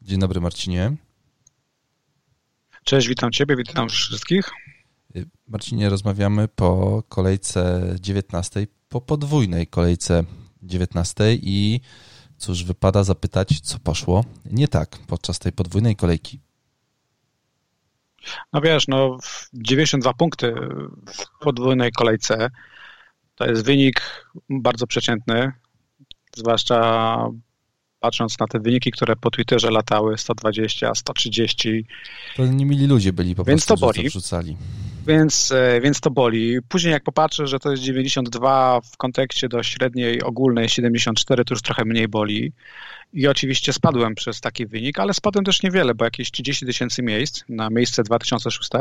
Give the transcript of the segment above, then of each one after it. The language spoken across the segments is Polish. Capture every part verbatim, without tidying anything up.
Dzień dobry, Marcinie. Cześć, witam Ciebie, witam wszystkich. Marcinie, rozmawiamy po kolejce dziewiętnastej, po podwójnej kolejce dziewiętnastej i cóż, wypada zapytać, co poszło nie tak podczas tej podwójnej kolejki. No wiesz, no dziewięćdziesiąt dwa punkty w podwójnej kolejce to jest wynik bardzo przeciętny, zwłaszcza patrząc na te wyniki, które po Twitterze latały, sto dwadzieścia, sto trzydzieści. To niemili ludzie byli po więc prostu, to boli. że to wrzucali. Więc, więc to boli. Później jak popatrzę, że to jest dziewięćdziesiąt dwa w kontekście do średniej ogólnej siedemdziesiąt cztery, to już trochę mniej boli. I oczywiście spadłem przez taki wynik, ale spadłem też niewiele, bo jakieś trzydzieści tysięcy miejsc na miejsce dwa tysiące szóste.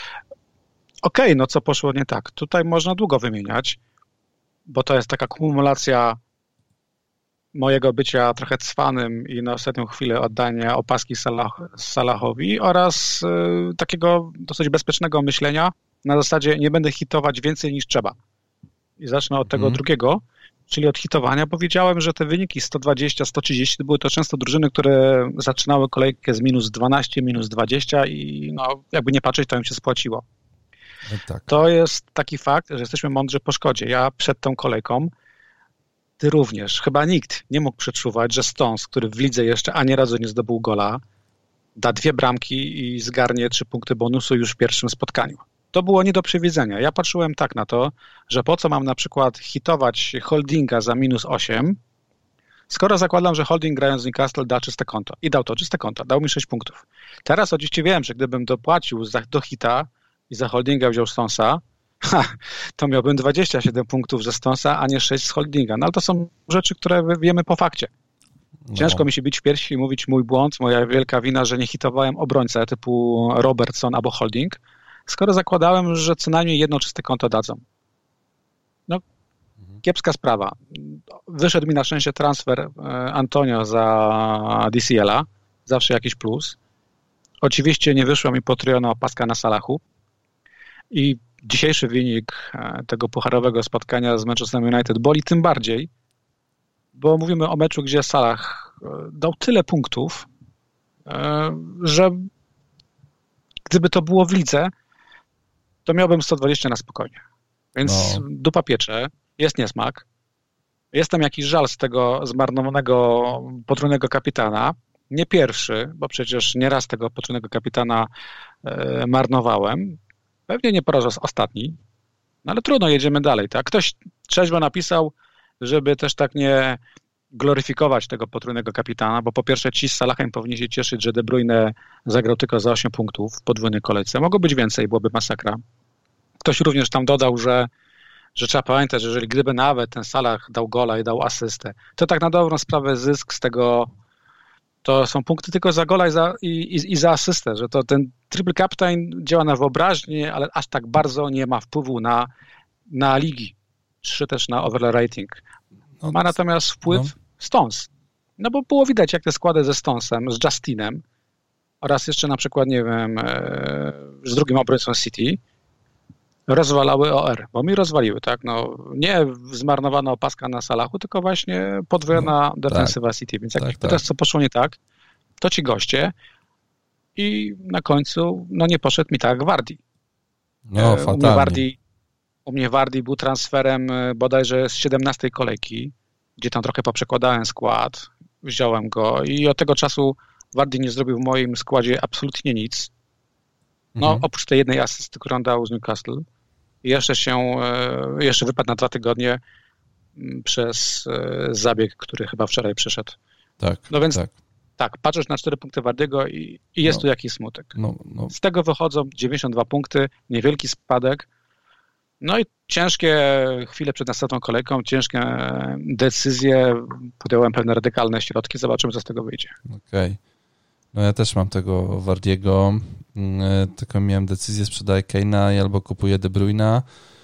Okej, okay, no co poszło nie tak? Tutaj można długo wymieniać, bo to jest taka kumulacja mojego bycia trochę cwanym i na ostatnią chwilę oddania opaski Salah, Salahowi oraz y, takiego dosyć bezpiecznego myślenia na zasadzie nie będę hitować więcej niż trzeba. I zacznę od tego hmm. drugiego, czyli od hitowania, bo wiedziałem, że te wyniki sto dwadzieścia, sto trzydzieści to były to często drużyny, które zaczynały kolejkę z minus dwanaście, minus dwadzieścia i no, jakby nie patrzeć, to im się spłaciło. No tak. To jest taki fakt, że jesteśmy mądrzy po szkodzie. Ja przed tą kolejką Ty również. Chyba nikt nie mógł przeczuwać, że Stones, który w lidze jeszcze ani razu nie zdobył gola, da dwie bramki i zgarnie trzy punkty bonusu już w pierwszym spotkaniu. To było nie do przewidzenia. Ja patrzyłem tak na to, że po co mam na przykład hitować Holdinga za minus osiem, skoro zakładam, że Holding grając z Newcastle da czyste konto. I dał to czyste konto. Dał mi sześć punktów. Teraz oczywiście wiem, że gdybym dopłacił za, do hita i za Holdinga wziął Stonesa, Ha, to miałbym dwadzieścia siedem punktów ze Stonesa, a nie sześć z Holdinga. No ale to są rzeczy, które wiemy po fakcie. Ciężko no. mi się bić w piersi i mówić mój błąd, moja wielka wina, że nie hitowałem obrońcę typu Robertson albo Holding, skoro zakładałem, że co najmniej jedno czyste konto dadzą. No, kiepska sprawa. Wyszedł mi na szczęście transfer Antonio za D C L-a, zawsze jakiś plus. Oczywiście nie wyszło mi potrójona opaska na Salachu i dzisiejszy wynik tego pucharowego spotkania z Manchesterem United boli tym bardziej, bo mówimy o meczu, gdzie Salah dał tyle punktów, że gdyby to było w lidze, to miałbym sto dwadzieścia na spokojnie. Więc no. dupa piecze, jest niesmak. Jest tam jakiś żal z tego zmarnowanego potrójnego kapitana. Nie pierwszy, bo przecież nieraz tego potrójnego kapitana marnowałem. Pewnie nie po raz ostatni, no ale trudno, jedziemy dalej. Tak? Ktoś trzeźwo napisał, żeby też tak nie gloryfikować tego potrójnego kapitana, bo po pierwsze ci z Salahem powinni się cieszyć, że De Bruyne zagrał tylko za osiem punktów w podwójnej kolejce. Mogło być więcej, byłoby masakra. Ktoś również tam dodał, że, że trzeba pamiętać, że jeżeli gdyby nawet ten Salah dał gola i dał asystę, to tak na dobrą sprawę zysk z tego to są punkty tylko za gola i za, i, i, i za asystę, że to ten triple captain działa na wyobraźnię, ale aż tak bardzo nie ma wpływu na, na ligi, czy też na overall rating. Ma natomiast wpływ no. Stones. No bo było widać, jak te składy ze Stonesem, z Justinem oraz jeszcze na przykład, nie wiem, z drugim obrońcą City rozwalały O R, bo mi rozwaliły, tak? No, nie zmarnowana opaska na Salachu, tylko właśnie podwojona no, defensywa tak. City. Więc jak tak, pytasz, tak. co poszło nie tak, to ci goście i na końcu no nie poszedł mi tak Vardy. No, u, mnie Vardy u mnie Vardy był transferem bodajże z siedemnastej kolejki, gdzie tam trochę poprzekładałem skład, wziąłem go i od tego czasu Vardy nie zrobił w moim składzie absolutnie nic. No, mhm. oprócz tej jednej asysty, którą dał z Newcastle. I jeszcze się, jeszcze wypadł na dwa tygodnie przez zabieg, który chyba wczoraj przyszedł. Tak, no więc tak. tak, patrzysz na cztery punkty Vardy'ego i, i jest no, tu jakiś smutek. No, no. Z tego wychodzą dziewięćdziesiąt dwa punkty, niewielki spadek. No i ciężkie chwile przed następną kolejką, ciężkie decyzje, podjąłem pewne radykalne środki, zobaczymy, co z tego wyjdzie. Okej. Okay. No ja też mam tego Vardy'ego, tylko miałem decyzję, sprzedaję Kane'a i albo kupuję De Bruyne'a,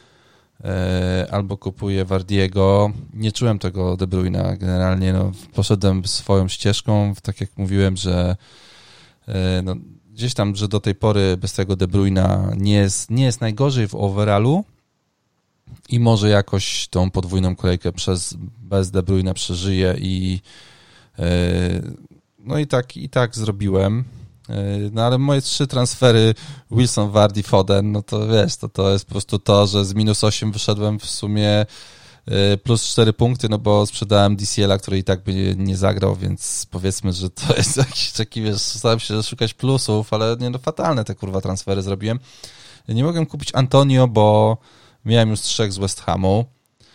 albo kupuję Vardy'ego. Nie czułem tego De Bruyne'a generalnie, no, poszedłem swoją ścieżką, tak jak mówiłem, że no, gdzieś tam, że do tej pory bez tego De Bruyne'a nie jest, nie jest najgorzej w overallu i może jakoś tą podwójną kolejkę przez, bez De Bruyne'a przeżyje i no i tak, i tak zrobiłem. No ale moje trzy transfery Wilson, Vardy, Foden, no to wiesz, to, to jest po prostu to, że z minus osiem wyszedłem w sumie plus cztery punkty, no bo sprzedałem D C L a, który i tak by nie, nie zagrał, więc powiedzmy, że to jest jakiś taki, wiesz, staram się szukać plusów, ale nie, no fatalne te kurwa transfery zrobiłem. Nie mogłem kupić Antonio, bo miałem już trzech z West Hamu.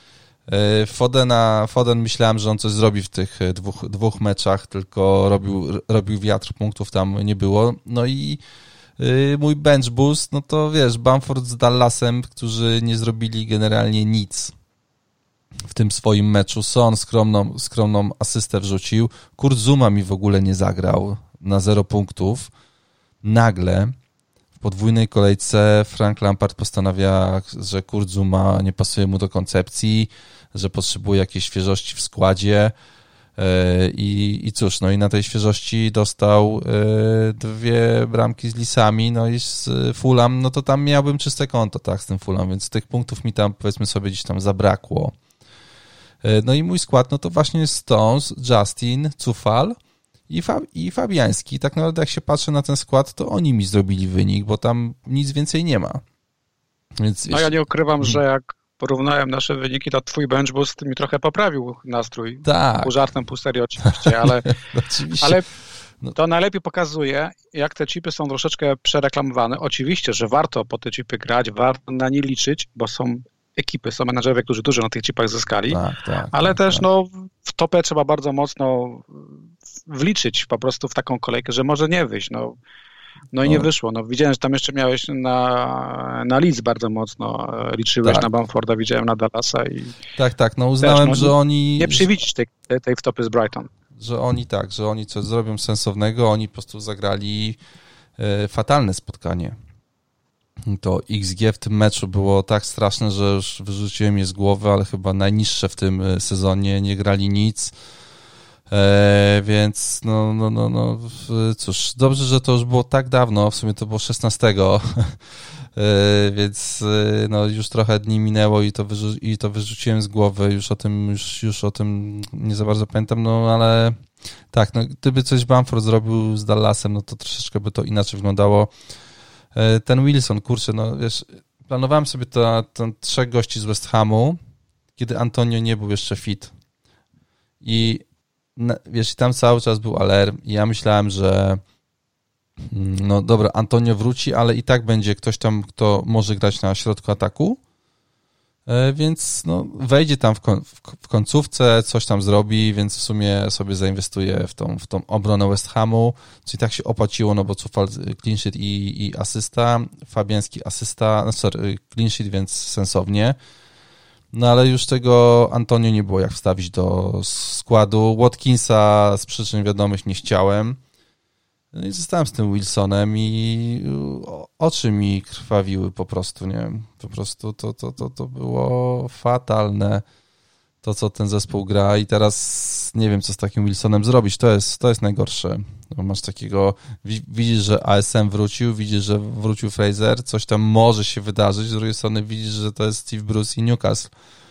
Fodena, Foden myślałem, że on coś zrobi w tych dwóch, dwóch meczach, tylko robił, robił wiatr, punktów tam nie było. No i yy, mój bench boost, no to wiesz, Bamford z Dallasem, którzy nie zrobili generalnie nic w tym swoim meczu. Son skromną, skromną asystę wrzucił. Kurt Zuma mi w ogóle nie zagrał na zero punktów. Nagle w podwójnej kolejce Frank Lampard postanawia, że Kurt Zuma nie pasuje mu do koncepcji, że potrzebuje jakiejś świeżości w składzie i, i cóż, no i na tej świeżości dostał dwie bramki z Lisami, no i z Fulham, no to tam miałbym czyste konto, tak, z tym Fulham, więc tych punktów mi tam, powiedzmy sobie, gdzieś tam zabrakło. No i mój skład, no to właśnie jest Stones, Justin, Cufal i, Fab- i Fabiański. Tak naprawdę jak się patrzę na ten skład, to oni mi zrobili wynik, bo tam nic więcej nie ma. Więc no ja nie ukrywam, że jak porównałem nasze wyniki, to twój bench boost mi trochę poprawił nastrój. Tak. Pół żartem, pół serio oczywiście, ale, oczywiście. ale to najlepiej pokazuje, jak te chipy są troszeczkę przereklamowane. Oczywiście, że warto po te chipy grać, warto na nie liczyć, bo są ekipy, są menadżerowie, którzy dużo na tych chipach zyskali, tak, tak, ale tak, też tak. no, w topę trzeba bardzo mocno wliczyć po prostu w taką kolejkę, że może nie wyjść. No, no i nie wyszło. No, widziałem, że tam jeszcze miałeś na, na Leeds bardzo mocno liczyłeś, tak. na Bamforda, widziałem na Dallasa i tak, tak, no uznałem, też, no, że oni... Nie przewidzieć tej, tej wtopy z Brighton. Że oni tak, że oni coś zrobią sensownego, oni po prostu zagrali e, fatalne spotkanie. To X G w tym meczu było tak straszne, że już wyrzuciłem je z głowy, ale chyba najniższe w tym sezonie, nie grali nic. E, więc no, no, no, no, cóż, dobrze, że to już było tak dawno, w sumie to było szesnastego, e, więc no, już trochę dni minęło i to, wyrzu- i to wyrzuciłem z głowy, już o tym, już, już o tym nie za bardzo pamiętam, no ale tak, no, gdyby coś Bamford zrobił z Dallasem, no to troszeczkę by to inaczej wyglądało. E, ten Wilson, kurczę, no wiesz, planowałem sobie to, to trzech gości z West Hamu, kiedy Antonio nie był jeszcze fit i wiesz, tam cały czas był alarm i ja myślałem, że no dobra, Antonio wróci, ale i tak będzie ktoś tam, kto może grać na środku ataku, więc no, wejdzie tam w, kon- w końcówce, coś tam zrobi, więc w sumie sobie zainwestuje w tą, w tą obronę West Hamu, co i tak się opłaciło, no bo Cufal clean sheet i, i asysta, Fabiański asysta, no sorry, clean sheet, więc sensownie. No ale już tego Antonio nie było jak wstawić do składu. Watkinsa z przyczyn wiadomych nie chciałem. No i zostałem z tym Wilsonem i oczy mi krwawiły po prostu, nie? Po prostu to, to, to, to było fatalne, to co ten zespół gra i teraz nie wiem, co z takim Wilsonem zrobić. To jest, to jest najgorsze. No, masz takiego, widzisz, że A S M wrócił, widzisz, że wrócił Fraser, coś tam może się wydarzyć, z drugiej strony widzisz, że to jest Steve Bruce i Newcastle.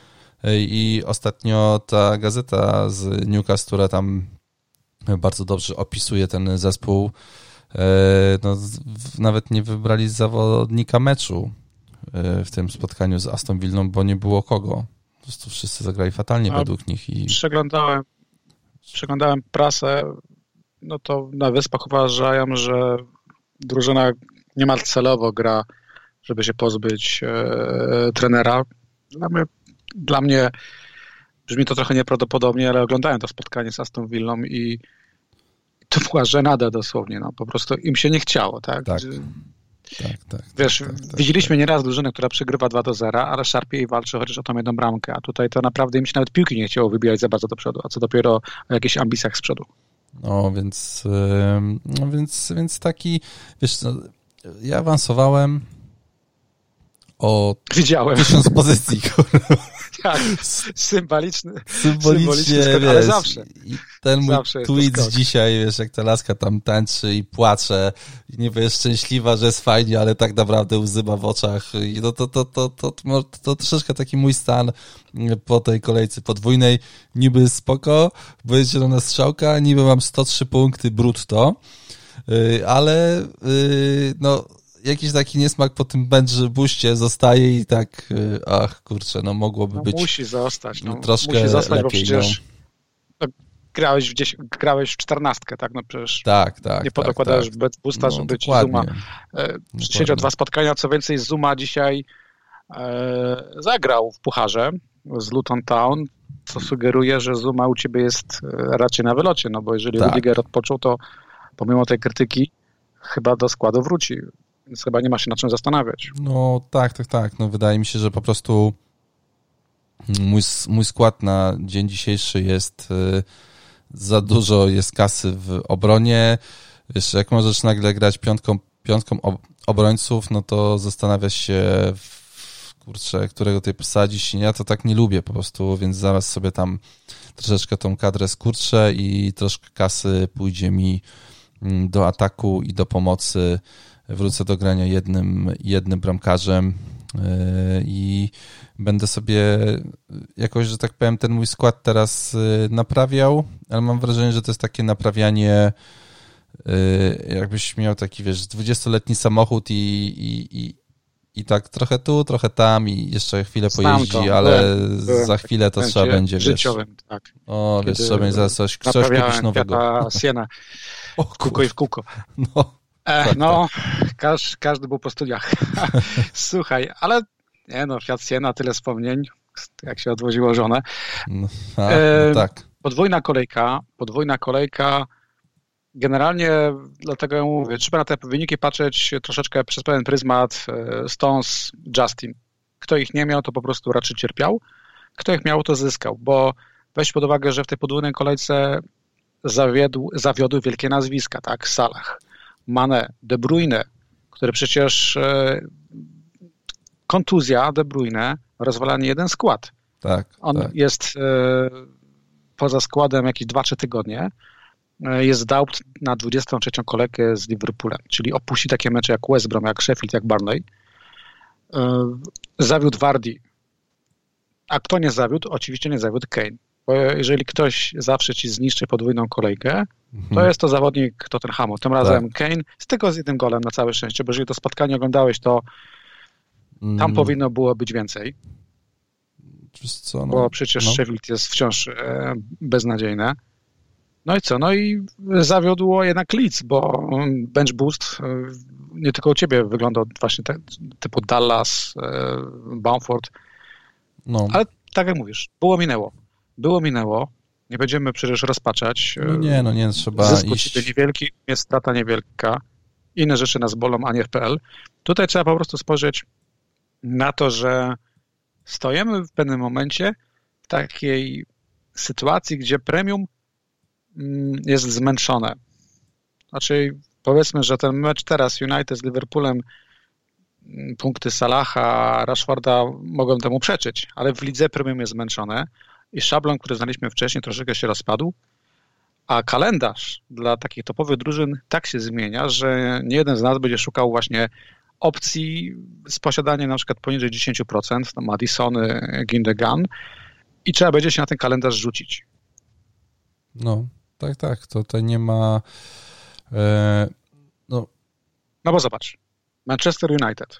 I ostatnio ta gazeta z Newcastle, która tam bardzo dobrze opisuje ten zespół, no, nawet nie wybrali zawodnika meczu w tym spotkaniu z Aston Villą, bo nie było kogo. Po prostu wszyscy zagrali fatalnie A według nich. I... Przeglądałem, przeglądałem prasę, no to na Wyspach uważają, że drużyna niemal celowo gra, żeby się pozbyć e, trenera. Dla mnie, dla mnie brzmi to trochę nieprawdopodobnie, ale oglądałem to spotkanie z Aston Villą i to była żenada dosłownie. No. Po prostu im się nie chciało. Tak, tak. tak, tak Wiesz, tak, tak, widzieliśmy tak. nieraz drużynę, która przegrywa dwa do zera, ale szarpie i walczy chociaż o tą jedną bramkę, a tutaj to naprawdę im się nawet piłki nie chciało wybijać za bardzo do przodu, a co dopiero o jakichś ambicjach z przodu. No, więc, no, więc, więc taki, wiesz, no, ja awansowałem o Widziałem. tysiąc pozycji. tak, symboliczny. Symbolicznie, skok, wiesz, ale zawsze. I ten mój zawsze tweet z dzisiaj, wiesz, jak ta laska tam tańczy i płacze i niby jest szczęśliwa, że jest fajnie, ale tak naprawdę łzy ma w oczach. I no to, to, to, to, to, to troszeczkę taki mój stan po tej kolejce podwójnej. Niby spoko, bo jest zielona strzałka, niby mam sto trzy punkty brutto, ale no jakiś taki niesmak po tym bench booście zostaje i tak, ach kurczę, no mogłoby no, być musi zostać, no, troszkę musi zostać, lepiej, bo przecież no. grałeś w, dziesięć, grałeś w czternastkę, tak? No przecież tak, tak, nie tak, podokładałeś tak. bench boosta, No, żeby być dokładnie. Zuma. E, siedział dwa spotkania, co więcej Zuma dzisiaj e, zagrał w pucharze z Luton Town, co sugeruje, że Zuma u ciebie jest raczej na wylocie, no bo jeżeli tak. Rudiger odpoczął, to pomimo tej krytyki chyba do składu wróci, więc chyba nie ma się na czym zastanawiać. No tak, tak, tak. No wydaje mi się, że po prostu mój, mój skład na dzień dzisiejszy jest y, za dużo jest kasy w obronie. Wiesz, jak możesz nagle grać piątką, piątką obrońców, no to zastanawiasz się w, kurczę, którego tutaj posadzić. Ja to tak nie lubię po prostu, więc zaraz sobie tam troszeczkę tą kadrę skurczę i troszkę kasy pójdzie mi do ataku i do pomocy. Wrócę do grania jednym, jednym bramkarzem i będę sobie jakoś, że tak powiem, ten mój skład teraz naprawiał, ale mam wrażenie, że to jest takie naprawianie, jakbyś miał taki, wiesz, dwudziestoletni samochód i, i, i, i tak trochę tu, trochę tam i jeszcze chwilę pojeździ, to, ale byłem, za chwilę to trzeba będzie, życiowym, wiesz. Tak. O, wiesz, trzeba będzie zaraz coś, coś kupić nowego. Siena, w kółko i w kółko. No. E, tak, no, tak. Każdy, każdy był po studiach. Słuchaj, ale nie no, Fiat Siena, tyle wspomnień, jak się odwoziło żonę. No, a, no tak. Podwójna kolejka, podwójna kolejka, generalnie dlatego ja mówię, trzeba na te wyniki patrzeć troszeczkę przez pewien pryzmat Stones, Justin. Kto ich nie miał, to po prostu raczej cierpiał. Kto ich miał, to zyskał, bo weź pod uwagę, że w tej podwójnej kolejce zawiodł, zawiodły wielkie nazwiska, tak, Salah, Mane, De Bruyne, który przecież e, kontuzja De Bruyne rozwala nie jeden skład. Tak, On tak. jest e, poza składem jakieś dwa trzy tygodnie. E, jest doubt na dwudziestą trzecią kolejkę z Liverpoolem, czyli opuści takie mecze jak West Brom, jak Sheffield, jak Burnley. E, zawiódł Vardy. A kto nie zawiódł? Oczywiście nie zawiódł Kane. Bo jeżeli ktoś zawsze ci zniszczy podwójną kolejkę, to mhm. jest to zawodnik Tottenhamu. Tym razem tak. Kane, z tylko z jednym golem na całe szczęście, bo jeżeli to spotkanie oglądałeś, to tam mm. powinno było być więcej. Co, no, bo przecież no. Sheffield jest wciąż e, beznadziejne. No i co? No i zawiodło jednak Leeds, bo bench boost e, nie tylko u ciebie wyglądał właśnie te, typu Dallas, e, Bamford. No. Ale tak jak mówisz, było minęło. Było minęło. Nie będziemy przecież rozpaczać. No nie, no nie, trzeba Zysk iść. niewielki, jest strata niewielka. Inne rzeczy nas bolą, a nie F P L. Tutaj trzeba po prostu spojrzeć na to, że stoimy w pewnym momencie w takiej sytuacji, gdzie premium jest zmęczone. Znaczy, powiedzmy, że ten mecz teraz United z Liverpoolem, punkty Salaha, Rashforda mogą temu przeczyć, ale w lidze premium jest zmęczone i szablon, który znaliśmy wcześniej, troszeczkę się rozpadł, a kalendarz dla takich topowych drużyn tak się zmienia, że nie jeden z nas będzie szukał właśnie opcji z posiadaniem na przykład poniżej dziesięć procent, no Madisony, Gundogan i trzeba będzie się na ten kalendarz rzucić. No, tak, tak, tutaj nie ma e, no. no bo zobacz, Manchester United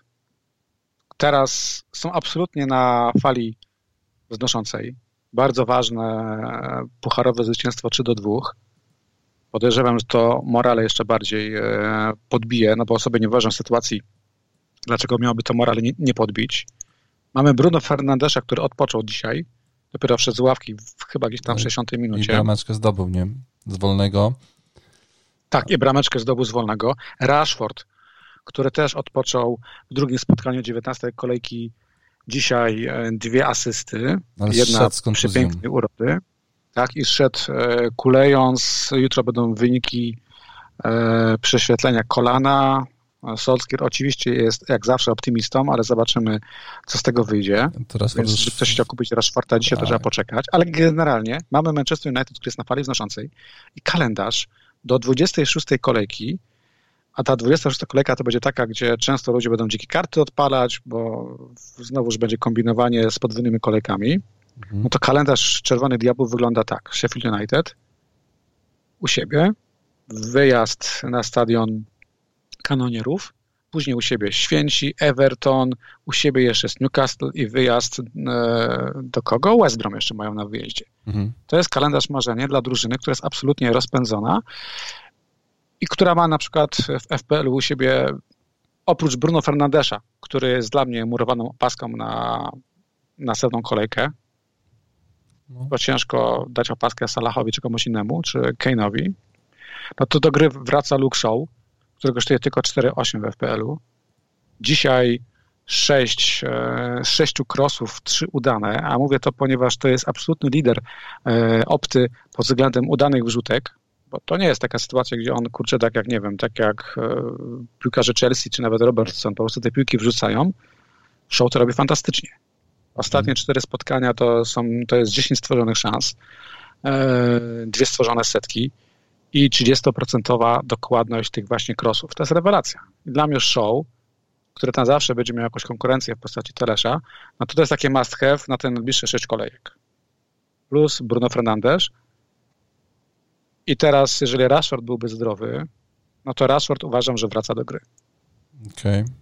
teraz są absolutnie na fali wznoszącej. Bardzo ważne pucharowe zwycięstwo trzy do dwóch. Podejrzewam, że to morale jeszcze bardziej podbije, no bo sobie nie wyobrażam sytuacji, dlaczego miałoby to morale nie, nie podbić. Mamy Bruno Fernandesza, który odpoczął dzisiaj, dopiero wszedł z ławki w chyba gdzieś tam w sześćdziesiątej minucie. I brameczkę zdobył, nie? Z wolnego. Tak, i brameczkę zdobył z wolnego. Rashford, który też odpoczął w drugim spotkaniu dziewiętnastej kolejki. Dzisiaj dwie asysty, ale jedna przepięknej urody. Tak, i zszedł kulejąc. Jutro będą wyniki e, prześwietlenia kolana. Solskjaer oczywiście jest jak zawsze optymistą, ale zobaczymy, co z tego wyjdzie. Teraz Więc już... gdyby ktoś chciał kupić Rashforda dzisiaj, to trzeba poczekać. Ale generalnie mamy Manchester United, który jest na fali wznoszącej i kalendarz do dwudziestej szóstej kolejki, a ta dwudziesta szósta kolejka to będzie taka, gdzie często ludzie będą dzikie karty odpalać, bo znowuż będzie kombinowanie z podwójnymi kolejkami. Mhm. No to kalendarz Czerwonych Diabłów wygląda tak. Sheffield United u siebie, wyjazd na stadion Kanonierów, później u siebie Święci, Everton, u siebie jeszcze jest Newcastle i wyjazd e, do kogo? West Brom jeszcze mają na wyjeździe. Mhm. To jest kalendarz marzenie dla drużyny, która jest absolutnie rozpędzona i która ma na przykład w F P L u u siebie oprócz Bruno Fernandesza, który jest dla mnie murowaną opaską na następną kolejkę, no. Bo ciężko dać opaskę Salahowi czy komuś innemu, czy Kane'owi, no to do gry wraca Luke Shaw, który kosztuje tylko cztery osiem w F P L u. Dzisiaj sześć, z sześciu crossów, trzy udane, a mówię to, ponieważ to jest absolutny lider opty pod względem udanych wrzutek, bo to nie jest taka sytuacja, gdzie on, kurczę, tak jak, nie wiem, tak jak piłkarze Chelsea, czy nawet Robertson, po prostu te piłki wrzucają. Shaw to robi fantastycznie. Ostatnie hmm. cztery spotkania to są, to jest dziesięć stworzonych szans, dwie stworzone setki i trzydziestoprocentowa dokładność tych właśnie crossów. To jest rewelacja. I dla mnie Shaw, który tam zawsze będzie miał jakąś konkurencję w postaci Telesza, no to to jest takie must have na te najbliższe sześć kolejek. Plus Bruno Fernandes. I teraz, jeżeli Rashford byłby zdrowy, no to Rashford uważam, że wraca do gry. Okej. Okay.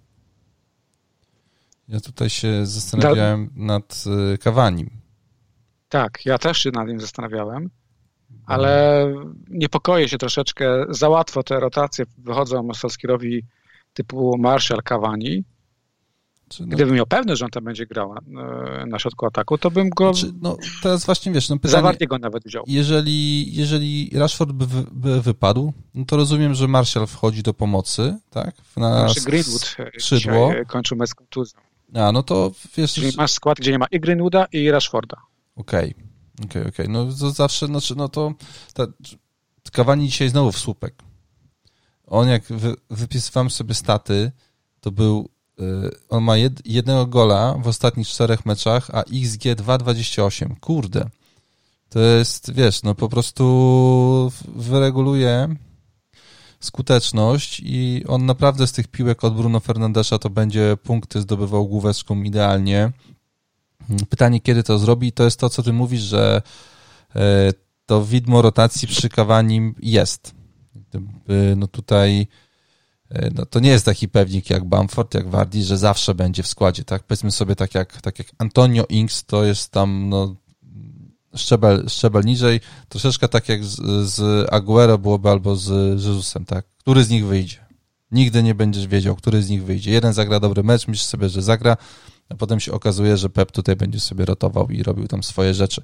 Ja tutaj się zastanawiałem da... nad Cavanim. Tak, ja też się nad nim zastanawiałem, ale niepokoję się troszeczkę. Za łatwo te rotacje wychodzą Solskjaerowi typu Martial, Cavani. No, gdybym miał pewność, że on tam będzie grał na, na środku ataku, to bym go... Znaczy, no, teraz właśnie wiesz, no pytanie... Zawarcie go nawet wziął. Jeżeli, jeżeli Rashford by, by wypadł, no to rozumiem, że Martial wchodzi do pomocy, tak? Na znaczy Greenwood skrzydło. Kończył mecz z kontuzją. A, no to wiesz... Czyli masz skład, gdzie nie ma i Greenwooda, i Rashforda. Okej, okay. okej, okay, okej. Okay. No to zawsze, znaczy, no to... Ta, Cavani dzisiaj znowu w słupek. On jak wy, wypisywałem sobie staty, to był on ma jed, jednego gola w ostatnich czterech meczach, a X G dwa dwadzieścia osiem. Kurde. To jest, wiesz, no po prostu wyreguluje skuteczność i on naprawdę z tych piłek od Bruno Fernandesza to będzie punkty zdobywał główeczką idealnie. Pytanie, kiedy to zrobi, to jest to, co ty mówisz, że to widmo rotacji przy Cavanim jest. No tutaj no to nie jest taki pewnik jak Bamford, jak Vardy, że zawsze będzie w składzie, tak? Powiedzmy sobie tak jak, tak jak Antonio Ings, to jest tam no, szczebel, szczebel niżej, troszeczkę tak jak z, z Aguero byłoby albo z Jezusem, tak? Który z nich wyjdzie? Nigdy nie będziesz wiedział, który z nich wyjdzie. Jeden zagra dobry mecz, myślisz sobie, że zagra, a potem się okazuje, że Pep tutaj będzie sobie rotował i robił tam swoje rzeczy.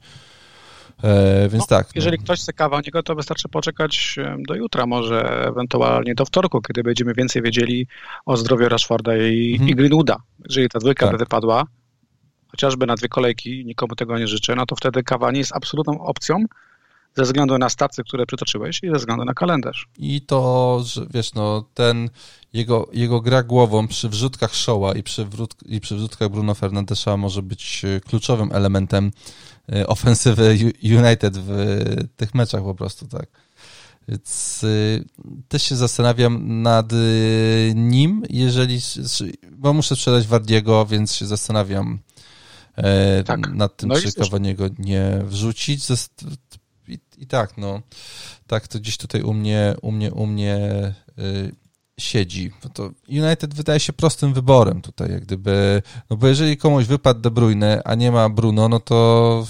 E, więc no, tak. Jeżeli no. ktoś chce Cavaniego, to wystarczy poczekać do jutra, może ewentualnie do wtorku, kiedy będziemy więcej wiedzieli o zdrowiu Rashforda i, mhm. i Greenwooda. Jeżeli ta dwójka tak. by wypadła, chociażby na dwie kolejki, nikomu tego nie życzę, no to wtedy Cavani jest absolutną opcją ze względu na stacje, które przytoczyłeś i ze względu na kalendarz. I to, że wiesz, no ten jego, jego gra głową przy wrzutkach Shawa i przy, wrót, i przy wrzutkach Bruno Fernandesza może być kluczowym elementem ofensywy United w tych meczach po prostu, tak. Więc y, też się zastanawiam nad y, nim, jeżeli, bo muszę sprzedać Vardiego, więc się zastanawiam y, tak. nad tym, no czy Cavaniego nie wrzucić. I, I tak, no, tak to gdzieś tutaj u mnie, u mnie, u mnie y, siedzi. No to United wydaje się prostym wyborem tutaj, jak gdyby, no bo jeżeli komuś wypadł De Bruyne, a nie ma Bruno, no to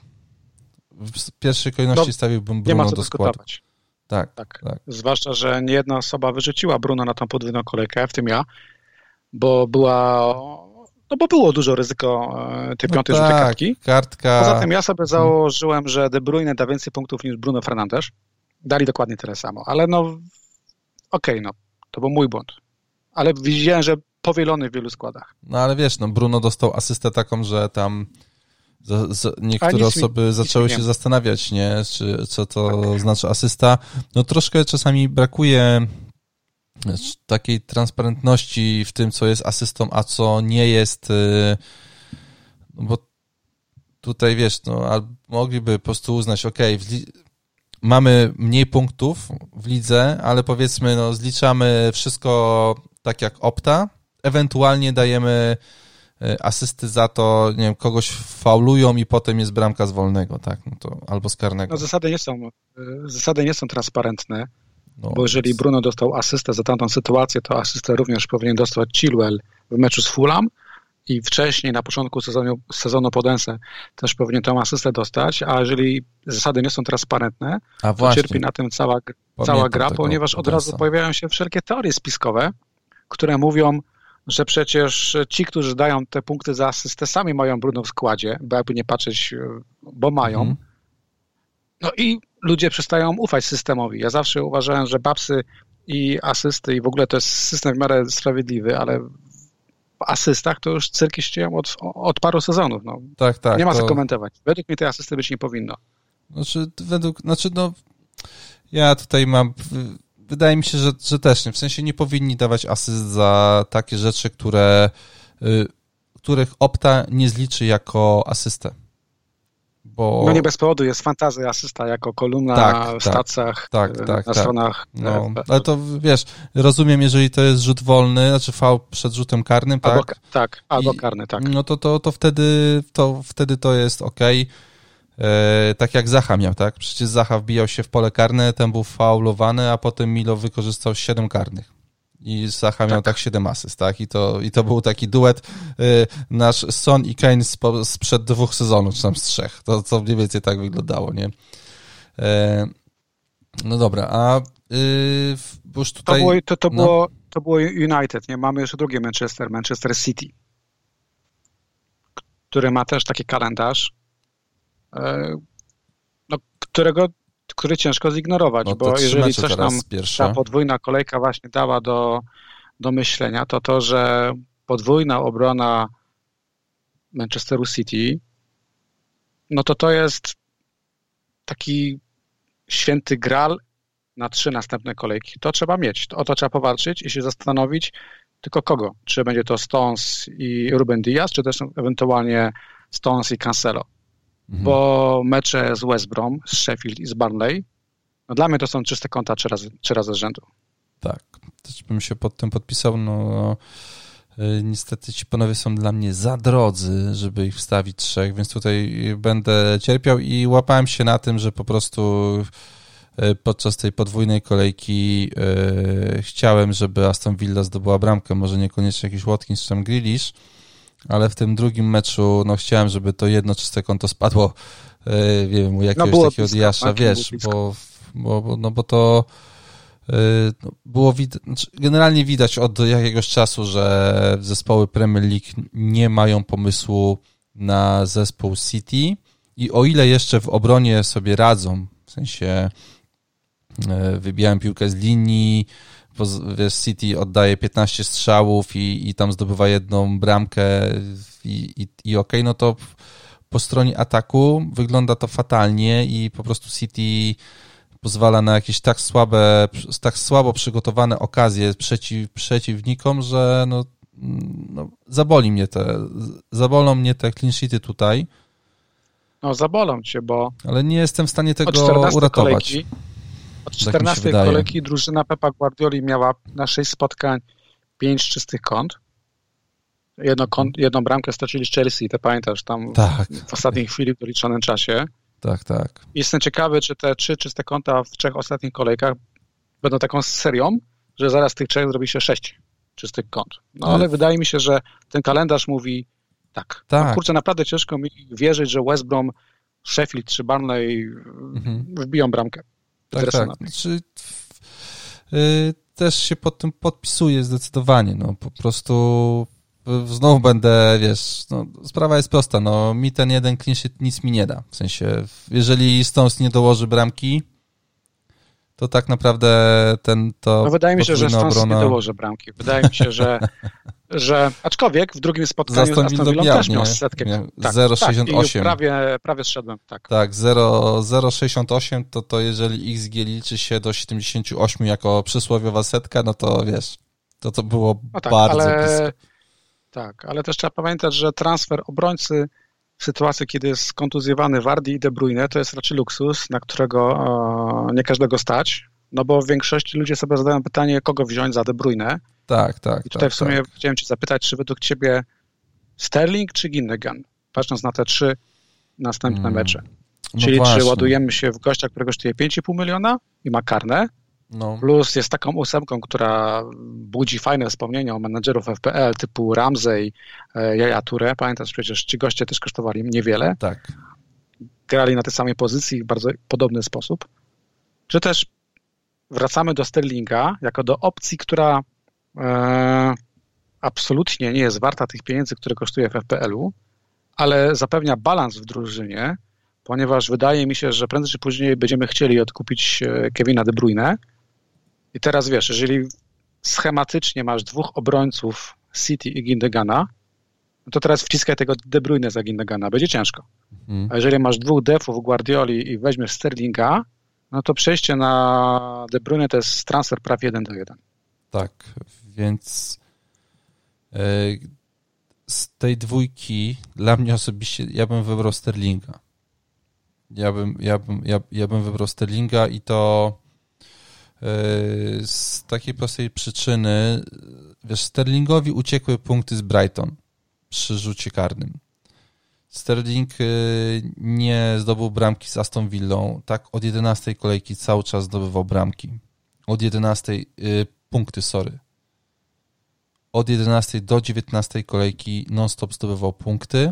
w pierwszej kolejności no, stawiłbym Bruno do składu. Tak, tak, tak. Zwłaszcza, że nie jedna osoba wyrzuciła Bruno na tą podwójną kolejkę, w tym ja, bo była, no bo było dużo ryzyko tej piątej no tak, żółtej kartki. Kartka. Poza tym ja sobie założyłem, że De Bruyne da więcej punktów niż Bruno Fernandes. Dali dokładnie tyle samo, ale no okej, okay, no to był mój błąd. Ale widziałem, że powielony w wielu składach. No ale wiesz, no Bruno dostał asystę taką, że tam za, za, niektóre osoby mi, zaczęły się wiem. zastanawiać, nie, czy, co to tak. znaczy asysta. No troszkę czasami brakuje takiej transparentności w tym, co jest asystą, a co nie jest, bo tutaj wiesz, no, mogliby po prostu uznać, ok, mamy mniej punktów w lidze, ale powiedzmy, no, zliczamy wszystko tak jak Opta, ewentualnie dajemy asysty za to, nie wiem, kogoś faulują i potem jest bramka z wolnego, tak, no to albo z karnego. No zasady nie są, zasady nie są transparentne, no, bo jeżeli Bruno dostał asystę za tamtą sytuację, to asystę również powinien dostać Chilwell w meczu z Fulham i wcześniej na początku sezonu, sezonu Podence też powinien tę asystę dostać, a jeżeli zasady nie są transparentne, a to cierpi na tym cała, cała gra, ponieważ od Podensa. razu pojawiają się wszelkie teorie spiskowe, które mówią, że przecież ci, którzy dają te punkty za asystę, sami mają Bruno w składzie, bo jakby nie patrzeć, bo mają. Mhm. No i ludzie przestają ufać systemowi. Ja zawsze uważałem, że babsy i asysty i w ogóle to jest system w miarę sprawiedliwy, ale w asystach to już cyrki się dzieją od, od paru sezonów. No. Tak, tak. Nie ma to... co komentować. Według mnie tej asysty być nie powinno. Znaczy, według, znaczy no, ja tutaj mam... Wydaje mi się, że, że też nie. W sensie nie powinni dawać asyst za takie rzeczy, które, y, których Opta nie zliczy jako asystę. Bo... No nie bez powodu jest fantazja asysta jako kolumna tak, w stacjach, tak, tak, na tak, stronach. No, ale to wiesz, rozumiem, jeżeli to jest rzut wolny, znaczy faul przed rzutem karnym, tak? Albo, tak, albo I, karny, tak. No to, to, to, wtedy, to wtedy to jest okej. E, tak jak Zaha miał, tak? Przecież Zaha wbijał się w pole karne, ten był faulowany, a potem Milo wykorzystał siedem karnych. I Zaha tak. miał tak siedem asyst, tak? I to, i to był taki duet y, nasz Son i Kane spo, sprzed dwóch sezonów, czy tam z trzech. To, to mniej więcej tak wyglądało, nie? E, no dobra, a y, już tutaj... To było, to, to, no. było, to było United, nie? Mamy jeszcze drugie Manchester, Manchester City, który ma też taki kalendarz, no, którego, który ciężko zignorować, no bo jeżeli coś nam pierwsze. ta podwójna kolejka właśnie dała do, do myślenia, to to, że podwójna obrona Manchesteru City, no to to jest taki święty gral na trzy następne kolejki. To trzeba mieć, o to trzeba powalczyć i się zastanowić tylko kogo. Czy będzie to Stones i Ruben Dias, czy też ewentualnie Stones i Cancelo. Mhm. Bo mecze z West Brom, z Sheffield i z Burnley, no dla mnie to są czyste konta trzy razy, trzy razy z rzędu. Tak, też bym się pod tym podpisał, no niestety ci panowie są dla mnie za drodzy, żeby ich wstawić trzech, więc tutaj będę cierpiał i łapałem się na tym, że po prostu podczas tej podwójnej kolejki yy, chciałem, żeby Aston Villa zdobyła bramkę, może niekoniecznie jakiś Watkins czy tam Grealish, ale w tym drugim meczu no chciałem, żeby to jedno czyste konto spadło, yy, nie wiem, u jakiegoś no takiego Diasza, wiesz, bo, bo, no bo to yy, było widać, znaczy generalnie widać od jakiegoś czasu, że zespoły Premier League nie mają pomysłu na zespół City i o ile jeszcze w obronie sobie radzą, w sensie wybijałem piłkę z linii, wiesz, City oddaje piętnaście strzałów i, i tam zdobywa jedną bramkę i, i, i okej, okay, no to po stronie ataku wygląda to fatalnie i po prostu City pozwala na jakieś tak słabe, tak słabo przygotowane okazje przeciw, przeciwnikom, że no, no zaboli mnie te, zabolą mnie te clean sheety tutaj. No zabolą cię, bo... Ale nie jestem w stanie tego uratować. Kolejki, od czternastej tak kolejki drużyna Pepa Guardioli miała na sześć spotkań pięć czystych kąt. Jedno kąt, jedną bramkę stracili z Chelsea, te pamiętasz, tam tak. w ostatniej chwili w doliczonym czasie. Tak, tak. Jestem ciekawy, czy te trzy czyste kąta w trzech ostatnich kolejkach będą taką serią, że zaraz z tych trzech zrobi się sześć czystych kąt. No ale, ale wydaje mi się, że ten kalendarz mówi tak. tak. No, kurczę, naprawdę ciężko mi wierzyć, że West Brom, Sheffield czy Burnley mhm. wbiją bramkę. Tak, tak. Znaczy, yy, też się pod tym podpisuję zdecydowanie. No, po prostu znowu będę, wiesz, no, sprawa jest prosta. No, mi ten jeden clean sheet nic mi nie da. W sensie, jeżeli Stones nie dołoży bramki, to tak naprawdę ten to. No wydaje mi się, że Stones obrona... nie dołoży bramki. Wydaje mi się, że, że aczkolwiek w drugim spotkaniu z Aston Villą też miał setkę. Tak, zero przecinek sześćdziesiąt osiem. Tak, prawie, prawie zszedłem. Tak, tak zero przecinek sześćdziesiąt osiem to, to jeżeli X G liczy się do siedemdziesiąt osiem jako przysłowiowa setka, no to wiesz, to to było no tak, bardzo ale, blisko. Tak, ale też trzeba pamiętać, że transfer obrońcy w sytuacji, kiedy jest kontuzjowany Vardy i De Bruyne, to jest raczej luksus, na którego e, nie każdego stać, no bo w większości ludzie sobie zadają pytanie, kogo wziąć za De Bruyne. Tak, tak. I tutaj tak, w sumie tak. chciałem cię zapytać, czy według ciebie Sterling czy Gundogan, patrząc na te trzy następne hmm. mecze. No Czyli właśnie. czy ładujemy się w gościa, który kosztuje pięć i pół miliona i ma karne, no. plus jest taką ósemką, która budzi fajne wspomnienia o menedżerów F P L typu Ramsey, Yaya Touré. Pamiętasz przecież, ci goście też kosztowali niewiele. Tak. Grali na tej samej pozycji w bardzo podobny sposób. Czy też wracamy do Sterlinga jako do opcji, która e, absolutnie nie jest warta tych pieniędzy, które kosztuje w F P L-u, ale zapewnia balans w drużynie, ponieważ wydaje mi się, że prędzej czy później będziemy chcieli odkupić Kevina De Bruyne. I teraz wiesz, jeżeli schematycznie masz dwóch obrońców City i Gündogana, no to teraz wciskaj tego De Bruyne za Gündogana. Będzie ciężko. Mhm. A jeżeli masz dwóch defów Guardioli i weźmiesz Sterlinga, no to przejście na De Bruyne to jest transfer prawie jeden do jeden. Tak, więc yy, z tej dwójki dla mnie osobiście ja bym wybrał Sterlinga. Ja bym, ja bym, ja, ja bym wybrał Sterlinga i to yy, z takiej prostej przyczyny, wiesz, Sterlingowi uciekły punkty z Brighton przy rzucie karnym. Sterling yy, nie zdobył bramki z Aston Villą, tak od jedenastej kolejki cały czas zdobywał bramki. Od jedenastej yy, punkty, sorry. Od jedenastej do dziewiętnastej kolejki non-stop zdobywał punkty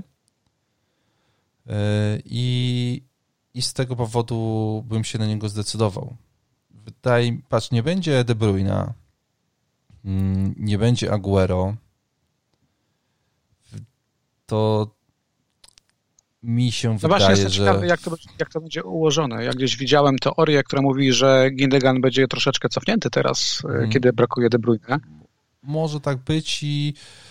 yy, i I z tego powodu bym się na niego zdecydował. Wydaje, patrz, nie będzie De Bruyna, nie będzie Aguero, to mi się no wydaje, właśnie, że... ciekawy, jak to, jak to będzie ułożone. Ja gdzieś widziałem teorię, która mówi, że Gundogan będzie troszeczkę cofnięty teraz, hmm. kiedy brakuje De Bruyne. Może tak być i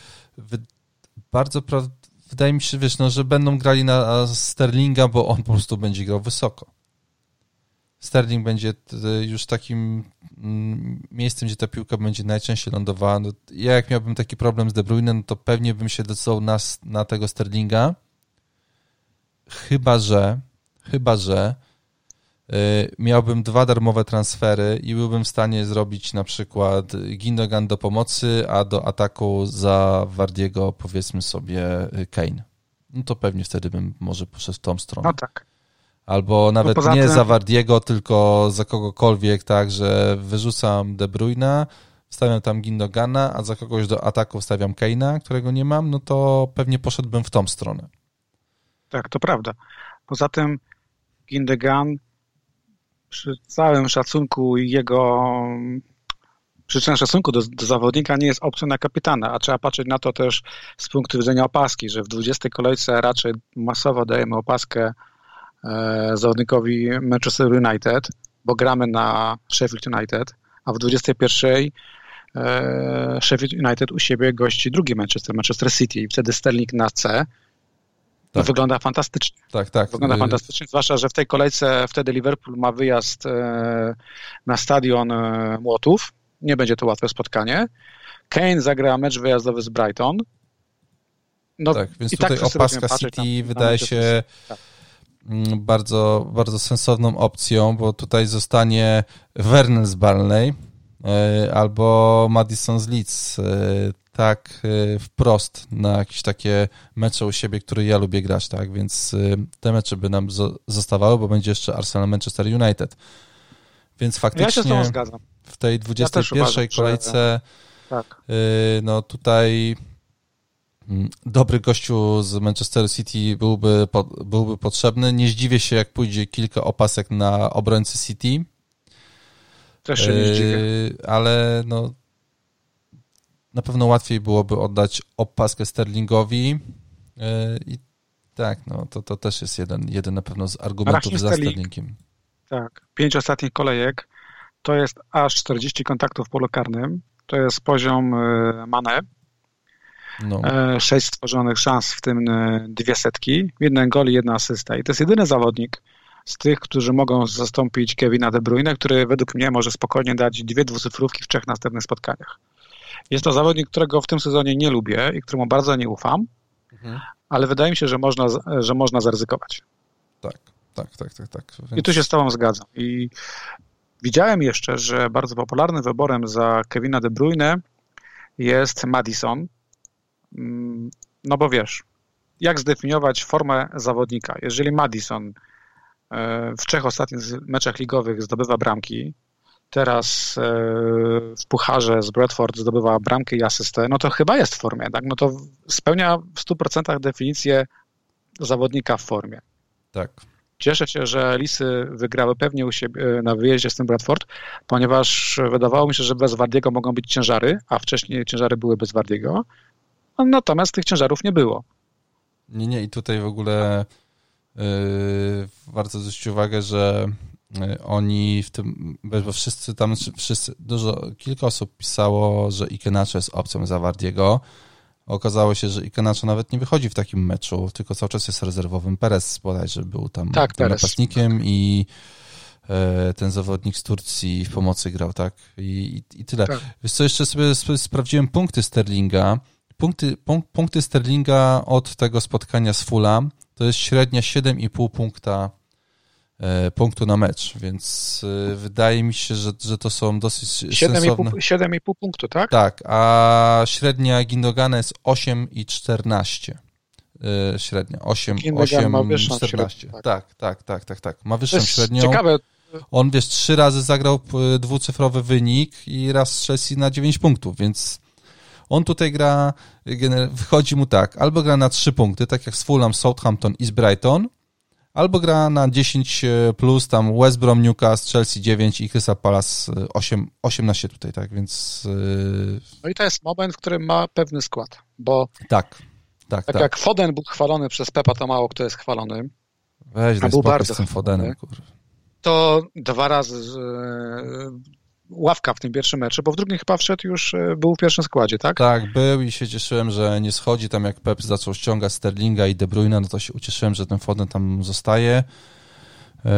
bardzo prawdopodobnie wydaje mi się, wiesz, no, że będą grali na Sterlinga, bo on po prostu będzie grał wysoko. Sterling będzie już takim miejscem, gdzie ta piłka będzie najczęściej lądowała. No, ja jak miałbym taki problem z De Bruyne, no to pewnie bym się decydował na, na tego Sterlinga. Chyba, że chyba, że yy, miałbym dwa darmowe transfery i byłbym w stanie zrobić na przykład Gundogan do pomocy, a do ataku za Vardiego powiedzmy sobie Kane. No to pewnie wtedy bym może poszedł w tą stronę. No tak. Albo nawet no nie tym... za Vardiego, tylko za kogokolwiek, tak, że wyrzucam De Bruyna, wstawiam tam Gündogana, a za kogoś do ataku wstawiam Kane'a, którego nie mam, no to pewnie poszedłbym w tą stronę. Tak, to prawda. Poza tym Gundogan przy całym szacunku jego przy całym szacunku do, do zawodnika nie jest opcją na kapitana, a trzeba patrzeć na to też z punktu widzenia opaski, że w dwudziestej kolejce raczej masowo dajemy opaskę e, zawodnikowi Manchester United, bo gramy na Sheffield United, a w dwudziestej pierwszej e, Sheffield United u siebie gości drugi Manchester, Manchester City i wtedy Sterling na C. To tak. Wygląda fantastycznie. Tak, tak. Wygląda fantastycznie, zwłaszcza, że w tej kolejce wtedy Liverpool ma wyjazd e, na stadion e, Młotów. Nie będzie to łatwe spotkanie. Kane zagra mecz wyjazdowy z Brighton. No, tak, więc i tutaj tak opaska City na, wydaje na się tak. bardzo, bardzo sensowną opcją, bo tutaj zostanie Werner z Burnley e, albo Maddison z Leeds. E, tak wprost na jakieś takie mecze u siebie, które ja lubię grać, tak, więc te mecze by nam zostawały, bo będzie jeszcze Arsenal Manchester United. Więc faktycznie ja się z tobą zgadzam. W tej dwudziestej pierwszej ja kolejce że... tak. no tutaj dobry gościu z Manchester City byłby, byłby potrzebny. Nie zdziwię się, jak pójdzie kilka opasek na obrońcy City. Też się nie zdziwię. Ale no na pewno łatwiej byłoby oddać opaskę Sterlingowi yy, i tak, no to, to też jest jeden, jeden na pewno z argumentów za Sterlingiem. Tak, pięć ostatnich kolejek to jest aż czterdzieści kontaktów w polu karnym. To jest poziom Mane. No. Sześć stworzonych szans, w tym dwie setki, jeden gol i jedna asysta. I to jest jedyny zawodnik z tych, którzy mogą zastąpić Kevina De Bruyne, który według mnie może spokojnie dać dwie dwucyfrówki w trzech następnych spotkaniach. Jest to zawodnik, którego w tym sezonie nie lubię i któremu bardzo nie ufam, mhm. ale wydaje mi się, że można, że można zaryzykować. Tak, tak, tak, tak. tak. Więc... I tu się z tobą zgadzam. I widziałem jeszcze, że bardzo popularnym wyborem za Kevina De Bruyne jest Maddison. No bo wiesz, jak zdefiniować formę zawodnika? Jeżeli Maddison w trzech ostatnich meczach ligowych zdobywa bramki, teraz w pucharze z Bradford zdobywa bramkę i asystę, no to chyba jest w formie, tak? No to spełnia w stu procentach definicję zawodnika w formie. Tak. Cieszę się, że Lisy wygrały pewnie u siebie na wyjeździe z tym Bradford, ponieważ wydawało mi się, że bez Wardiego mogą być ciężary, a wcześniej ciężary były bez Wardiego, natomiast tych ciężarów nie było. Nie, nie i tutaj w ogóle yy, warto zwrócić uwagę, że oni w tym, bo wszyscy tam, wszyscy, dużo, kilka osób pisało, że Ikenacho jest opcją za Wardiego. Okazało się, że Ikenacho nawet nie wychodzi w takim meczu, tylko cały czas jest rezerwowym. Perez bodajże był tam tak, tym napastnikiem i e, ten zawodnik z Turcji w pomocy grał, tak? I, i, i tyle. Tak. Wiesz co, jeszcze sobie, sobie sprawdziłem punkty Sterlinga. Punkty, punk, punkty Sterlinga od tego spotkania z Fulham to jest średnia siedem i pół punkta punktu na mecz, więc wydaje mi się, że, że to są dosyć sensowne. siedem i pół punktu, tak? Tak, a średnia Gindogana jest osiem i czternaście. Średnia osiem, osiem i czternaście. Tak. tak, tak, tak, tak, tak. Ma wyższą średnią. Ciekawe. On, wiesz, trzy razy zagrał dwucyfrowy wynik i raz z Chelsea na dziewięć punktów, więc on tutaj gra, wychodzi mu tak, albo gra na trzy punkty, tak jak z Fulham, Southampton i z Brighton, albo gra na dziesięć plus, tam West Brom, Newcastle, Chelsea dziewięć i Crystal Palace osiem, osiemnaście tutaj, tak, więc... Yy... No i to jest moment, w którym ma pewny skład, bo tak, tak, tak, tak. jak Foden był chwalony przez Pepa, to mało kto jest chwalony. Weź, daj spokój z tym Fodenem, kurwa. To dwa razy z, yy, ławka w tym pierwszym meczu, bo w drugim chyba wszedł już, yy, był w pierwszym składzie, tak? Tak, był i się cieszyłem, że nie schodzi tam, jak Pep zaczął ściągać Sterlinga i De Bruyne, no to się ucieszyłem, że ten Foden tam zostaje, yy,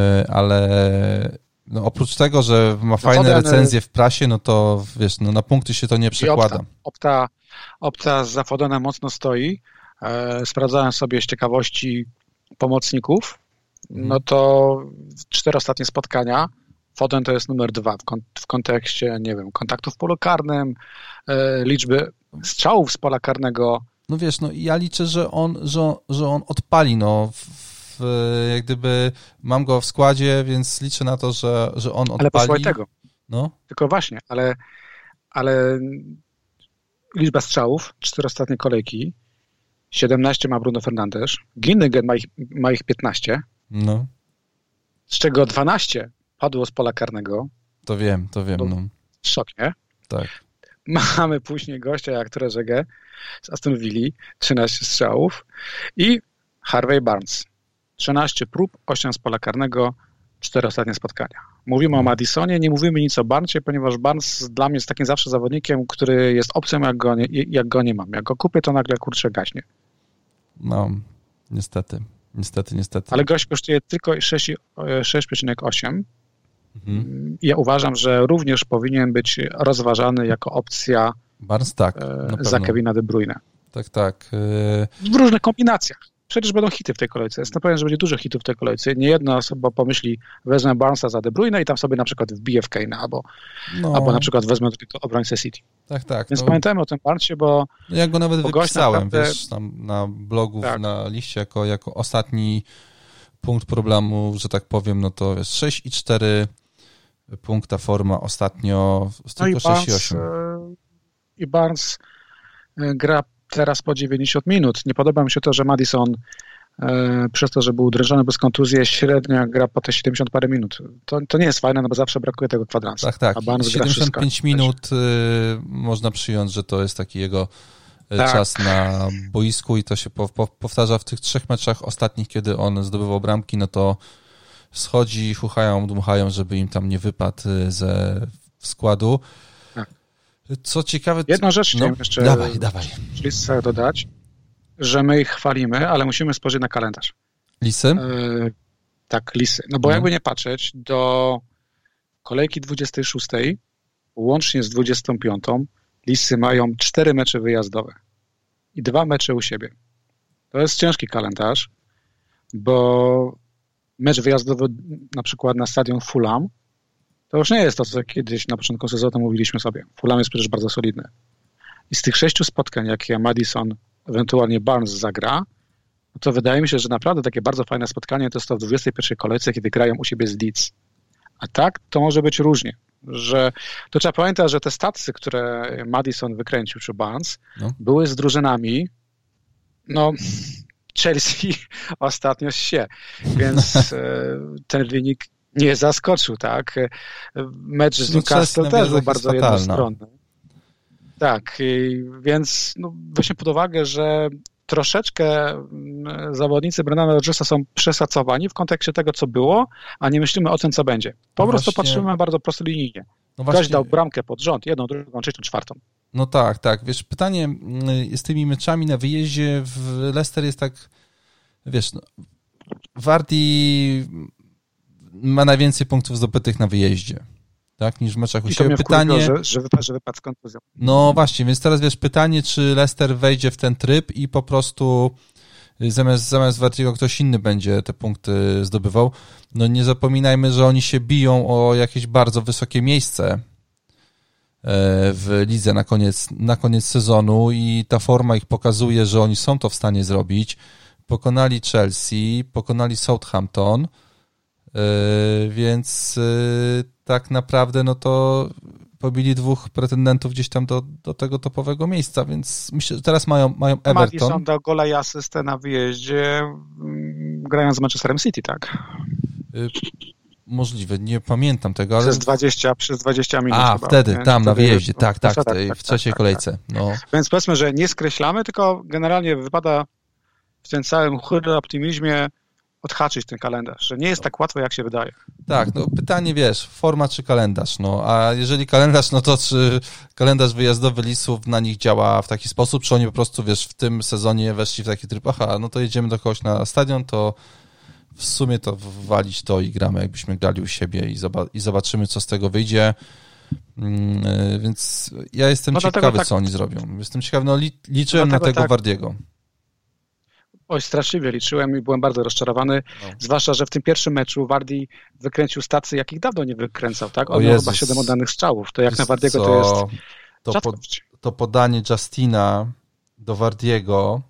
ale no, oprócz tego, że ma fajne Foden, recenzje w prasie, no to wiesz, no na punkty się to nie przekłada. Opta, opta, opta za Fodenem mocno stoi. Yy, sprawdzałem sobie z ciekawości pomocników, no to cztery ostatnie spotkania Foden to jest numer dwa w, kont- w kontekście, nie wiem, kontaktów w polu karnym, e, liczby strzałów z pola karnego. No wiesz, no ja liczę, że on, że, że on odpali, no w, w, jak gdyby mam go w składzie, więc liczę na to, że, że on odpali. Ale posłuchaj tego. No. Tylko właśnie, ale, ale liczba strzałów, cztery ostatnie kolejki, siedemnaście ma Bruno Fernandes, Ginnigan ma ich, ma ich piętnaście, no. z czego dwanaście padło z pola karnego. To wiem, to wiem. No. Szok, nie? Tak. Mamy później gościa jak Trezeguet z Aston Villa, trzynaście strzałów i Harvey Barnes, trzynaście prób, osiem z pola karnego, cztery ostatnie spotkania. Mówimy o Maddisonie, nie mówimy nic o Barnesie, ponieważ Barnes dla mnie jest takim zawsze zawodnikiem, który jest opcją, jak go nie, jak go nie mam. Jak go kupię, to nagle kurczę gaśnie. No, niestety. Niestety, niestety. Ale gość kosztuje tylko sześć przecinek osiem. Mhm. Ja uważam, że również powinien być rozważany jako opcja Barnes, tak, za Kevina De Bruyne. Tak, tak. W różnych kombinacjach. Przecież będą hity w tej kolejce. Jestem pewien, że będzie dużo hitów w tej kolejce. Nie jedna osoba pomyśli, wezmę Barnesa za De Bruyne i tam sobie na przykład wbiję w Kane'a, albo, no. albo na przykład wezmę tylko obrońcę City. Tak, tak. Więc no. pamiętajmy o tym Barnesie, bo... No ja go nawet wypisałem, naprawdę... wiesz, tam na blogu, tak. na liście, jako, jako ostatni punkt problemu, że tak powiem, no to jest sześć i cztery punkta forma ostatnio, tylko no sześć i osiem. I Barnes gra teraz po dziewięćdziesiąt minut. Nie podoba mi się to, że Maddison e, przez to, że był udręczony bez kontuzji, średnia gra po te siedemdziesiąt parę minut. To, to nie jest fajne, no bo zawsze brakuje tego kwadransu. Tak, tak. siedemdziesiąt pięć minut y, można przyjąć, że to jest taki jego tak. czas na boisku i to się po, po, powtarza w tych trzech meczach ostatnich, kiedy on zdobywał bramki, no to schodzi, chuchają, dmuchają, żeby im tam nie wypadł ze składu. Tak. Co ciekawe... Jedną rzecz no, chciałem jeszcze dawaj, dawaj. w listach dodać, że my ich chwalimy, ale musimy spojrzeć na kalendarz. Lisy? Yy, tak, lisy. No bo no. jakby nie patrzeć, do kolejki dwudziestej szóstej łącznie z dwudziestą piątą lisy mają cztery mecze wyjazdowe i dwa mecze u siebie. To jest ciężki kalendarz, bo mecz wyjazdowy na przykład na stadion Fulham to już nie jest to, co kiedyś na początku sezonu mówiliśmy sobie. Fulham jest przecież bardzo solidny. I z tych sześciu spotkań, jakie Maddison, ewentualnie Barnes zagra, to wydaje mi się, że naprawdę takie bardzo fajne spotkanie to jest to w dwudziestej pierwszej kolejce, kiedy grają u siebie z Leeds. A tak to może być różnie. Że to trzeba pamiętać, że te statsy, które Maddison wykręcił, czy Barnes, no. były z drużynami, no Chelsea ostatnio się, więc ten wynik nie zaskoczył, tak? Mecz z Newcastle też był bardzo jednostronny. Tak, więc no, weźmy pod uwagę, że troszeczkę zawodnicy Brendana Rodgersa są przeszacowani w kontekście tego, co było, a nie myślimy o tym, co będzie. Po no prostu właśnie... patrzymy bardzo prostolinijnie. No właśnie... Ktoś dał bramkę pod rząd, jedną, drugą, trzecią, czwartą. No tak, tak. Wiesz, pytanie z tymi meczami na wyjeździe w Leicester jest tak, wiesz, no, Vardy ma najwięcej punktów zdobytych na wyjeździe, tak, niż w meczach u siebie. Pytanie, że, że, wypadł, że wypadł z kontuzją. No właśnie, więc teraz wiesz, pytanie, czy Leicester wejdzie w ten tryb i po prostu zamiast, zamiast Vardy'ego ktoś inny będzie te punkty zdobywał. No nie zapominajmy, że oni się biją o jakieś bardzo wysokie miejsce w lidze na koniec, na koniec sezonu i ta forma ich pokazuje, że oni są to w stanie zrobić. Pokonali Chelsea, pokonali Southampton, więc tak naprawdę no to pobili dwóch pretendentów gdzieś tam do, do tego topowego miejsca, więc myślę, że teraz mają, mają Everton. Maddison dał gola i asystę na wyjeździe grając z Manchesterem City, tak? Możliwe, nie pamiętam tego, ale... Przez dwadzieścia, przez dwadzieścia minut A, chyba, wtedy, nie? tam, wtedy, na wyjeździe, tak, tak, tak, w, tej, tak, w trzeciej tak, kolejce. Tak, tak. No. Więc powiedzmy, że nie skreślamy, tylko generalnie wypada w tym całym hurra optymizmie odhaczyć ten kalendarz, że nie jest tak łatwo, jak się wydaje. Tak, no pytanie, wiesz, forma czy kalendarz, no, a jeżeli kalendarz, no to czy kalendarz wyjazdowy Lisów na nich działa w taki sposób, czy oni po prostu, wiesz, w tym sezonie weszli w taki tryb, aha, no to jedziemy do kogoś na stadion, to w sumie to walić to i gramy, jakbyśmy grali u siebie i, zob- i zobaczymy, co z tego wyjdzie. Yy, więc ja jestem no ciekawy, tak... co oni zrobią. Jestem ciekawy, no li- liczyłem na tego tak... Vardy'ego. Oj, straszliwie liczyłem i byłem bardzo rozczarowany, no. Zwłaszcza, że w tym pierwszym meczu Vardy wykręcił stacje, jakich dawno nie wykręcał, tak? On miał chyba siedem oddanych strzałów, to jak Wiesz na Vardy'ego co? to jest to, po, to podanie Justina do Vardy'ego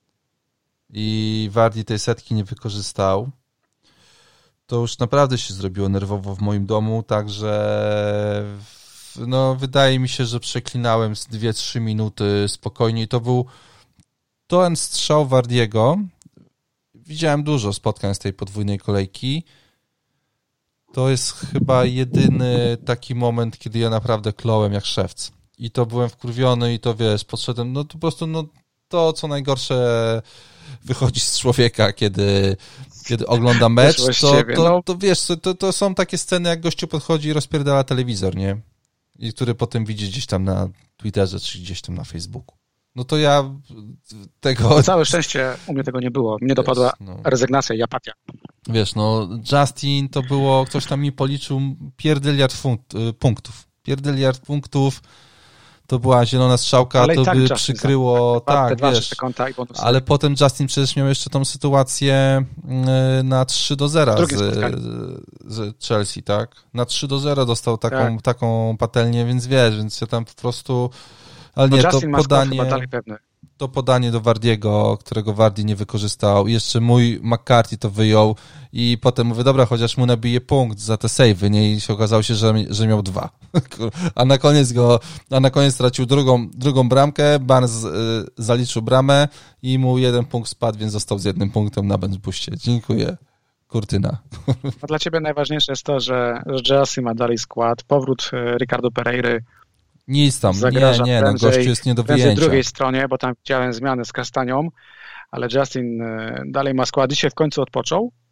i Vardy tej setki nie wykorzystał, to już naprawdę się zrobiło nerwowo w moim domu, także no, wydaje mi się, że przeklinałem z dwie trzy minuty spokojnie i to był ten strzał Vardy'ego. Widziałem dużo spotkań z tej podwójnej kolejki. To jest chyba jedyny taki moment, kiedy ja naprawdę klołem jak szewc. I to byłem wkurwiony i to wiesz, podszedłem, no to po prostu no, to, co najgorsze wychodzi z człowieka, kiedy, kiedy ogląda mecz, to, to, to wiesz, to, to są takie sceny, jak gościu podchodzi i rozpierdala telewizor, nie? I który potem widzi gdzieś tam na Twitterze, czy gdzieś tam na Facebooku. No to ja tego... Na całe szczęście u mnie tego nie było. Mnie dopadła wiesz, no. rezygnacja i apatia. Wiesz, no Justin to było, ktoś tam mi policzył pierdyliard fun- punktów. Pierdyliard punktów. To była zielona strzałka, ale to tak by Justin przykryło, tak, tak wiesz, ale potem Justin przecież miał jeszcze tą sytuację na trzy do zera z, z Chelsea, tak? Na trzy do zera dostał taką, tak. taką patelnię, więc wiesz, więc ja tam po prostu, ale nie, to podanie, to podanie do Vardy'ego, którego Vardy nie wykorzystał, jeszcze mój McCarthy to wyjął i potem mówię, dobra, chociaż mu nabije punkt za te save'y, nie? I się okazało się, że, że miał dwa. A na koniec go, a na koniec stracił drugą, drugą bramkę, Barnes y, zaliczył bramę i mu jeden punkt spadł, więc został z jednym punktem na bench booście. Dziękuję. Kurtyna. A dla ciebie najważniejsze jest to, że, że Chelsea ma dalej skład, powrót Ricardo Pereiry nic tam, nie, nie, no gościu jest nie do wyjęcia. W drugiej stronie, bo tam widziałem zmiany z Kastanią, ale Justin dalej ma skład. Dzisiaj w końcu odpoczął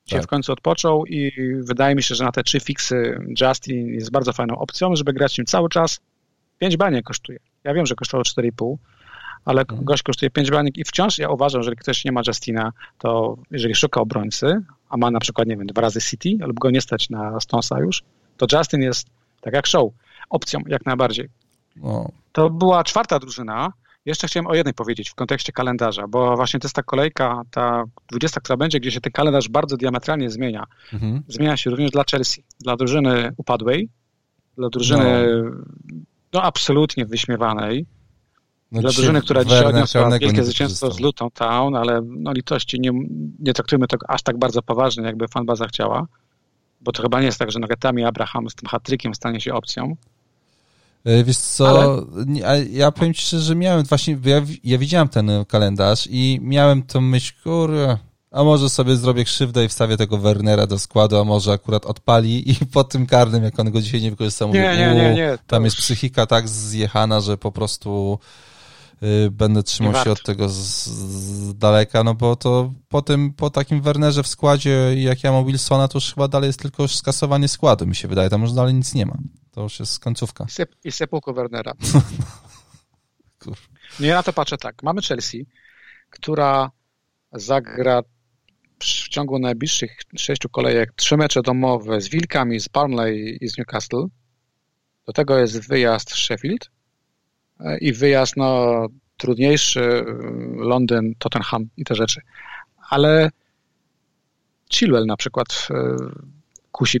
się tak. w końcu odpoczął i wydaje mi się, że na te trzy fiksy Justin jest bardzo fajną opcją, żeby grać nim cały czas. pięć baniek kosztuje. Ja wiem, że kosztowało cztery i pół, ale hmm. gość kosztuje pięć baniek i wciąż ja uważam, że jeżeli ktoś nie ma Justina, to jeżeli szuka obrońcy, a ma na przykład, nie wiem, dwa razy City, lub go nie stać na Stonesa już, to Justin jest, tak jak Show, opcją jak najbardziej. No. To była czwarta drużyna. Jeszcze chciałem o jednej powiedzieć w kontekście kalendarza, bo właśnie to jest ta kolejka, ta dwudziesta, która będzie, gdzie się ten kalendarz bardzo diametralnie zmienia. Mhm. Zmienia się również dla Chelsea, dla drużyny upadłej, dla drużyny no, no absolutnie wyśmiewanej, no dla drużyny, która dzisiaj odniosła wielkie zwycięstwo z Luton Town, ale no litości, nie, nie traktujmy tego aż tak bardzo poważnie, jakby fanbaza chciała, bo to chyba nie jest tak, że Nuggetami Abraham z tym hat-trickiem stanie się opcją. Wiesz co, ale... ja powiem ci szczerze, że miałem właśnie, ja, ja widziałem ten kalendarz i miałem tą myśl, kurwa, a może sobie zrobię krzywdę i wstawię tego Wernera do składu, a może akurat odpali i po tym karnym, jak on go dzisiaj nie wykorzystał, mówię, nie, nie, nie, nie, tam już... jest psychika tak zjechana, że po prostu y, będę trzymał się od tego z, z daleka, no bo to po tym, po takim Wernerze w składzie, jak ja mam Wilsona, to już chyba dalej jest tylko już skasowanie składu, mi się wydaje, tam już dalej nic nie ma. To już jest końcówka. I sepulko Wernera. Nie, ja na to patrzę tak. Mamy Chelsea, która zagra w ciągu najbliższych sześciu kolejek trzy mecze domowe z Wilkami, z Burnley i z Newcastle. Do tego jest wyjazd w Sheffield i wyjazd no, trudniejszy, Londyn, Tottenham i te rzeczy. Ale Chilwell na przykład kusi,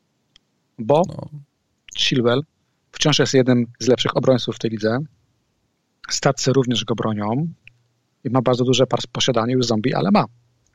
bo no. Chilwell wciąż jest jednym z lepszych obrońców w tej lidze. Statcy również go bronią i ma bardzo duże posiadanie już zombie, ale ma.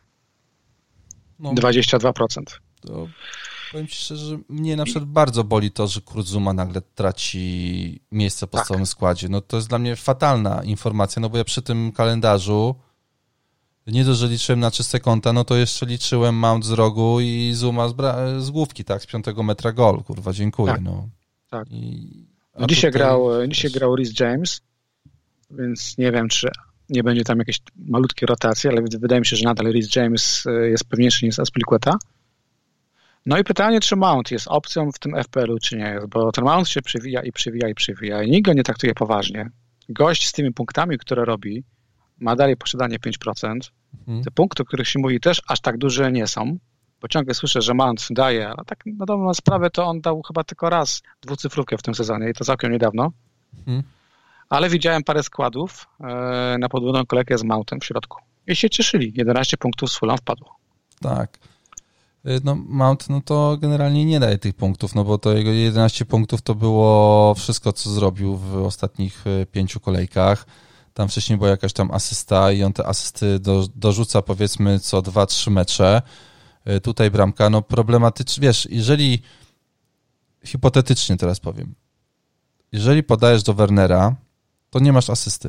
No, dwadzieścia dwa procent. To powiem ci szczerze, że mnie na przykład bardzo boli to, że Kurtzuma nagle traci miejsce w podstawowym tak. składzie. No to jest dla mnie fatalna informacja, no bo ja przy tym kalendarzu nie dość, że liczyłem na czyste konta, no to jeszcze liczyłem Mount z rogu i Zuma z, bra- z główki, tak, z piątego metra gol, kurwa, dziękuję, tak. no. Tak. I, no dzisiaj tutaj, grał, dzisiaj grał Reece James, więc nie wiem, czy nie będzie tam jakieś malutkie rotacje, ale wydaje mi się, że nadal Reece James jest pewniejszy niż Azpilicueta. No i pytanie, czy Mount jest opcją w tym F P L-u, czy nie jest, bo ten Mount się przewija i przewija i przewija i nikt go nie traktuje poważnie. Gość z tymi punktami, które robi, ma dalej posiadanie pięć procent. Hmm. Te punkty, o których się mówi, też aż tak duże nie są, bo ciągle słyszę, że Mount daje, ale tak na dobrą sprawę to on dał chyba tylko raz dwucyfrówkę w tym sezonie i to całkiem niedawno. Hmm. Ale widziałem parę składów e, na podwójną kolejkę z Mountem w środku. I się cieszyli. jedenaście punktów z Fulham wpadło. Tak. No Mount, no to generalnie nie daje tych punktów, no bo to jego jedenaście punktów to było wszystko, co zrobił w ostatnich pięciu kolejkach. Tam wcześniej była jakaś tam asysta i on te asysty do, dorzuca powiedzmy co dwa, trzy mecze. Tutaj bramka, no problematycznie, wiesz, jeżeli hipotetycznie teraz powiem, jeżeli podajesz do Wernera, to nie masz asysty.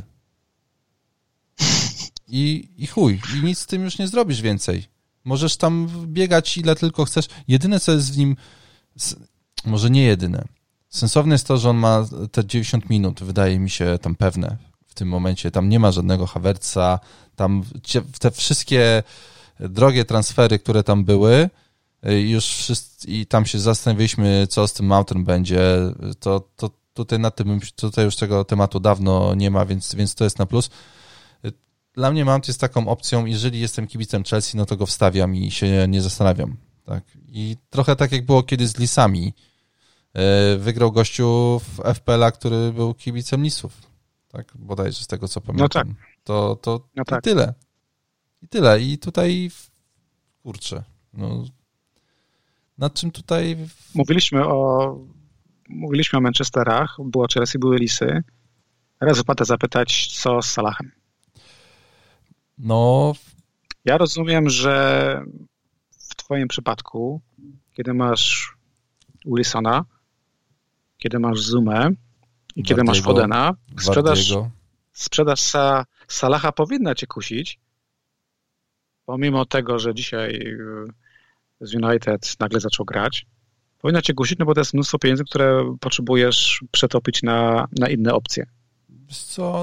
I, i chuj, i nic z tym już nie zrobisz więcej. Możesz tam biegać ile tylko chcesz. Jedyne, co jest w nim, może nie jedyne, sensowne jest to, że on ma te dziewięćdziesiąt minut, wydaje mi się tam pewne w tym momencie. Tam nie ma żadnego Havertza, tam te wszystkie drogie transfery, które tam były, już wszyscy, i tam się zastanawialiśmy, co z tym Mountem będzie, to, to tutaj na tym, tutaj już tego tematu dawno nie ma, więc, więc to jest na plus. Dla mnie Mount jest taką opcją, jeżeli jestem kibicem Chelsea, no to go wstawiam i się nie zastanawiam. Tak? I trochę tak jak było kiedyś z Lisami. Wygrał gościu w F P L-a, który był kibicem Lisów. Tak? Bodajże z tego, co pamiętam. No tak. To, to no tak. i tyle. I tyle. I tutaj kurczę. No, nad czym tutaj... Mówiliśmy o mówiliśmy o Manchesterach, było Chelsea, były Lisy. Teraz wypada zapytać, co z Salahem. No... Ja rozumiem, że w twoim przypadku, kiedy masz Wilsona, kiedy masz Zumę i kiedy masz Fodena, sprzedaż, sprzedaż Sa, Salaha powinna cię kusić, pomimo tego, że dzisiaj z United nagle zaczął grać. Powinna cię kusić, no bo to jest mnóstwo pieniędzy, które potrzebujesz przetopić na, na inne opcje. Co, no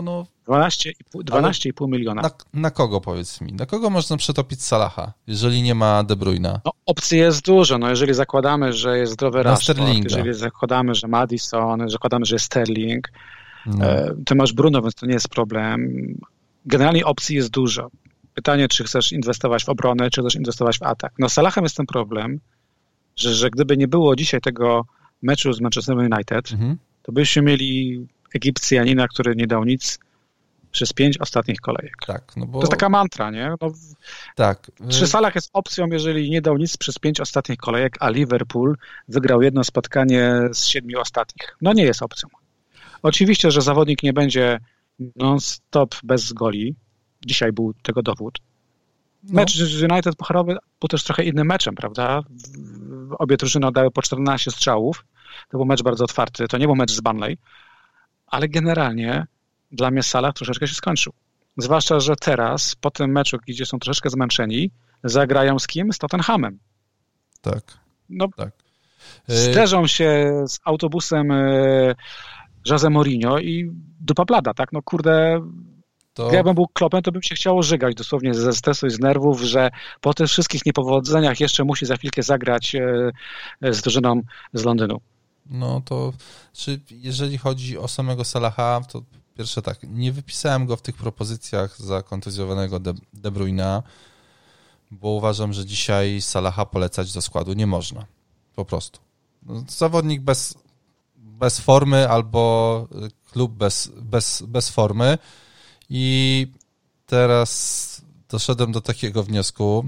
dwanaście i pół miliona. Na, na kogo, powiedz mi? Na kogo można przetopić Salaha, jeżeli nie ma De Bruyna? No, opcji jest dużo. No, jeżeli zakładamy, że jest zdrowy Rashford, Sterlinga. jeżeli zakładamy, że Maddison, jeżeli zakładamy, że jest Sterling, No. e, to masz Bruno, więc to nie jest problem. Generalnie opcji jest dużo. Pytanie, czy chcesz inwestować w obronę, czy chcesz inwestować w atak. No, z Salahem jest ten problem, że, że gdyby nie było dzisiaj tego meczu z Manchester United, mhm. to byśmy mieli Egipcjanina, który nie dał nic przez pięć ostatnich kolejek. Tak, no bo... To jest taka mantra, nie? No, tak. Czy Salah jest opcją, jeżeli nie dał nic przez pięć ostatnich kolejek, a Liverpool wygrał jedno spotkanie z siedmiu ostatnich? No nie jest opcją. Oczywiście, że zawodnik nie będzie non-stop bez goli. Dzisiaj był tego dowód. Mecz no. z United Pucharowy był też trochę innym meczem, prawda? Obie drużyny oddały po czternaście strzałów. To był mecz bardzo otwarty. To nie był mecz z Burnley. Ale generalnie dla mnie Salah troszeczkę się skończył. Zwłaszcza, że teraz, po tym meczu, gdzie są troszeczkę zmęczeni, zagrają z kim? Z Tottenhamem. Tak. No, tak. Zderzą się z autobusem Jose Mourinho i dupa blada, tak? No kurde, to... jakbym był Kloppem, to bym się chciało żygać dosłownie ze stresu i z nerwów, że po tych wszystkich niepowodzeniach jeszcze musi za chwilkę zagrać z drużyną z Londynu. No to, czy jeżeli chodzi o samego Salaha, to pierwsze tak, nie wypisałem go w tych propozycjach za kontuzjowanego De, De Bruyna, bo uważam, że dzisiaj Salaha polecać do składu nie można. Po prostu. No, zawodnik bez, bez formy albo klub bez, bez, bez formy i teraz doszedłem do takiego wniosku,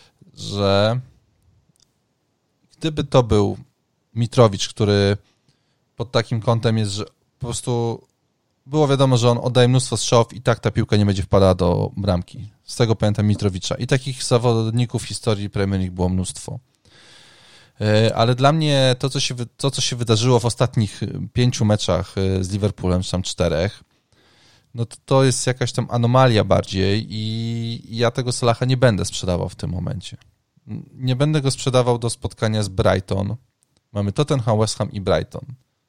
że gdyby to był Mitrowicz, który pod takim kątem jest, że po prostu było wiadomo, że on oddaje mnóstwo strzałów i tak ta piłka nie będzie wpadała do bramki. Z tego pamiętam Mitrowicza. I takich zawodników w historii Premier League było mnóstwo. Ale dla mnie to, co się, to, co się wydarzyło w ostatnich pięciu meczach z Liverpoolem, czy tam czterech, no to, to jest jakaś tam anomalia bardziej i ja tego Salaha nie będę sprzedawał w tym momencie. Nie będę go sprzedawał do spotkania z Brighton. Mamy Tottenham, West Ham i Brighton.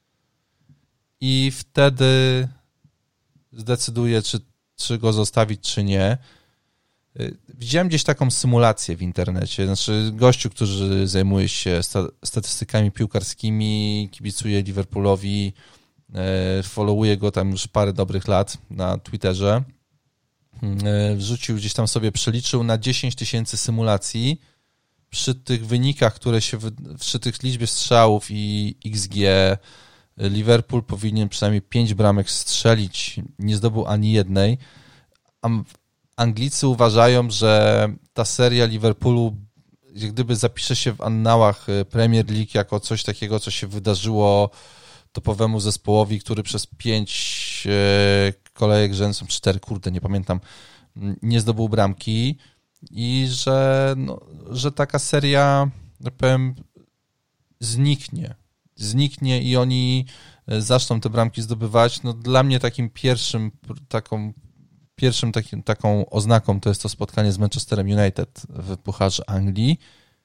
I wtedy zdecyduję, czy, czy go zostawić, czy nie. Widziałem gdzieś taką symulację w internecie. Znaczy gościu, który zajmuje się sta- statystykami piłkarskimi, kibicuje Liverpoolowi, e, followuje go tam już parę dobrych lat na Twitterze. E, wrzucił gdzieś tam sobie, przeliczył na dziesięć tysięcy symulacji przy tych wynikach, które się, przy tych liczbie strzałów i X G Liverpool powinien przynajmniej pięć bramek strzelić, nie zdobył ani jednej. Anglicy uważają, że ta seria Liverpoolu jak gdyby zapisze się w annałach Premier League jako coś takiego, co się wydarzyło topowemu zespołowi, który przez pięć kolejek rzędu, cztery, kurde, nie pamiętam, nie zdobył bramki i że, no, że taka seria, tak powiem, zniknie. Zniknie i oni zaczną te bramki zdobywać. No, dla mnie takim pierwszym taką pierwszym takim, taką oznaką to jest to spotkanie z Manchesterem United w Pucharze Anglii.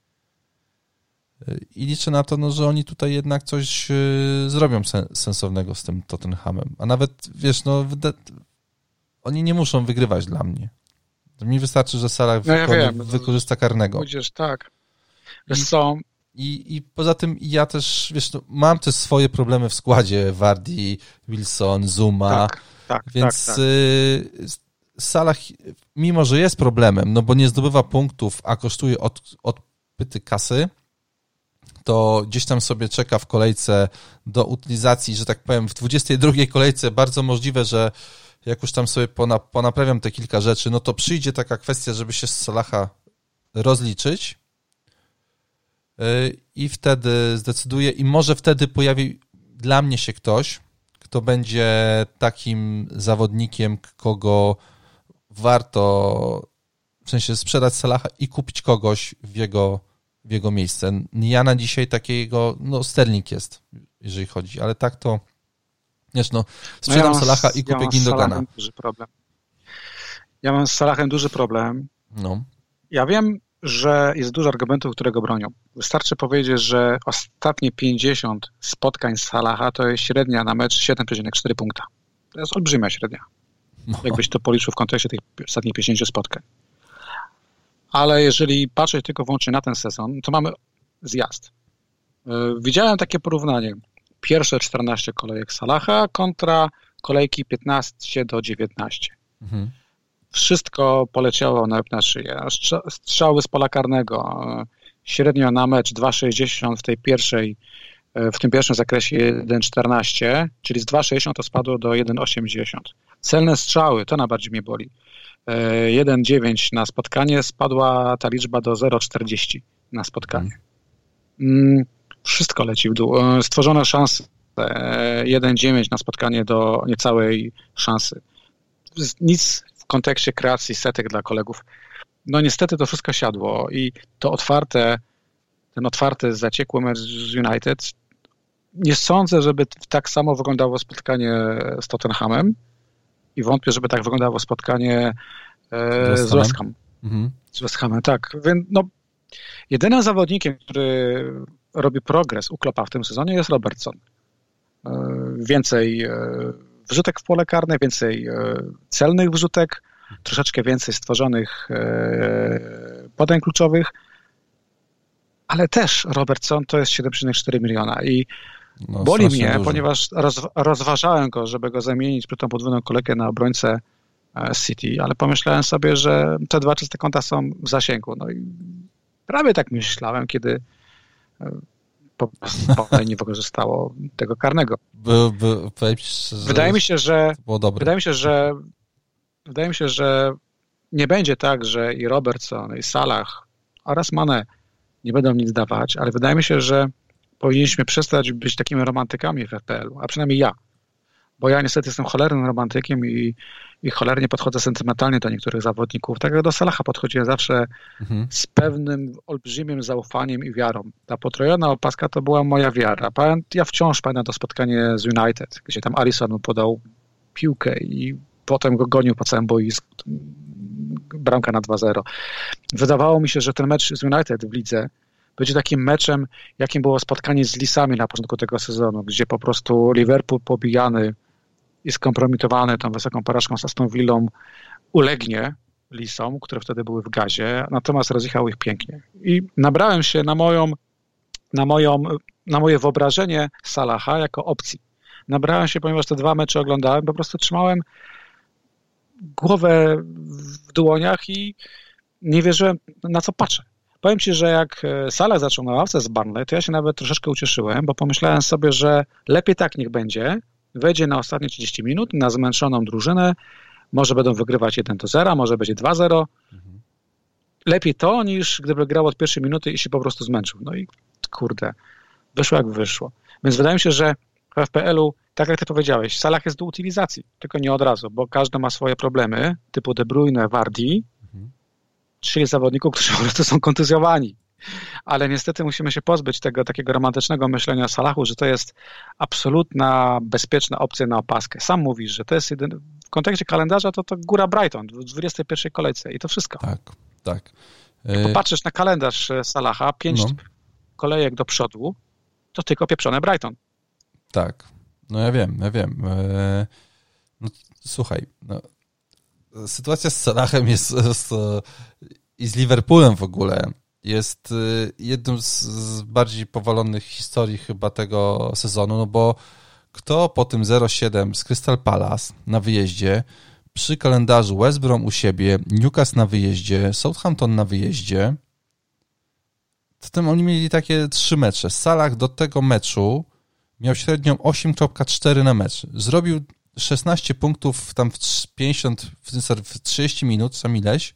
I liczę na to, no, że oni tutaj jednak coś zrobią sen- sensownego z tym Tottenhamem. A nawet, wiesz, no oni nie muszą wygrywać dla mnie. Mi wystarczy, że Salah no ja wykon- wiem, wykorzysta karnego. Pójdziesz, tak. Wiesz co? I, I poza tym ja też, wiesz, no, mam też swoje problemy w składzie. Vardy, Wilson, Zuma. Tak, tak, więc tak, tak. Y, Salah, mimo że jest problemem, no bo nie zdobywa punktów, a kosztuje od, odpyty kasy, to gdzieś tam sobie czeka w kolejce do utylizacji, że tak powiem, w dwudziestej drugiej kolejce bardzo możliwe, że jak już tam sobie pona, ponaprawiam te kilka rzeczy, no to przyjdzie taka kwestia, żeby się z Salaha rozliczyć i wtedy zdecyduję i może wtedy pojawi dla mnie się ktoś, kto będzie takim zawodnikiem, kogo warto w sensie sprzedać Salaha i kupić kogoś w jego, w jego miejsce. Ja na dzisiaj takiego, no Sterling jest, jeżeli chodzi, ale tak to wiesz, no sprzedam no ja Salaha i kupię ja Gündogana. Duży problem. Ja mam z Salahem duży problem. No. Ja wiem, że jest dużo argumentów, które go bronią. Wystarczy powiedzieć, że ostatnie pięćdziesiąt spotkań z Salaha to jest średnia na mecz siedem przecinek cztery punkta. To jest olbrzymia średnia. No. Jakbyś to policzył w kontekście tych ostatnich pięćdziesięciu spotkań. Ale jeżeli patrzeć tylko wyłącznie na ten sezon, to mamy zjazd. Widziałem takie porównanie. Pierwsze czternaście kolejek Salaha kontra kolejki piętnaście do dziewiętnastu. Mhm. Wszystko poleciało na, na szyję. Strzały z pola karnego. Średnio na mecz dwa sześćdziesiąt w tej pierwszej, w tym pierwszym zakresie jeden czternaście, czyli z dwa sześćdziesiąt to spadło do jeden osiemdziesiąt. Celne strzały, to najbardziej mnie boli. jeden dziewięć na spotkanie, spadła ta liczba do zero czterdzieści na spotkanie. Hmm. Wszystko leci w dół. Stworzone szanse jeden dziewięć na spotkanie do niecałej szansy. Nic w kontekście kreacji setek dla kolegów. No niestety to wszystko siadło i to otwarte, ten otwarty, zaciekły mecz z United, nie sądzę, żeby tak samo wyglądało spotkanie z Tottenhamem i wątpię, żeby tak wyglądało spotkanie e, z West Ham. Mhm. Z West Hamem, tak. Więc no, jedynym zawodnikiem, który robi progres u Kloppa w tym sezonie jest Robertson. Więcej wrzutek w pole karne, więcej celnych wrzutek, troszeczkę więcej stworzonych podań kluczowych, ale też Robertson to jest siedem przecinek cztery miliona i no, boli mnie, dużo. Ponieważ roz, rozważałem go, żeby go zamienić przy tą podwójną kolejkę na obrońcę City, ale pomyślałem sobie, że te dwa czyste konta są w zasięgu. No i prawie tak myślałem, kiedy po prostu nie wykorzystało tego karnego. By, by, by, wydaje mi się, że wydaje mi się, że wydaje mi się, że nie będzie tak, że i Robertson, i Salah oraz Mane nie będą nic dawać, ale wydaje mi się, że powinniśmy przestać być takimi romantykami w F P L-u, a przynajmniej ja. Bo ja niestety jestem cholernym romantykiem i, i cholernie podchodzę sentymentalnie do niektórych zawodników. Tak jak do Salaha podchodziłem zawsze mhm. z pewnym olbrzymim zaufaniem i wiarą. Ta potrojona opaska to była moja wiara. Ja wciąż pamiętam to spotkanie z United, gdzie tam Alisson mu podał piłkę i potem go gonił po całym boisku. Bramka na dwa zero. Wydawało mi się, że ten mecz z United w lidze będzie takim meczem, jakim było spotkanie z Lisami na początku tego sezonu, gdzie po prostu Liverpool pobijany i skompromitowany tą wysoką porażką z Aston Villą ulegnie Lisom, które wtedy były w gazie, natomiast rozjechał ich pięknie. I nabrałem się na moją, na moją, na moje wyobrażenie Salaha jako opcji. Nabrałem się, ponieważ te dwa mecze oglądałem, po prostu trzymałem głowę w dłoniach i nie wierzyłem, na co patrzę. Powiem Ci, że jak Salah zaczął na ławce z Burnley, to ja się nawet troszeczkę ucieszyłem, bo pomyślałem sobie, że lepiej tak niech będzie, wejdzie na ostatnie trzydzieści minut na zmęczoną drużynę, może będą wygrywać jeden do zera, może będzie dwa zero. Mhm. Lepiej to, niż gdyby grał od pierwszej minuty i się po prostu zmęczył. No i kurde, wyszło jak wyszło. Więc wydaje mi się, że w F P L-u, tak jak Ty powiedziałeś, Salah jest do utylizacji, tylko nie od razu, bo każdy ma swoje problemy, typu De Bruyne, Vardy, mhm. czyli zawodników, którzy po prostu są kontuzjowani. Ale niestety musimy się pozbyć tego takiego romantycznego myślenia o Salahu, że to jest absolutna, bezpieczna opcja na opaskę. Sam mówisz, że to jest jedyny, w kontekście kalendarza to, to góra Brighton w dwudziestej pierwszej kolejce i to wszystko. Tak, tak. Popatrzysz na kalendarz Salaha, pięć no. kolejek do przodu, to tylko pieprzone Brighton. Tak, no ja wiem, ja wiem. No, słuchaj, no, sytuacja z Salahem jest, jest i z Liverpoolem w ogóle jest jedną z bardziej powalonych historii chyba tego sezonu, no bo kto po tym zero siedem z Crystal Palace na wyjeździe, przy kalendarzu West Brom u siebie, Newcastle na wyjeździe, Southampton na wyjeździe, zatem oni mieli takie trzy mecze. Salah do tego meczu miał średnią osiem przecinek cztery na mecz. Zrobił szesnaście punktów tam w pięćdziesiąt, w trzydzieści minut, sam ileś.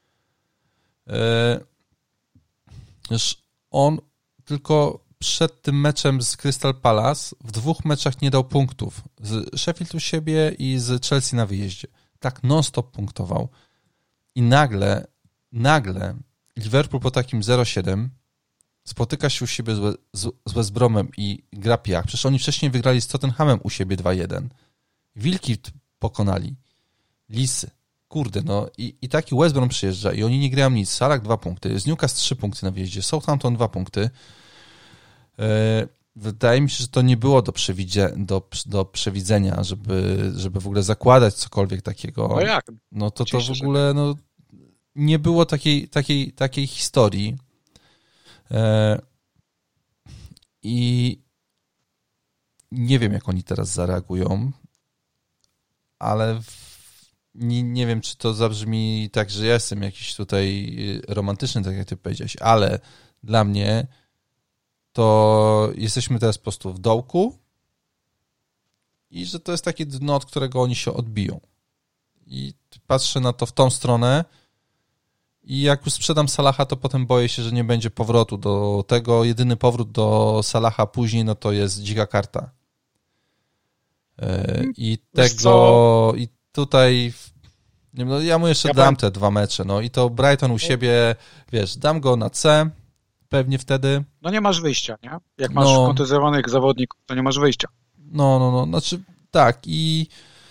Już on tylko przed tym meczem z Crystal Palace w dwóch meczach nie dał punktów. Z Sheffield u siebie i z Chelsea na wyjeździe. Tak non-stop punktował. I nagle, nagle Liverpool po takim zero siedem spotyka się u siebie z, z, z West Bromem i gra piach. Przecież oni wcześniej wygrali z Tottenhamem u siebie dwa jeden. Wilki pokonali. Lisy. Kurde, no i, i taki West Brom przyjeżdża i oni nie grają nic. Salah dwa punkty, z Newcastle trzy punkty na wyjeździe, Southampton dwa punkty. Yy, wydaje mi się, że to nie było do, przewidzie, do, do przewidzenia, żeby, żeby w ogóle zakładać cokolwiek takiego. No jak? No to to w ogóle no, nie było takiej, takiej, takiej historii. E, I nie wiem, jak oni teraz zareagują, ale w, nie, nie wiem, czy to zabrzmi tak, że ja jestem jakiś tutaj romantyczny, tak jak ty powiedziałeś, ale dla mnie to jesteśmy teraz po prostu w dołku i że to jest takie dno, od którego oni się odbiją. I patrzę na to w tą stronę i jak już sprzedam Salaha, to potem boję się, że nie będzie powrotu do tego. Jedyny powrót do Salaha później, no to jest dzika karta. I tego, i tutaj nie wiem, no ja mu jeszcze ja dam te dwa mecze, no i to Brighton u siebie, wiesz, dam go na C, pewnie wtedy. No nie masz wyjścia, nie? Jak masz no, kontuzjowanych zawodników, to nie masz wyjścia. No, no, no, znaczy tak i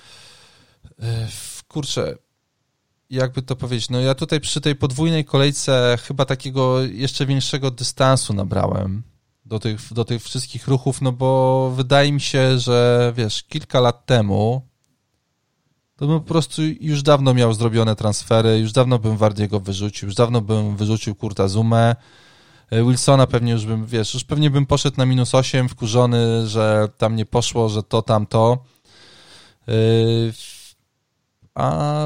kurczę, jakby to powiedzieć, no ja tutaj przy tej podwójnej kolejce chyba takiego jeszcze większego dystansu nabrałem do tych, do tych wszystkich ruchów, no bo wydaje mi się, że wiesz, kilka lat temu to bym po prostu już dawno miał zrobione transfery, już dawno bym Wardiego wyrzucił, już dawno bym wyrzucił Kurta Zumę, Wilsona pewnie już bym, wiesz, już pewnie bym poszedł na minus osiem, wkurzony, że tam nie poszło, że to, tamto. Yy, a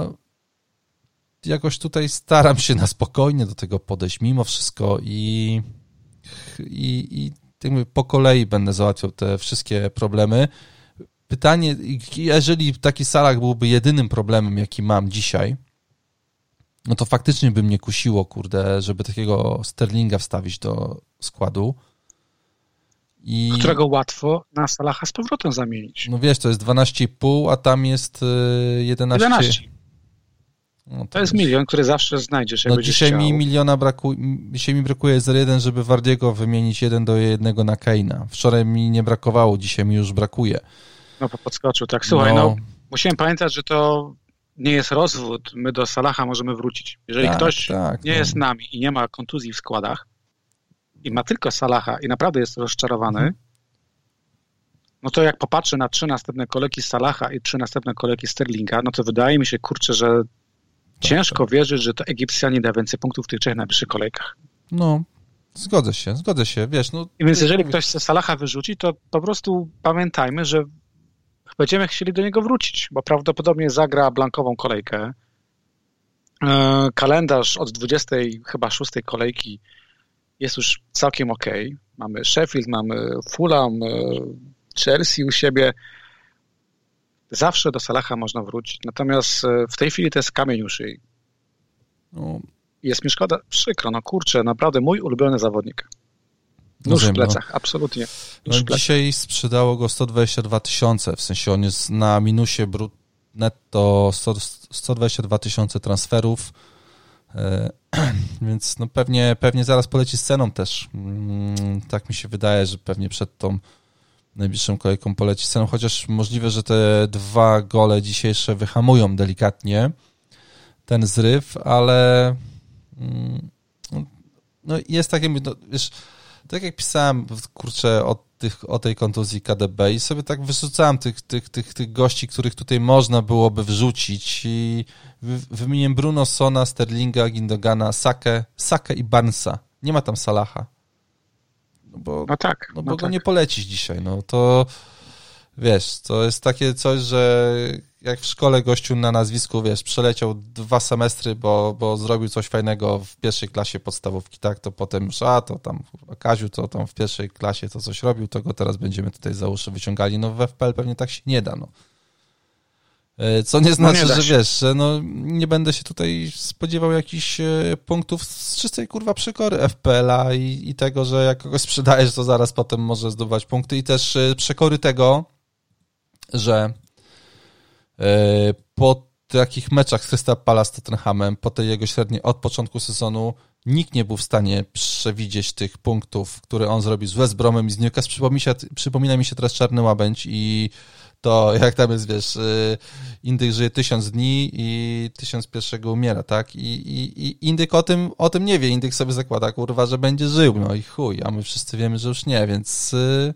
jakoś tutaj staram się na spokojnie do tego podejść mimo wszystko i i, i jakby po kolei będę załatwiał te wszystkie problemy. Pytanie, jeżeli taki Salah byłby jedynym problemem, jaki mam dzisiaj, no to faktycznie by mnie kusiło, kurde, żeby takiego Sterlinga wstawić do składu. I, którego łatwo na Salaha z powrotem zamienić. No wiesz, to jest dwanaście i pół, a tam jest jedenaście. jedenaście. No to, to jest milion, który zawsze znajdziesz, jak no będziesz dzisiaj chciał. mi miliona brakuje, dzisiaj mi brakuje zero jeden, żeby Wardiego wymienić jeden do jednego na Kane'a. Wczoraj mi nie brakowało, dzisiaj mi już brakuje. No bo podskoczył, tak. Słuchaj, no, no musiałem pamiętać, że to nie jest rozwód. My do Salaha możemy wrócić. Jeżeli tak, ktoś tak, nie no. jest z nami i nie ma kontuzji w składach i ma tylko Salaha i naprawdę jest rozczarowany, mhm. no to jak popatrzę na trzy następne kolejki Salaha i trzy następne kolejki Sterlinga, no to wydaje mi się, kurczę, że ciężko wierzyć, że to Egipcjanin da więcej punktów w tych trzech najbliższych kolejkach. No, zgodzę się, zgodzę się, wiesz. No, I więc jeżeli ktoś chce Salaha wyrzuci, to po prostu pamiętajmy, że będziemy chcieli do niego wrócić, bo prawdopodobnie zagra blankową kolejkę. Kalendarz od dwudziestej chyba szóstej kolejki jest już całkiem okej. Okay. Mamy Sheffield, mamy Fulham, Chelsea u siebie. Zawsze do Salaha można wrócić. Natomiast w tej chwili to jest kamień u szyi. No. Jest mi szkoda, przykro, no kurczę, naprawdę mój ulubiony zawodnik. Nóż w plecach, no. Absolutnie. No, dzisiaj sprzedało go sto dwadzieścia dwa tysiące, w sensie on jest na minusie brut netto sto dwadzieścia dwa tysiące transferów, e, więc no pewnie, pewnie zaraz poleci z ceną też. Mm, tak mi się wydaje, że pewnie przed tą najbliższą kolejką poleci z ceną, chociaż możliwe, że te dwa gole dzisiejsze wyhamują delikatnie ten zryw, ale mm, no jest takie, no, wiesz, tak jak pisałem, kurczę, o, tych, o tej kontuzji K D B i sobie tak wyrzucałem tych, tych, tych, tych gości, których tutaj można byłoby wrzucić i wymieniłem Bruno, Sona, Sterlinga, Gindogana, Sakę, Sakę i Barnesa. Nie ma tam Salaha. No bo, no tak. No bo no go tak. nie polecisz dzisiaj. No to wiesz, to jest takie coś, że jak w szkole gościu na nazwisku, wiesz, przeleciał dwa semestry, bo, bo zrobił coś fajnego w pierwszej klasie podstawówki, tak, to potem już, a to tam Kaziu, to tam w pierwszej klasie to coś robił, to go teraz będziemy tutaj za uszy wyciągali. No w F P L pewnie tak się nie da, no. Co nie znaczy, no nie że wiesz, że no nie będę się tutaj spodziewał jakichś punktów z czystej kurwa przekory F P L a i, i tego, że jak kogoś sprzedajesz, to zaraz potem może zdobywać punkty i też przekory tego, że po takich meczach z Crystal Palace z Tottenhamem, po tej jego średniej od początku sezonu, nikt nie był w stanie przewidzieć tych punktów, które on zrobił z West Bromem i z Newcastle. Przypomina, przypomina mi się teraz Czarny Łabędź i to jak tam jest, wiesz, indyk żyje tysiąc dni i tysiąc pierwszego umiera, tak? I, i, i indyk o tym, o tym nie wie, indyk sobie zakłada, kurwa, że będzie żył, no i chuj, a my wszyscy wiemy, że już nie, więc yy,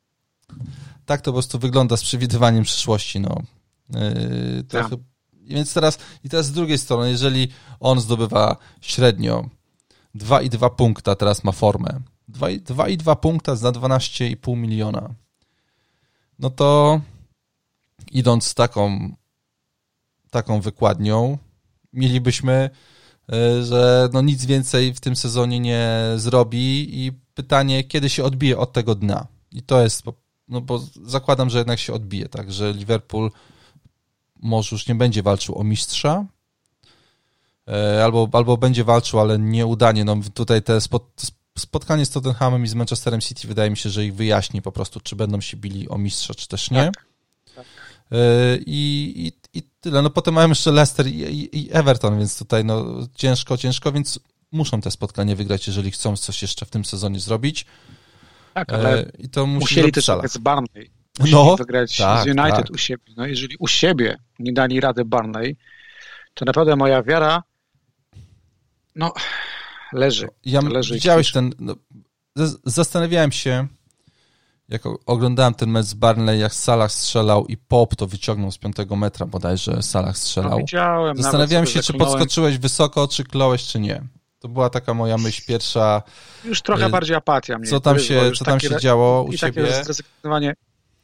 tak to po prostu wygląda z przewidywaniem przyszłości, no. Yy, trochę, tak. Więc teraz, i teraz z drugiej strony, jeżeli on zdobywa średnio dwa i dwa punkta, teraz ma formę, dwa i dwa punkta za dwanaście i pół miliona, no to idąc taką, taką wykładnią, mielibyśmy, że no nic więcej w tym sezonie nie zrobi i pytanie, kiedy się odbije od tego dna. I to jest, no bo zakładam, że jednak się odbije, tak, że Liverpool może już nie będzie walczył o mistrza, albo, albo będzie walczył, ale nieudanie. No tutaj te spot, spotkanie z Tottenhamem i z Manchesterem City wydaje mi się, że ich wyjaśni po prostu, czy będą się bili o mistrza, czy też nie. Tak. Tak. I, i, I tyle. No potem mają jeszcze Leicester i, i, i Everton, więc tutaj no ciężko, ciężko, więc muszą te spotkanie wygrać, jeżeli chcą coś jeszcze w tym sezonie zrobić. Tak, ale I to musi musieli też z Burnley. Musieli no, wygrać tak, z United tak. u siebie. No jeżeli u siebie nie dali rady Burnley, to naprawdę moja wiara no leży. Ja leży widziałeś ten... No, zastanawiałem się, jak oglądałem ten mecz z Burnley, jak Salah strzelał i Pop to wyciągnął z piątego metra bodajże Salah strzelał. No, widziałem. Zastanawiałem się, czy podskoczyłeś wysoko, czy kląłeś, czy nie. To była taka moja myśl pierwsza. Już trochę bardziej apatia mnie. Co tam się, co tam się działo u i ciebie? Takie zrezygnowanie.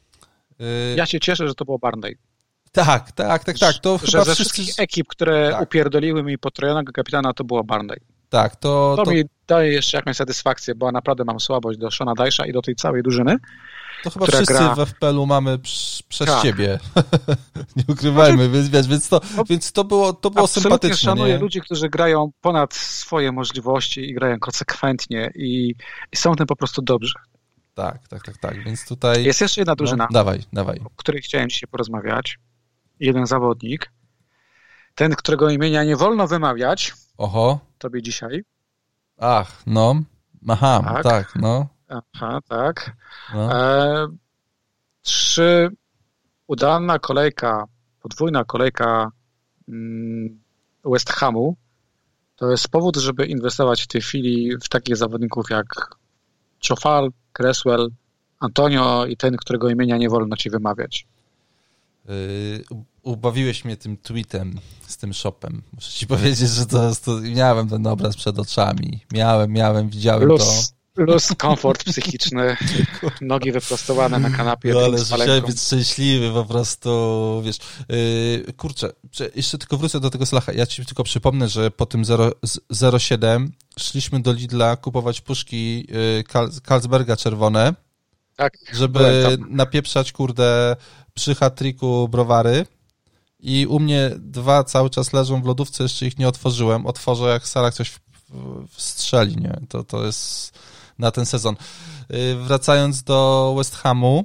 Ja się cieszę, że to było Burnley. Tak, tak, tak, tak. To że chyba ze wszyscy... wszystkich ekip, które tak. upierdoliły mi potrojonego kapitana, to było Burnley. Tak, to... To, to mi daje jeszcze jakąś satysfakcję, bo naprawdę mam słabość do Shona Dyche'a i do tej całej drużyny. To chyba wszyscy gra... w F P L-u mamy przy, przez tak. ciebie. Nie ukrywajmy, znaczy, więc, wiesz, więc, to, więc to było, to było sympatyczne. Szanuję nie? ludzi, którzy grają ponad swoje możliwości i grają konsekwentnie i, i są tym po prostu dobrzy. Tak, tak, tak, tak, więc tutaj... Jest jeszcze jedna drużyna, no, dawaj, dawaj. o której chciałem dzisiaj porozmawiać. Jeden zawodnik, ten, którego imienia nie wolno wymawiać, Oho. tobie dzisiaj. Ach, no, aha, tak, tak no. Aha, tak. No. E, trzy, udana kolejka, podwójna kolejka mm, West Hamu to jest powód, żeby inwestować w tej chwili w takich zawodników jak Chofal, Cresswell, Antonio i ten, którego imienia nie wolno ci wymawiać. Yy, ubawiłeś mnie tym tweetem z tym shopem. Muszę ci powiedzieć, że to, to miałem ten obraz przed oczami. Miałem, miałem, widziałem Luz, to. Luz, komfort psychiczny, nogi wyprostowane na kanapie. No ale musiałem być szczęśliwy po prostu, wiesz. Yy, kurczę, jeszcze tylko wrócę do tego Salaha. Ja ci tylko przypomnę, że po tym zero siedem szliśmy do Lidla kupować puszki yy, Carlsberga czerwone, tak, żeby napieprzać, kurde, przy hat-tricku browary i u mnie dwa cały czas leżą w lodówce, jeszcze ich nie otworzyłem. Otworzę, jak Salah coś strzeli, nie? To, to jest na ten sezon. Wracając do West Hamu,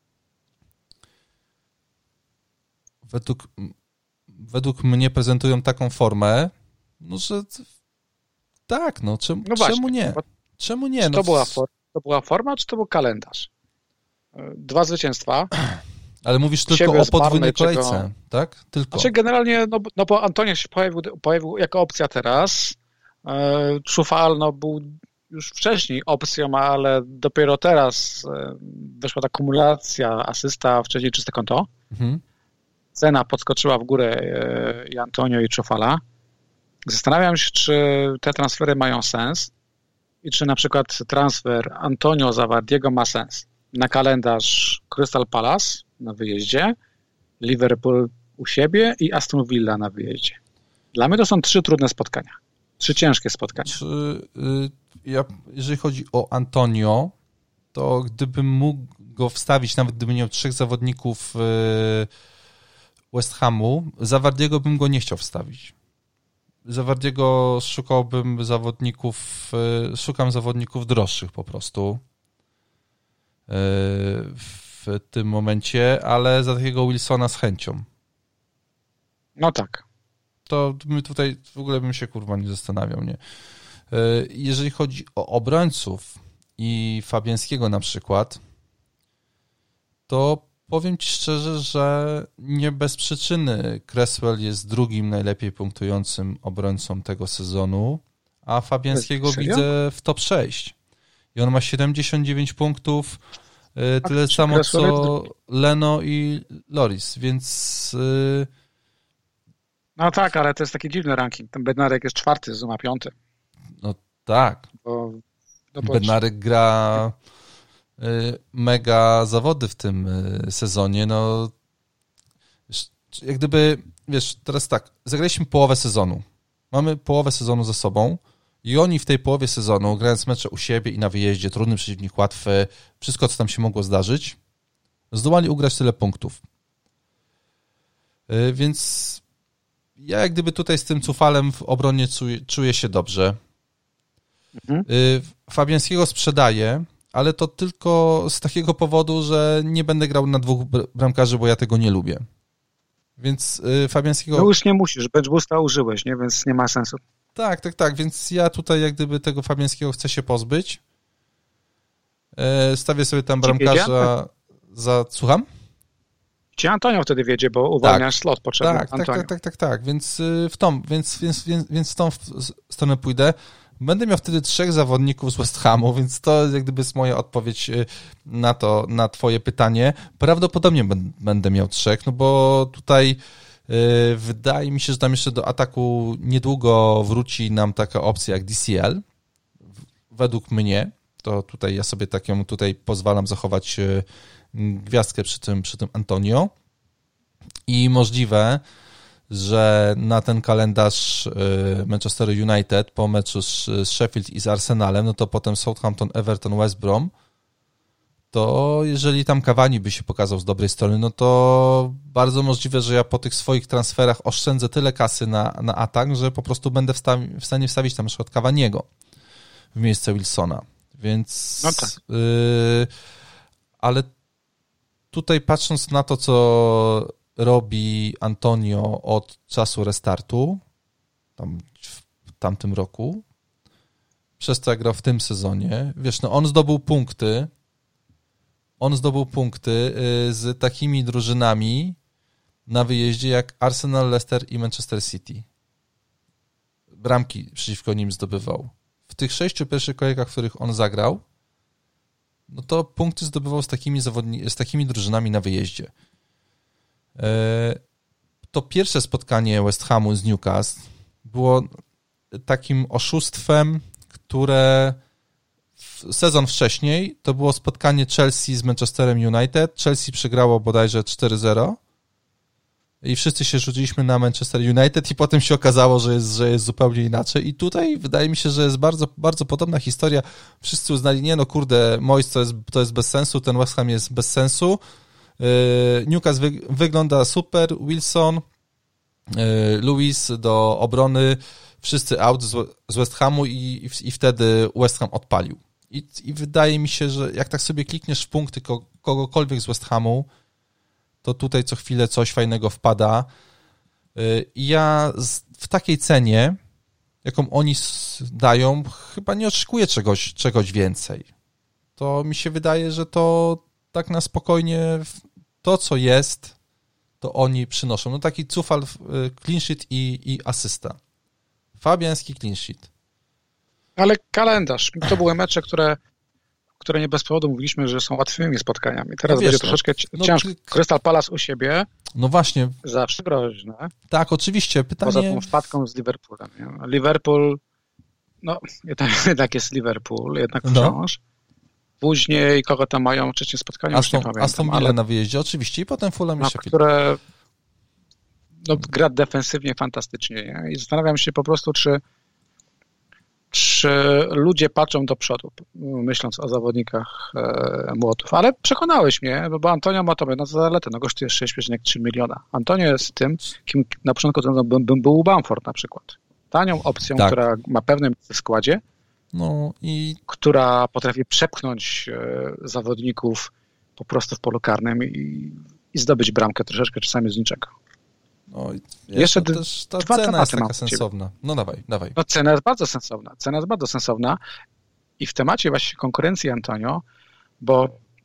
według, według mnie prezentują taką formę, no, że tak, no, czemu, no właśnie, czemu nie? Czemu nie? Czy no, to, była for, to była forma, czy to był kalendarz? Dwa zwycięstwa. Ale mówisz tylko o podwójnej kolejce, czego... tak? Tylko. Znaczy generalnie, no, no bo Antonio się pojawił, pojawił jako opcja teraz. Chufal no, był już wcześniej opcją, ale dopiero teraz weszła ta kumulacja, asysta, wcześniej czyste konto. Mhm. Cena podskoczyła w górę i Antonio i Chufala. Zastanawiam się, czy te transfery mają sens i czy na przykład transfer Antonio za Wardiego ma sens. Na kalendarz Crystal Palace na wyjeździe, Liverpool u siebie i Aston Villa na wyjeździe. Dla mnie to są trzy trudne spotkania. Trzy ciężkie spotkania. Czy, y, ja, jeżeli chodzi o Antonio, to gdybym mógł go wstawić, nawet gdybym miał trzech zawodników y, West Hamu, za Wardiego bym go nie chciał wstawić. Za Wardiego szukałbym zawodników, y, szukam zawodników droższych po prostu y, w tym momencie, ale za takiego Wilsona z chęcią. No tak. To my tutaj w ogóle bym się kurwa nie zastanawiał, nie? Jeżeli chodzi o obrońców i Fabiańskiego na przykład, to powiem ci szczerze, że nie bez przyczyny Cresswell jest drugim najlepiej punktującym obrońcą tego sezonu, a Fabiańskiego widzę w top sześć. I on ma siedemdziesiąt dziewięć punktów, tyle tak, samo Cresswell co Leno i Loris, więc... No tak, ale to jest taki dziwny ranking. Ten Bednarek jest czwarty, Zuma piąty. No tak. Bo, no Bednarek gra mega zawody w tym sezonie. No, jak gdyby, wiesz, teraz tak, zagraliśmy połowę sezonu. Mamy połowę sezonu za sobą i oni w tej połowie sezonu, grając mecze u siebie i na wyjeździe, trudny przeciwnik, łatwy, wszystko, co tam się mogło zdarzyć, zdołali ugrać tyle punktów. Więc ja jak gdyby tutaj z tym Cufalem w obronie czuję, czuję się dobrze. Mhm. Fabiańskiego sprzedaję, ale to tylko z takiego powodu, że nie będę grał na dwóch bramkarzy, bo ja tego nie lubię. Więc Fabiańskiego... No już nie musisz, bench boosta użyłeś, nie? Więc nie ma sensu. Tak, tak, tak, więc ja tutaj jak gdyby tego Fabiańskiego chcę się pozbyć. Stawię sobie tam bramkarza za... Słucham? Gdzie Antonio wtedy wiedzie, bo uwalniasz tak, slot potrzebny. Tak, tak, tak, tak, tak, tak, więc w tą, więc, więc, więc, więc w tą stronę pójdę. Będę miał wtedy trzech zawodników z West Hamu, więc to jak gdyby jest moja odpowiedź na to, na twoje pytanie. Prawdopodobnie będę miał trzech, no bo tutaj wydaje mi się, że tam jeszcze do ataku niedługo wróci nam taka opcja jak D C L. Według mnie, to tutaj ja sobie taką tutaj pozwalam zachować gwiazdkę przy tym, przy tym Antonio i możliwe, że na ten kalendarz Manchester United po meczu z Sheffield i z Arsenalem, no to potem Southampton, Everton, West Brom, to jeżeli tam Cavani by się pokazał z dobrej strony, no to bardzo możliwe, że ja po tych swoich transferach oszczędzę tyle kasy na, na atak, że po prostu będę wstawi- w stanie wstawić tam na przykład Cavaniego w miejsce Wilsona. Więc... No tak. Yy, ale tutaj patrząc na to, co robi Antonio od czasu restartu, tam w tamtym roku, przez to jak grał w tym sezonie, wiesz, no on zdobył punkty, on zdobył punkty z takimi drużynami na wyjeździe jak Arsenal, Leicester i Manchester City. Bramki przeciwko nim zdobywał. W tych sześciu pierwszych kolejkach, w których on zagrał, no to punkty zdobywał z takimi zawodni- z takimi drużynami na wyjeździe. To pierwsze spotkanie West Hamu z Newcastle było takim oszustwem, które sezon wcześniej to było spotkanie Chelsea z Manchesterem United. Chelsea przegrało bodajże cztery zero i wszyscy się rzuciliśmy na Manchester United i potem się okazało, że jest, że jest zupełnie inaczej. I tutaj wydaje mi się, że jest bardzo, bardzo podobna historia. Wszyscy uznali, nie no kurde, Moyes to jest, to jest bez sensu, ten West Ham jest bez sensu. Newcastle wy, wygląda super, Wilson, Lewis do obrony, wszyscy out z, z West Hamu i, i wtedy West Ham odpalił. I, I wydaje mi się, że jak tak sobie klikniesz w punkty kogokolwiek z West Hamu, to tutaj co chwilę coś fajnego wpada. I ja w takiej cenie, jaką oni dają, chyba nie oczekuję czegoś, czegoś więcej. To mi się wydaje, że to tak na spokojnie to, co jest, to oni przynoszą. No taki Cufal, clean sheet i, i asysta. Fabiański clean sheet. Ale kalendarz. To były mecze, które, które nie bez powodu mówiliśmy, że są łatwymi spotkaniami. Teraz no wiesz, będzie troszeczkę no, ciężko. No, Crystal Palace u siebie. No właśnie. Zawsze groźne. Tak, oczywiście. Pytanie... Poza tą wpadką z Liverpoolem. Nie? Liverpool, no jednak jest Liverpool, jednak wciąż. No. Później kogo tam mają trzecie spotkanie? Aston, nie pamiętam, Aston Villa ale... na wyjeździe oczywiście i potem Fulham no, i Sheffield. Które no, gra defensywnie fantastycznie. Nie? I zastanawiam się po prostu, czy czy ludzie patrzą do przodu, myśląc o zawodnikach e, młotów. Ale przekonałeś mnie, bo Antonio ma to na zaletę, no kosztuje sześć przecinek trzy miliona. Antonio jest tym, kim na początku bym, bym był Bamford na przykład. Tanią opcją, tak. która ma pewne miejsce w składzie, no i która potrafi przepchnąć e, zawodników po prostu w polu karnym i, i zdobyć bramkę troszeczkę czasami z niczego. No, jeszcze d- też ta dwa cena jest taka sensowna. No dawaj, dawaj. No cena jest bardzo sensowna. Cena jest bardzo sensowna i w temacie właśnie konkurencji Antonio, bo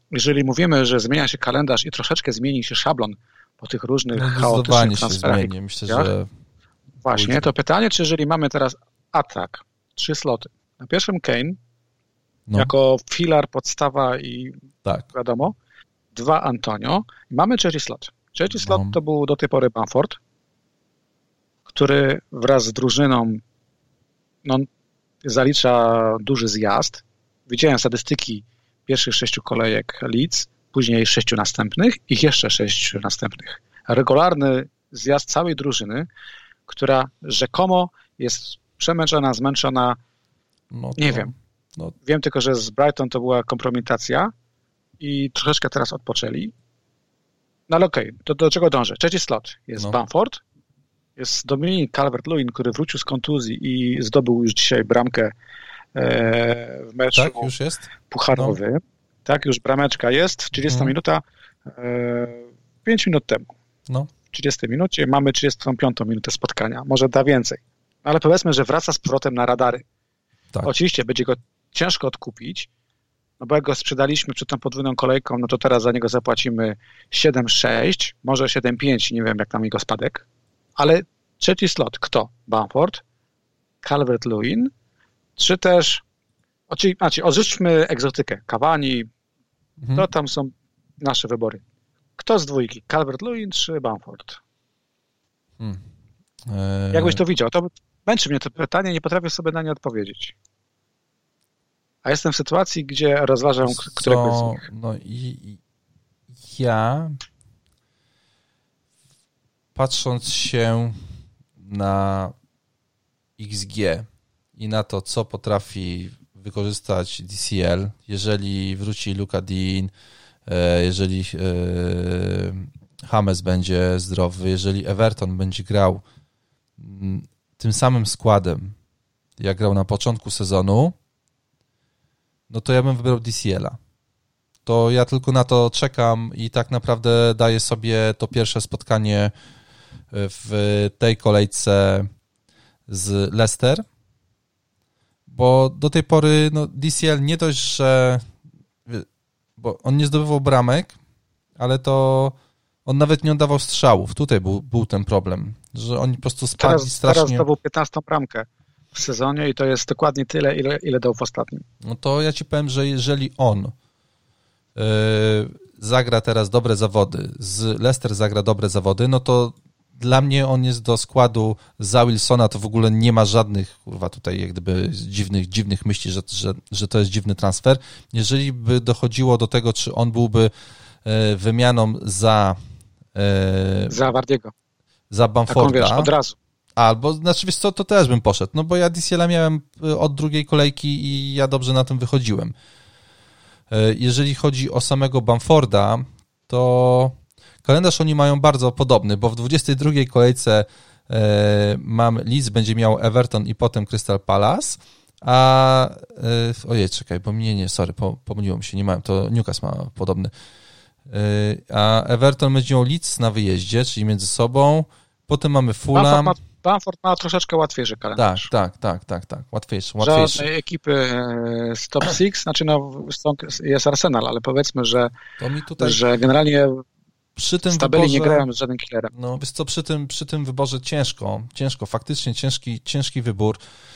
jeżeli mówimy, że zmienia się kalendarz i troszeczkę zmieni się szablon po tych różnych no, chaotycznych się transferach. Zmieni. Myślę, że Właśnie, pójdzie. To pytanie, czy jeżeli mamy teraz atak, trzy sloty, na pierwszym Kane, no. jako filar, podstawa i tak. wiadomo, dwa Antonio, mamy trzeci slot. Trzeci slot no. to był do tej pory Bamford, który wraz z drużyną no, zalicza duży zjazd. Widziałem statystyki pierwszych sześciu kolejek Leeds, później sześciu następnych i jeszcze sześciu następnych. Regularny zjazd całej drużyny, która rzekomo jest przemęczona, zmęczona, no to, nie wiem. No. Wiem tylko, że z Brighton to była kompromitacja i troszeczkę teraz odpoczęli. No ale okej, okay, to do czego dążę? Trzeci slot jest no. Bamford, jest Dominic Calvert-Lewin, który wrócił z kontuzji i zdobył już dzisiaj bramkę w meczu tak, już jest? pucharowy. No. Tak, już brameczka jest, trzydziesta hmm. minuta, pięć minut temu. No. W trzydziestej minucie mamy trzydziestą piątą minutę spotkania, może da więcej. Ale powiedzmy, że wraca z powrotem na radary. Tak. Oczywiście będzie go ciężko odkupić, no bo jak go sprzedaliśmy przed tą podwójną kolejką, no to teraz za niego zapłacimy siedem sześć, może siedem pięć, nie wiem jak tam jego spadek, ale trzeci slot, kto? Bamford, Calvert-Lewin, czy też, znaczy odrzućmy egzotykę, Cavani, mhm. to tam są nasze wybory. Kto z dwójki, Calvert-Lewin czy Bamford? Hmm. Eee... Jakbyś to widział? To męczy mnie to pytanie, nie potrafię sobie na nie odpowiedzieć. A jestem w sytuacji, gdzie rozważam Co, któregoś z nich. No i ja patrząc się na X G i na to, co potrafi wykorzystać D C L, jeżeli wróci Luka Dean, jeżeli James będzie zdrowy, jeżeli Everton będzie grał tym samym składem, jak grał na początku sezonu, no to ja bym wybrał D C L-a. To ja tylko na to czekam i tak naprawdę daję sobie to pierwsze spotkanie w tej kolejce z Leicester, bo do tej pory no, D C L nie dość, że bo on nie zdobywał bramek, ale to on nawet nie oddawał strzałów. Tutaj był, był ten problem, że oni po prostu spadli teraz, strasznie. Teraz zdobył piętnastą bramkę w sezonie i to jest dokładnie tyle, ile, ile dał w ostatnim. No to ja ci powiem, że jeżeli on yy, zagra teraz dobre zawody, z Leicester zagra dobre zawody, no to dla mnie on jest do składu za Wilsona, to w ogóle nie ma żadnych, kurwa, tutaj jak gdyby dziwnych, dziwnych myśli, że, że, że to jest dziwny transfer. Jeżeli by dochodziło do tego, czy on byłby yy, wymianą za yy, za Wardiego. Za Bamforda. Taką, wiesz, od razu. Albo, znaczy wiesz co, to też bym poszedł, no bo ja D C L-a miałem od drugiej kolejki i ja dobrze na tym wychodziłem. Jeżeli chodzi o samego Bamforda, to kalendarz oni mają bardzo podobny, bo w dwudziestej drugiej kolejce e, mam Leeds, będzie miał Everton i potem Crystal Palace, a e, ojej, czekaj, bo mnie nie, sorry, pomyliło mi się, nie mają, to Newcastle ma podobny. E, a Everton będzie miał Leeds na wyjeździe, czyli między sobą, potem mamy Fulham. Bamford ma, Bamford ma troszeczkę łatwiejszy kalendarz. Tak, tak, tak, tak, tak, łatwiejszy. łatwiejszy. Żadnej ekipy z top six, znaczy no, jest Arsenal, ale powiedzmy, że, to mi tutaj... że generalnie przy tym z tabeli wyborze, nie grają z żadnym killerem. No wiesz co, przy tym, przy tym wyborze ciężko, ciężko, faktycznie ciężki, ciężki wybór.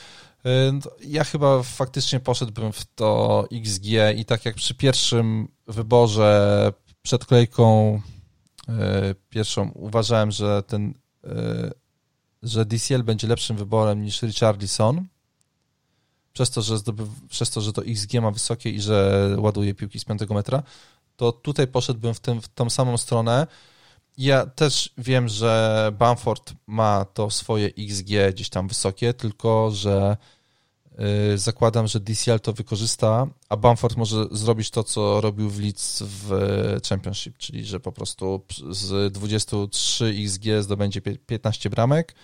Ja chyba faktycznie poszedłbym w to X G i tak jak przy pierwszym wyborze przed kolejką pierwszą uważałem, że ten że D C L będzie lepszym wyborem niż Richarlison, przez to, że zdobyw, przez to, że to X G ma wysokie i że ładuje piłki z piątego metra, to tutaj poszedłbym w, tym, w tą samą stronę. Ja też wiem, że Bamford ma to swoje X G gdzieś tam wysokie, tylko że yy, zakładam, że D C L to wykorzysta, a Bamford może zrobić to, co robił w Leeds w Championship, czyli że po prostu z dwudziestu trzech X G zdobędzie piętnaście bramek,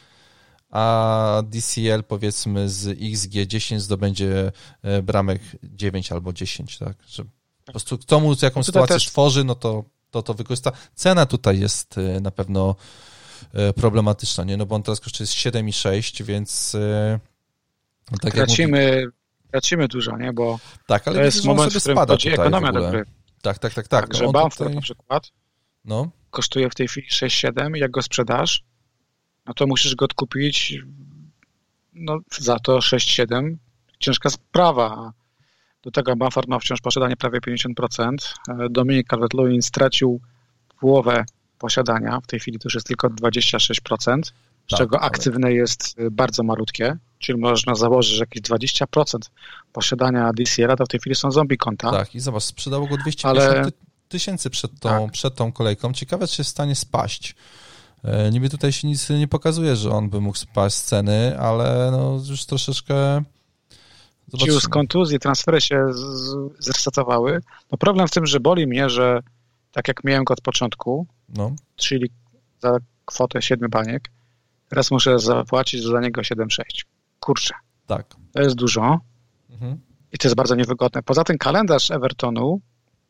a D C L powiedzmy z X G dziesięć zdobędzie bramek dziewięć albo dziesięć, tak, że po prostu kto mu jaką sytuację też stworzy, no to, to to wykorzysta. Cena tutaj jest na pewno problematyczna, nie? No bo on teraz kosztuje siedem i sześć, więc no tak tracimy, jak mówię, tracimy dużo, nie? Bo tak, ale to jest moment, w którym spada chodzi ekonomia do gry. Tak, tak, tak. tak. Także no, Bamford tutaj... na przykład no. kosztuje w tej chwili sześć siedem i jak go sprzedasz, no to musisz go odkupić no, za to sześć siedem. Ciężka sprawa. Do tego Bamford ma wciąż posiadanie prawie pięćdziesiąt procent. Dominic Calvert-Lewin stracił połowę posiadania. W tej chwili to już jest tylko dwadzieścia sześć procent, z tak, czego ale... aktywne jest bardzo malutkie, czyli można założyć, że jakieś dwadzieścia procent posiadania D C L a to w tej chwili są zombie konta. Tak, i zobacz, sprzedało go dwieście pięćdziesiąt ale... tysięcy przed tą, tak. przed tą kolejką. Ciekawe, czy jest w stanie spaść. Niby tutaj się nic nie pokazuje, że on by mógł spaść z ceny, ale no już troszeczkę... Ci z kontuzji, transfery się z- zresetowały. No problem w tym, że boli mnie, że tak jak miałem go od początku, no. czyli za kwotę siedmiu baniek, teraz muszę zapłacić za niego siedem sześć. Kurczę. Tak. To jest dużo Mhm. i to jest bardzo niewygodne. Poza tym kalendarz Evertonu,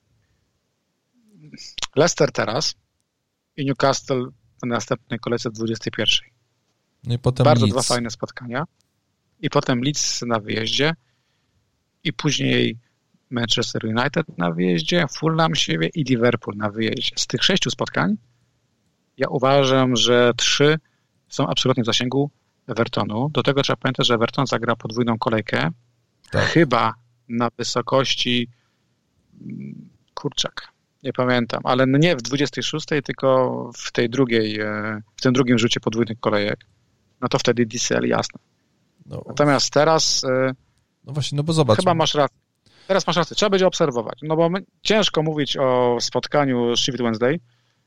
Leicester teraz i Newcastle w następnej kolejce dwudziestej pierwszej. No i potem Bardzo Leeds. dwa fajne spotkania. I potem Leeds na wyjeździe i później Manchester United na wyjeździe, Fulham siebie i Liverpool na wyjeździe. Z tych sześciu spotkań ja uważam, że trzy są absolutnie w zasięgu Evertonu. Do tego trzeba pamiętać, że Everton zagra podwójną kolejkę. Tak. Chyba na wysokości kurczak, nie pamiętam, ale nie w dwudziestej szóstej, tylko w tej drugiej, w tym drugim rzucie podwójnych kolejek. No to wtedy D C L jasne. No. Natomiast teraz No właśnie, no bo zobacz. chyba masz rację. Teraz masz rację. Trzeba będzie obserwować. No bo my, ciężko mówić o spotkaniu Sheffield Wednesday,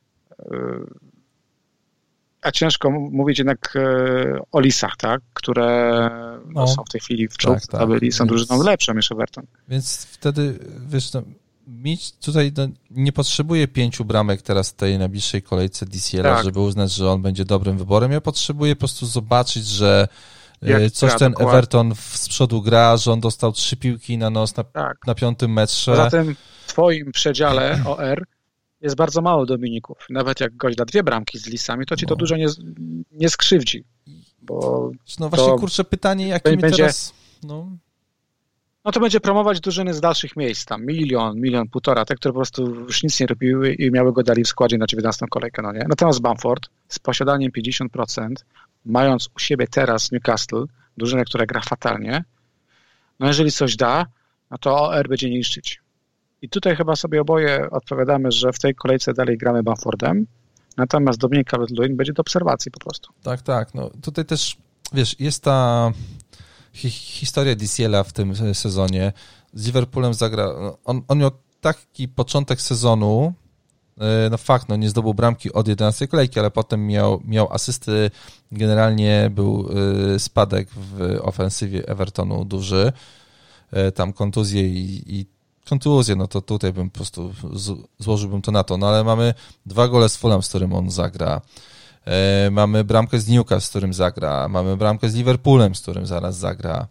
a ciężko mówić jednak o Lisach, tak? Które no, no, są w tej chwili w czołówce tak, tabeli, tak. są Więc... drużyną lepszą niż Everton. Więc wtedy, wiesz, no, mieć tutaj no, nie potrzebuje pięciu bramek teraz w tej najbliższej kolejce D C L a, tak. żeby uznać, że on będzie dobrym wyborem. Ja potrzebuję po prostu zobaczyć, że Jak coś gra, ten dokładnie. Everton z przodu gra, że on dostał trzy piłki na nos na, tak. na piątym metrze. Poza tym w twoim przedziale O R jest bardzo mało Dominików. Nawet jak gość da dwie bramki z Lisami, to ci no. to dużo nie, nie skrzywdzi. Bo no właśnie, kurczę, pytanie, jakie mi będzie, teraz... No. no to będzie promować drużyny z dalszych miejsc, tam milion, milion, półtora, te, które po prostu już nic nie robiły i miały go dali w składzie na dziewiętnastą kolejkę, no nie? Natomiast Bamford z posiadaniem pięćdziesiąt procent, mając u siebie teraz Newcastle, drużynę, która gra fatalnie, no jeżeli coś da, no to O R będzie niszczyć. I tutaj chyba sobie oboje odpowiadamy, że w tej kolejce dalej gramy Bamfordem, natomiast Dominic Calvert-Lewin będzie do obserwacji po prostu. Tak, tak. No tutaj też, wiesz, jest ta hi- historia D C L a w tym sezonie. Z Liverpoolem zagra... On, on miał taki początek sezonu, no fakt, no nie zdobył bramki od jedenastej kolejki, ale potem miał, miał asysty, generalnie był spadek w ofensywie Evertonu duży, tam kontuzje i, i kontuzje, no to tutaj bym po prostu z, złożyłbym to na to, no ale mamy dwa gole z Fulham, z którym on zagra, mamy bramkę z Newcastle, z którym zagra, mamy bramkę z Liverpoolem, z którym zaraz zagra,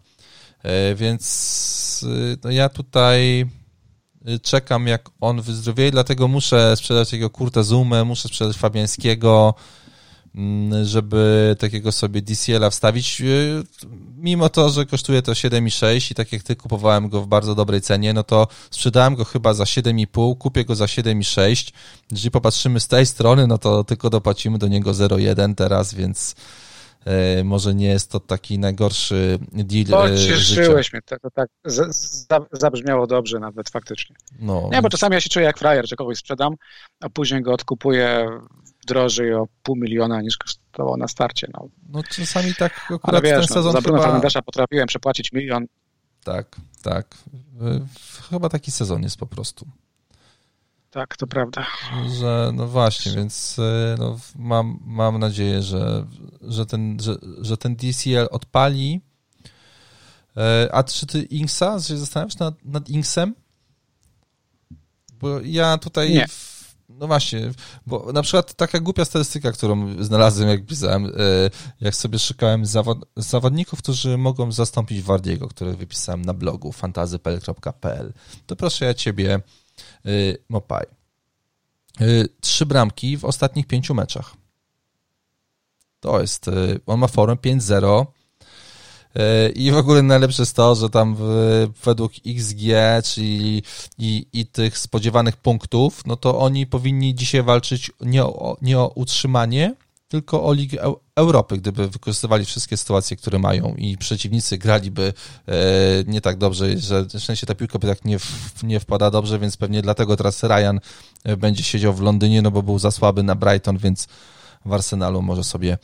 więc no ja tutaj czekam, jak on wyzdrowieje, dlatego muszę sprzedać jego Kurta Zumę, muszę sprzedać Fabiańskiego, żeby takiego sobie D C L a wstawić, mimo to, że kosztuje to siedem i sześć i tak jak ty kupowałem go w bardzo dobrej cenie, no to sprzedałem go chyba za siedem i pół, kupię go za siedem i sześć. Jeżeli popatrzymy z tej strony, no to tylko dopłacimy do niego zero jeden teraz, więc może nie jest to taki najgorszy deal Pocieszyłeś życia. mnie, to, to tak z, z, zabrzmiało dobrze nawet faktycznie. No, nie, bo czasami ja się czuję jak frajer, że kogoś sprzedam, a później go odkupuję drożej o pół miliona niż kosztowało na starcie. No, no czasami tak akurat ale wiesz, ten sezon no, za Bruno chyba... Fernandesza potrafiłem przepłacić milion. Tak, tak. Chyba taki sezon jest po prostu. Tak, to prawda. Że, no właśnie, więc no, mam, mam nadzieję, że, że, ten, że, że ten D C L odpali. A czy ty Inksa się zastanawiasz nad, nad Inksem? Bo ja tutaj... Nie. No właśnie, bo na przykład taka głupia statystyka, którą znalazłem, jak pisałem, jak sobie szukałem zawod, zawodników, którzy mogą zastąpić Wardiego, który wypisałem na blogu fantasy kropka p l kropka p l. To proszę ja ciebie, Mopaj. Trzy bramki w ostatnich pięciu meczach. To jest, on ma formę pięć zero. I w ogóle najlepsze jest to, że tam według X G, czyli i, i tych spodziewanych punktów, no to oni powinni dzisiaj walczyć nie o, nie o utrzymanie, tylko o Ligę Europy, gdyby wykorzystywali wszystkie sytuacje, które mają i przeciwnicy graliby nie tak dobrze, że w sensie ta piłka by tak nie, w, nie wpada dobrze, więc pewnie dlatego teraz Ryan będzie siedział w Londynie, no bo był za słaby na Brighton, więc w Arsenalu może sobie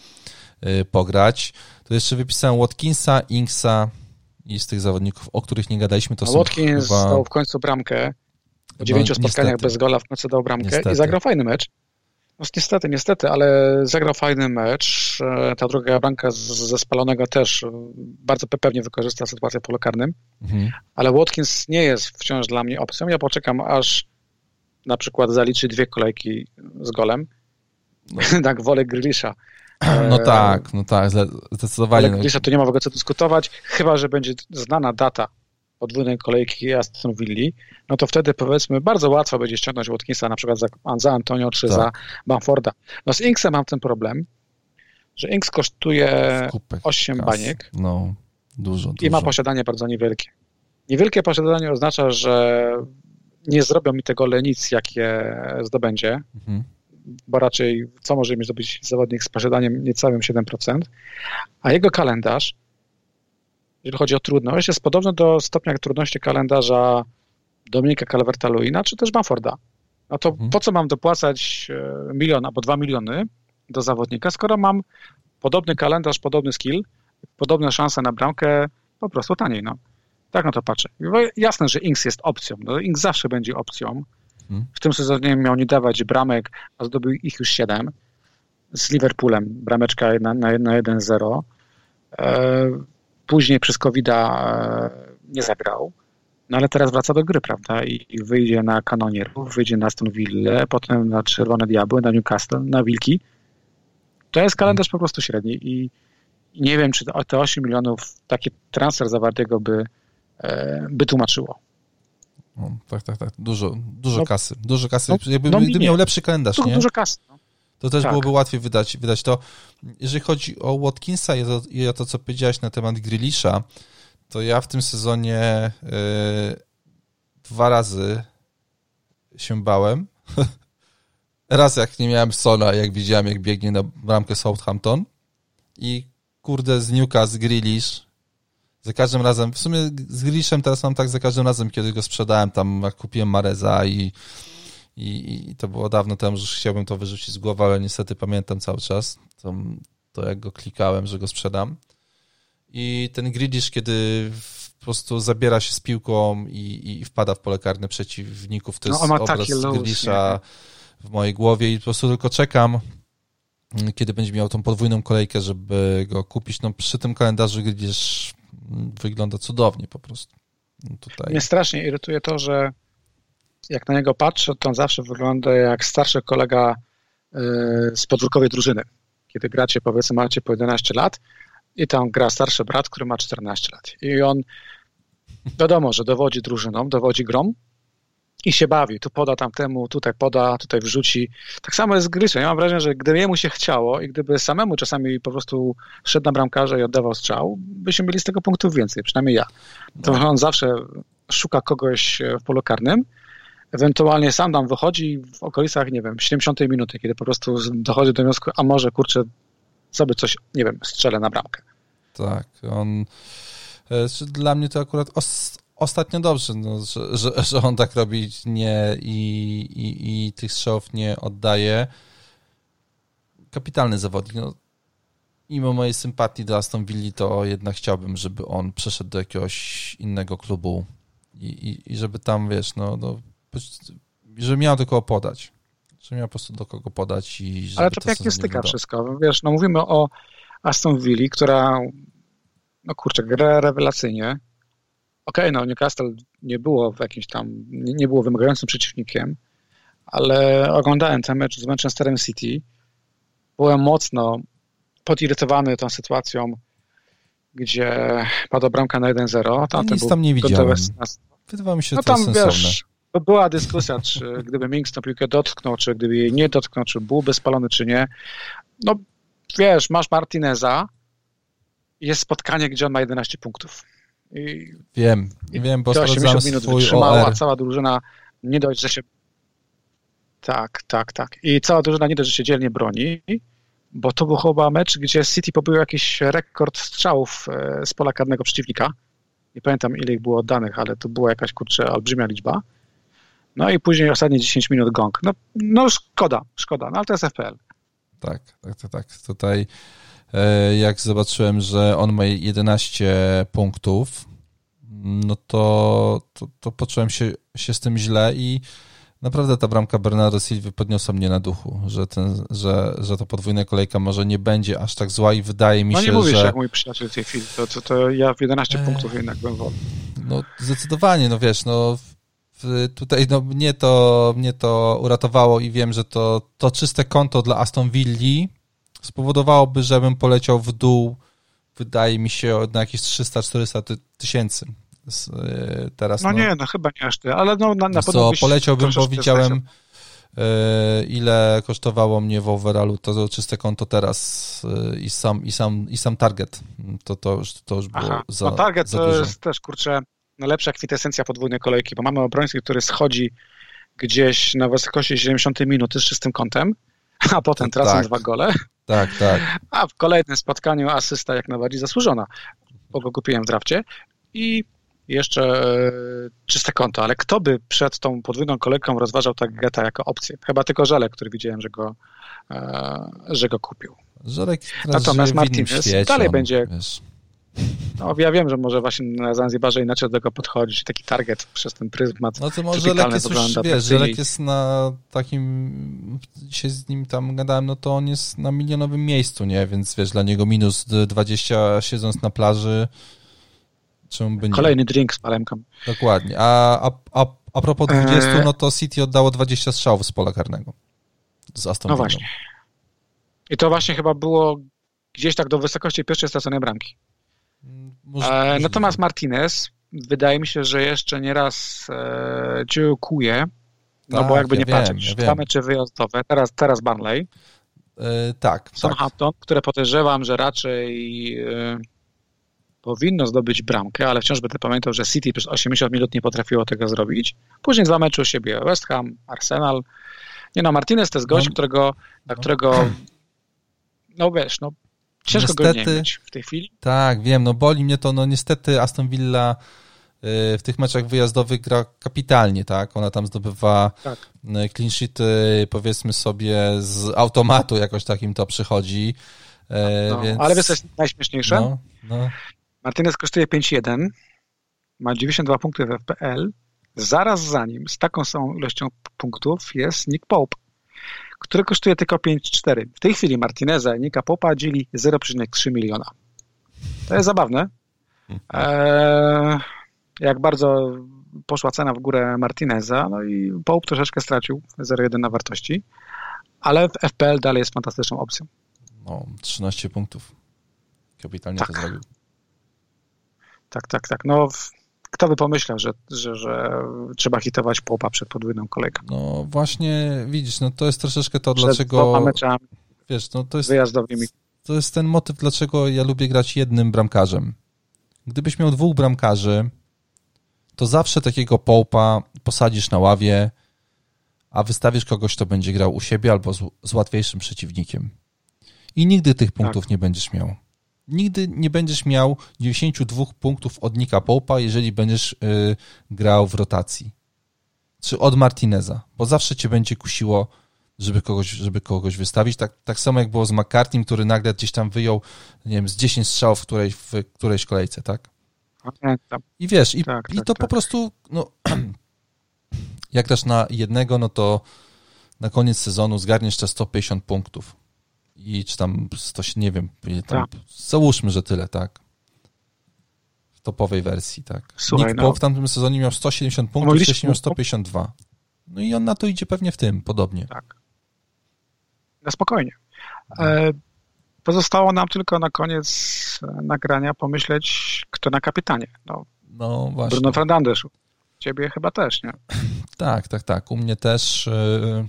pograć. To jeszcze wypisałem Watkinsa, Inksa i z tych zawodników, o których nie gadaliśmy, to A są Watkins chyba... dał w końcu bramkę. Po dziewięciu no, spotkaniach bez gola w końcu dał bramkę niestety. I zagrał fajny mecz. No niestety, niestety, ale zagrał fajny mecz. Ta druga bramka ze spalonego też bardzo pewnie wykorzysta sytuację w polu karnym. Mhm. Ale Watkins nie jest wciąż dla mnie opcją. Ja poczekam, aż na przykład zaliczy dwie kolejki z golem. No. Tak wolę Grealisha. No tak, no tak, zdecydowanie. Ale Grealisha to nie ma w ogóle co dyskutować, chyba że będzie znana data podwójnej kolejki Aston Villa, no to wtedy powiedzmy bardzo łatwo będzie ściągnąć Watkinsa na przykład za, za Antonio czy tak. za Bamforda. No z Inksem mam ten problem, że Inks kosztuje osiem kas. baniek no, dużo, i dużo. ma posiadanie bardzo niewielkie. Niewielkie posiadanie oznacza, że nie zrobią mi tego nic, jakie zdobędzie, mhm. bo raczej co może mi zdobyć zawodnik z posiadaniem niecałym siedem procent, a jego kalendarz, jeżeli chodzi o trudność, jest podobny do stopnia trudności kalendarza Dominika Calverta-Lewina czy też Bamforda. No to mhm. po co mam dopłacać milion albo dwa miliony do zawodnika, skoro mam podobny kalendarz, podobny skill, podobne szanse na bramkę, po prostu taniej. No. Tak na to patrzę. Jasne, że Inks jest opcją. No, Inks zawsze będzie opcją. Mhm. W tym sezonie miał nie dawać bramek, a zdobył ich już siedem. Z Liverpoolem brameczka na, na, na jeden zero. E, Później przez kowida nie zagrał, no ale teraz wraca do gry, prawda? I, i wyjdzie na Kanonierów, wyjdzie na Aston Villa, potem na Czerwone Diabły, na Newcastle, na Wilki. To jest kalendarz po prostu średni i, i nie wiem, czy te osiem milionów taki transfer zawartego by, e, by tłumaczyło. No, tak, tak, tak. Dużo, dużo no, kasy. Dużo kasy. No, Jakby no, gdyby miał lepszy kalendarz, dużo, nie? Dużo kasy. No. To też tak. byłoby łatwiej wydać, wydać to. Jeżeli chodzi o Watkinsa i o, i o to, co powiedziałeś na temat Grealisha, to ja w tym sezonie yy, dwa razy się bałem. Raz jak nie miałem Sona, jak widziałem, jak biegnie na bramkę Southampton i kurde z Newcastle Grealish. Za każdym razem, w sumie z Grealishem teraz mam tak za każdym razem, kiedy go sprzedałem, tam jak kupiłem Mareza i I, I to było dawno temu, że chciałbym to wyrzucić z głowy, ale niestety pamiętam cały czas to, to jak go klikałem, że go sprzedam. I ten Grealish, kiedy po prostu zabiera się z piłką i, i wpada w pole karne przeciwników, to jest no, obraz Grealisha w mojej głowie i po prostu tylko czekam, kiedy będzie miał tą podwójną kolejkę, żeby go kupić. No przy tym kalendarzu Grealish wygląda cudownie po prostu. No, tutaj. Mnie strasznie irytuje to, że jak na niego patrzę, to on zawsze wygląda jak starszy kolega z podwórkowej drużyny. Kiedy gracie, powiedzmy, macie po jedenaście lat i tam gra starszy brat, który ma czternaście lat. I on, wiadomo, że dowodzi drużyną, dowodzi grą i się bawi. Tu poda tamtemu, tutaj poda, tutaj wrzuci. Tak samo jest z Grealishem. Ja mam wrażenie, że gdyby jemu się chciało i gdyby samemu czasami po prostu szedł na bramkarza i oddawał strzał, byśmy mieli z tego punktów więcej, przynajmniej ja. To on zawsze szuka kogoś w polu karnym, ewentualnie sam tam wychodzi w okolicach, nie wiem, siedemdziesiątej minuty, kiedy po prostu dochodzi do wniosku, a może, kurczę, sobie coś, nie wiem, strzelę na bramkę. Tak, on dla mnie to akurat os, ostatnio dobrze, no, że, że, że on tak robi nie i, i, i tych strzałów nie oddaje. Kapitalny zawodnik. No, mimo mojej sympatii do Aston Villa, to jednak chciałbym, żeby on przeszedł do jakiegoś innego klubu i, i, i żeby tam, wiesz, no, no żeby miał do kogo podać. Że miał po prostu do kogo podać i żeby ale to, to pięknie styka wszystko. Wiesz, no mówimy o Aston Villa, która no kurczę, gra rewelacyjnie. Okej, okay, no Newcastle nie było w jakimś tam, nie, nie było wymagającym przeciwnikiem, ale oglądałem ten mecz z Manchesterem City. Byłem mocno podirytowany tą sytuacją, gdzie padła bramka na jeden zero. Ja nic tam nie widziałem. Wydawało mi się no to tam, sensowne. Wiesz, była dyskusja, czy gdyby Minks tą piłkę dotknął, czy gdyby jej nie dotknął, czy byłby spalony, czy nie. No wiesz, masz Martineza, jest spotkanie, gdzie on ma jedenaście punktów. I, wiem, i wiem, bo osiemdziesiąt minut swój wytrzymała, O R. cała drużyna nie dość, że się... Tak, tak, tak. I cała drużyna nie dość, że się dzielnie broni, bo to był chyba mecz, gdzie City pobył jakiś rekord strzałów z pola karnego przeciwnika. Nie pamiętam, ile ich było oddanych, ale to była jakaś, kurczę, olbrzymia liczba. No i później ostatnie dziesięć minut gong. No, no szkoda, szkoda, no ale to jest F P L. Tak, tak, tak, tak. Tutaj jak zobaczyłem, że on ma jedenaście punktów, no to, to, to poczułem się, się z tym źle i naprawdę ta bramka Bernardo Silva podniosła mnie na duchu, że, ten, że, że ta podwójna kolejka może nie będzie aż tak zła i wydaje mi no się, że... No nie mówisz że... jak mój przyjaciel w tej chwili, to, to, to ja w jedenaście eee... punktów jednak bym wolał. No zdecydowanie, no wiesz, no tutaj no, mnie, to, mnie to uratowało i wiem, że to, to czyste konto dla Aston Villi spowodowałoby, żebym poleciał w dół, wydaje mi się, na jakieś trzysta czterysta tysięcy. Teraz, no, no nie, no chyba nie aż ty, ale no na, na pewno byś poleciałbym, bo widziałem ile kosztowało mnie w overallu to czyste konto teraz i sam, i sam, i sam target. To, to, już, to już było Aha. za, no target za to dużo. Jest też, kurczę, najlepsza kwintesencja podwójnej kolejki, bo mamy obrońcę, który schodzi gdzieś na wysokości siedemdziesiątej minuty z czystym kątem, a potem tracą tak. dwa gole. Tak, tak. A w kolejnym spotkaniu asysta jak najbardziej zasłużona, bo go kupiłem w drafcie i jeszcze e, czyste konto, ale kto by przed tą podwójną kolejką rozważał tak Geta jako opcję? Chyba tylko Żelek, który widziałem, że go, e, że go kupił. Żelek Natomiast Martinez świecie, dalej on, będzie... Wiesz. No ja wiem, że może właśnie na Zanzibarze inaczej do tego podchodzić, taki target przez ten pryzmat. No to może Żelek jest już, wiesz, Żelek jest na takim, dzisiaj z nim tam gadałem, no to on jest na milionowym miejscu, nie? Więc wiesz, dla niego minus dwadzieścia siedząc na plaży, czemu by nie? Kolejny drink z palemką. Dokładnie. A, a, a, a propos dwudziestu, eee... no to City oddało dwadzieścia strzałów z pola karnego. Z Aston No Villą. właśnie. I to właśnie chyba było gdzieś tak do wysokości pierwszej straconej bramki. E, natomiast Martinez, wydaje mi się, że jeszcze nieraz e, dziękuję, no tak, bo jakby ja nie wiem, patrzeć, ja dwa mecze wyjazdowe, teraz, teraz Burnley, e, tak, Southampton, tak. które podejrzewam, że raczej e, powinno zdobyć bramkę, ale wciąż będę pamiętał, że City przez osiemdziesiąt minut nie potrafiło tego zrobić. Później dwa mecze u siebie, West Ham, Arsenal. Nie no, Martinez to jest gość, no, którego, na którego no wiesz, no ciężko niestety, go nie mieć w tej chwili. Tak, wiem, no boli mnie to, no niestety Aston Villa w tych meczach wyjazdowych gra kapitalnie, tak? Ona tam zdobywa tak. clean sheety, powiedzmy sobie, z automatu jakoś takim to przychodzi. No, więc... Ale wiesz, co jest najśmieszniejsze? No, no. Martinez kosztuje pięć jeden, ma dziewięćdziesiąt dwa punkty w F P L. Zaraz za nim, z taką samą ilością punktów jest Nick Pope, który kosztuje tylko pięć cztery. W tej chwili Martineza i Nicka Pope'a dzieli zero przecinek trzy miliona. To jest zabawne. Eee, jak bardzo poszła cena w górę Martineza, no i Pope troszeczkę stracił zero jeden na wartości, ale w F P L dalej jest fantastyczną opcją. No, trzynaście punktów. Kapitalnie tak. to zrobił. Tak, tak, tak. No, kto by pomyślał, że, że, że trzeba hitować Pope'a przed podwójną kolejką? No właśnie, widzisz, no to jest troszeczkę to, przed dlaczego... meczami wiesz, no to jest, wyjazdowymi. To jest ten motyw, dlaczego ja lubię grać jednym bramkarzem. Gdybyś miał dwóch bramkarzy, to zawsze takiego Pope'a posadzisz na ławie, a wystawisz kogoś, kto będzie grał u siebie albo z, z łatwiejszym przeciwnikiem. I nigdy tych punktów tak. nie będziesz miał. Nigdy nie będziesz miał dziewięćdziesiąt dwa punktów od Nicka Pope'a, jeżeli będziesz yy, grał w rotacji. Czy od Martineza, bo zawsze cię będzie kusiło, żeby kogoś, żeby kogoś wystawić. Tak, tak samo jak było z McCartney, który nagle gdzieś tam wyjął, nie wiem, z dziesięć strzałów w, której, w którejś kolejce, tak? I wiesz, i, tak, i tak, to tak. po prostu, no, jak grasz na jednego, no to na koniec sezonu zgarniesz te sto pięćdziesiąt punktów. I czy tam, sto, nie wiem, tam, tak. załóżmy, że tyle, tak? W topowej wersji, tak? Słuchaj, Nick no. Pope w tamtym sezonie miał sto siedemdziesiąt punktów, Mogliśmy... wcześniej miał sto pięćdziesiąt dwa. No i on na to idzie pewnie w tym, podobnie. Tak. No spokojnie. E, pozostało nam tylko na koniec nagrania pomyśleć, kto na kapitanie. No, no właśnie. Bruno Fernandes. Ciebie chyba też, nie? Tak, tak, tak. U mnie też yy,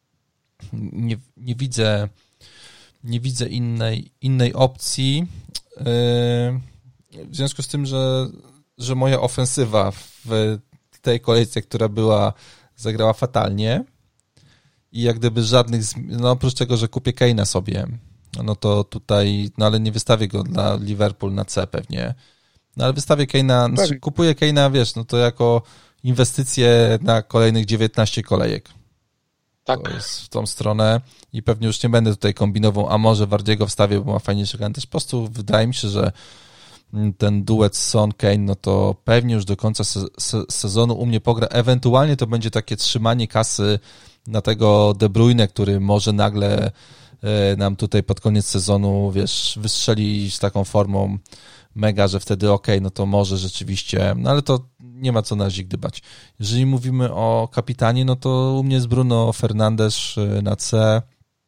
nie, nie widzę nie widzę innej, innej opcji. w związku z tym, że, że moja ofensywa w tej kolejce, która była, zagrała fatalnie i jak gdyby żadnych, no oprócz tego, że kupię Kane'a sobie, no to tutaj, no ale nie wystawię go dla Liverpool na C pewnie, no ale wystawię Kane'a, znaczy kupuję Kane'a, wiesz, no to jako inwestycje na kolejnych dziewiętnaście kolejek. Tak. To jest w tą stronę i pewnie już nie będę tutaj kombinował, a może Wardiego wstawię, bo ma fajniejszy kalendarz. Po prostu wydaje mi się, że ten duet Son-Kane, no to pewnie już do końca se- se- sezonu u mnie pogra. Ewentualnie to będzie takie trzymanie kasy na tego De Bruyne, który może nagle e, nam tutaj pod koniec sezonu, wiesz, wystrzeli z taką formą mega, że wtedy okej, okay, no to może rzeczywiście, no ale to nie ma co na razie gdybać. Jeżeli mówimy o kapitanie, no to u mnie jest Bruno Fernandes na C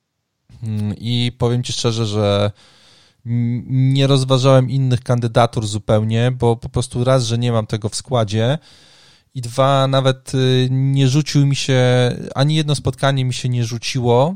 i powiem Ci szczerze, że nie rozważałem innych kandydatur zupełnie, bo po prostu raz, że nie mam tego w składzie i dwa, nawet nie rzucił mi się, ani jedno spotkanie mi się nie rzuciło,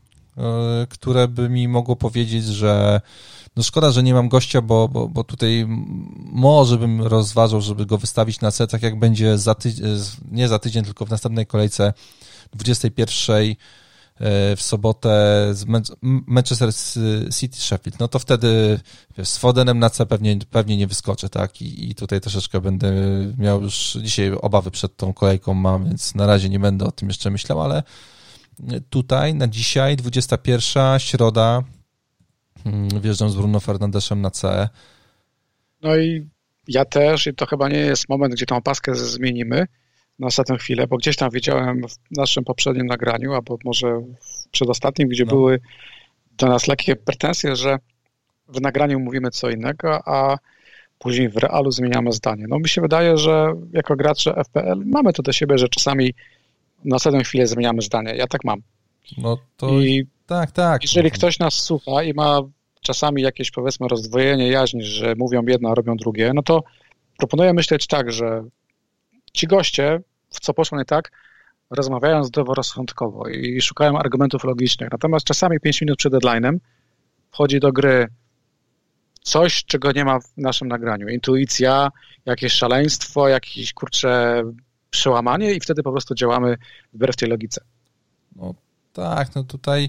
które by mi mogło powiedzieć, że no szkoda, że nie mam gościa, bo, bo, bo tutaj może bym rozważał, żeby go wystawić na C, tak jak będzie za tydzień, nie za tydzień, tylko w następnej kolejce dwudziestej pierwszej w sobotę z Manchester City Sheffield. No to wtedy wiesz, z Fodenem na C pewnie, pewnie nie wyskoczę, tak? I, I tutaj troszeczkę będę miał już dzisiaj obawy przed tą kolejką mam, więc na razie nie będę o tym jeszcze myślał, ale tutaj na dzisiaj dwudziesta pierwsza środa wjeżdżam z Bruno Fernandesem na C. No i ja też, i to chyba nie jest moment, gdzie tą opaskę zmienimy na ostatnią chwilę, bo gdzieś tam widziałem w naszym poprzednim nagraniu, albo może w przedostatnim, gdzie no. były do nas lekkie pretensje, że w nagraniu mówimy co innego, a później w realu zmieniamy zdanie. No mi się wydaje, że jako gracze F P L mamy to do siebie, że czasami na ostatnią chwilę zmieniamy zdanie. Ja tak mam. No to I tak, tak. Jeżeli ktoś nas słucha i ma czasami jakieś, powiedzmy, rozdwojenie jaźni, że mówią jedno, a robią drugie, no to proponuję myśleć tak, że ci goście, w co poszło nie tak, rozmawiają zdroworozsądkowo i szukają argumentów logicznych. Natomiast czasami pięć minut przed deadline'em wchodzi do gry coś, czego nie ma w naszym nagraniu. Intuicja, jakieś szaleństwo, jakieś, kurcze, przełamanie i wtedy po prostu działamy wbrew tej logice. No tak, no tutaj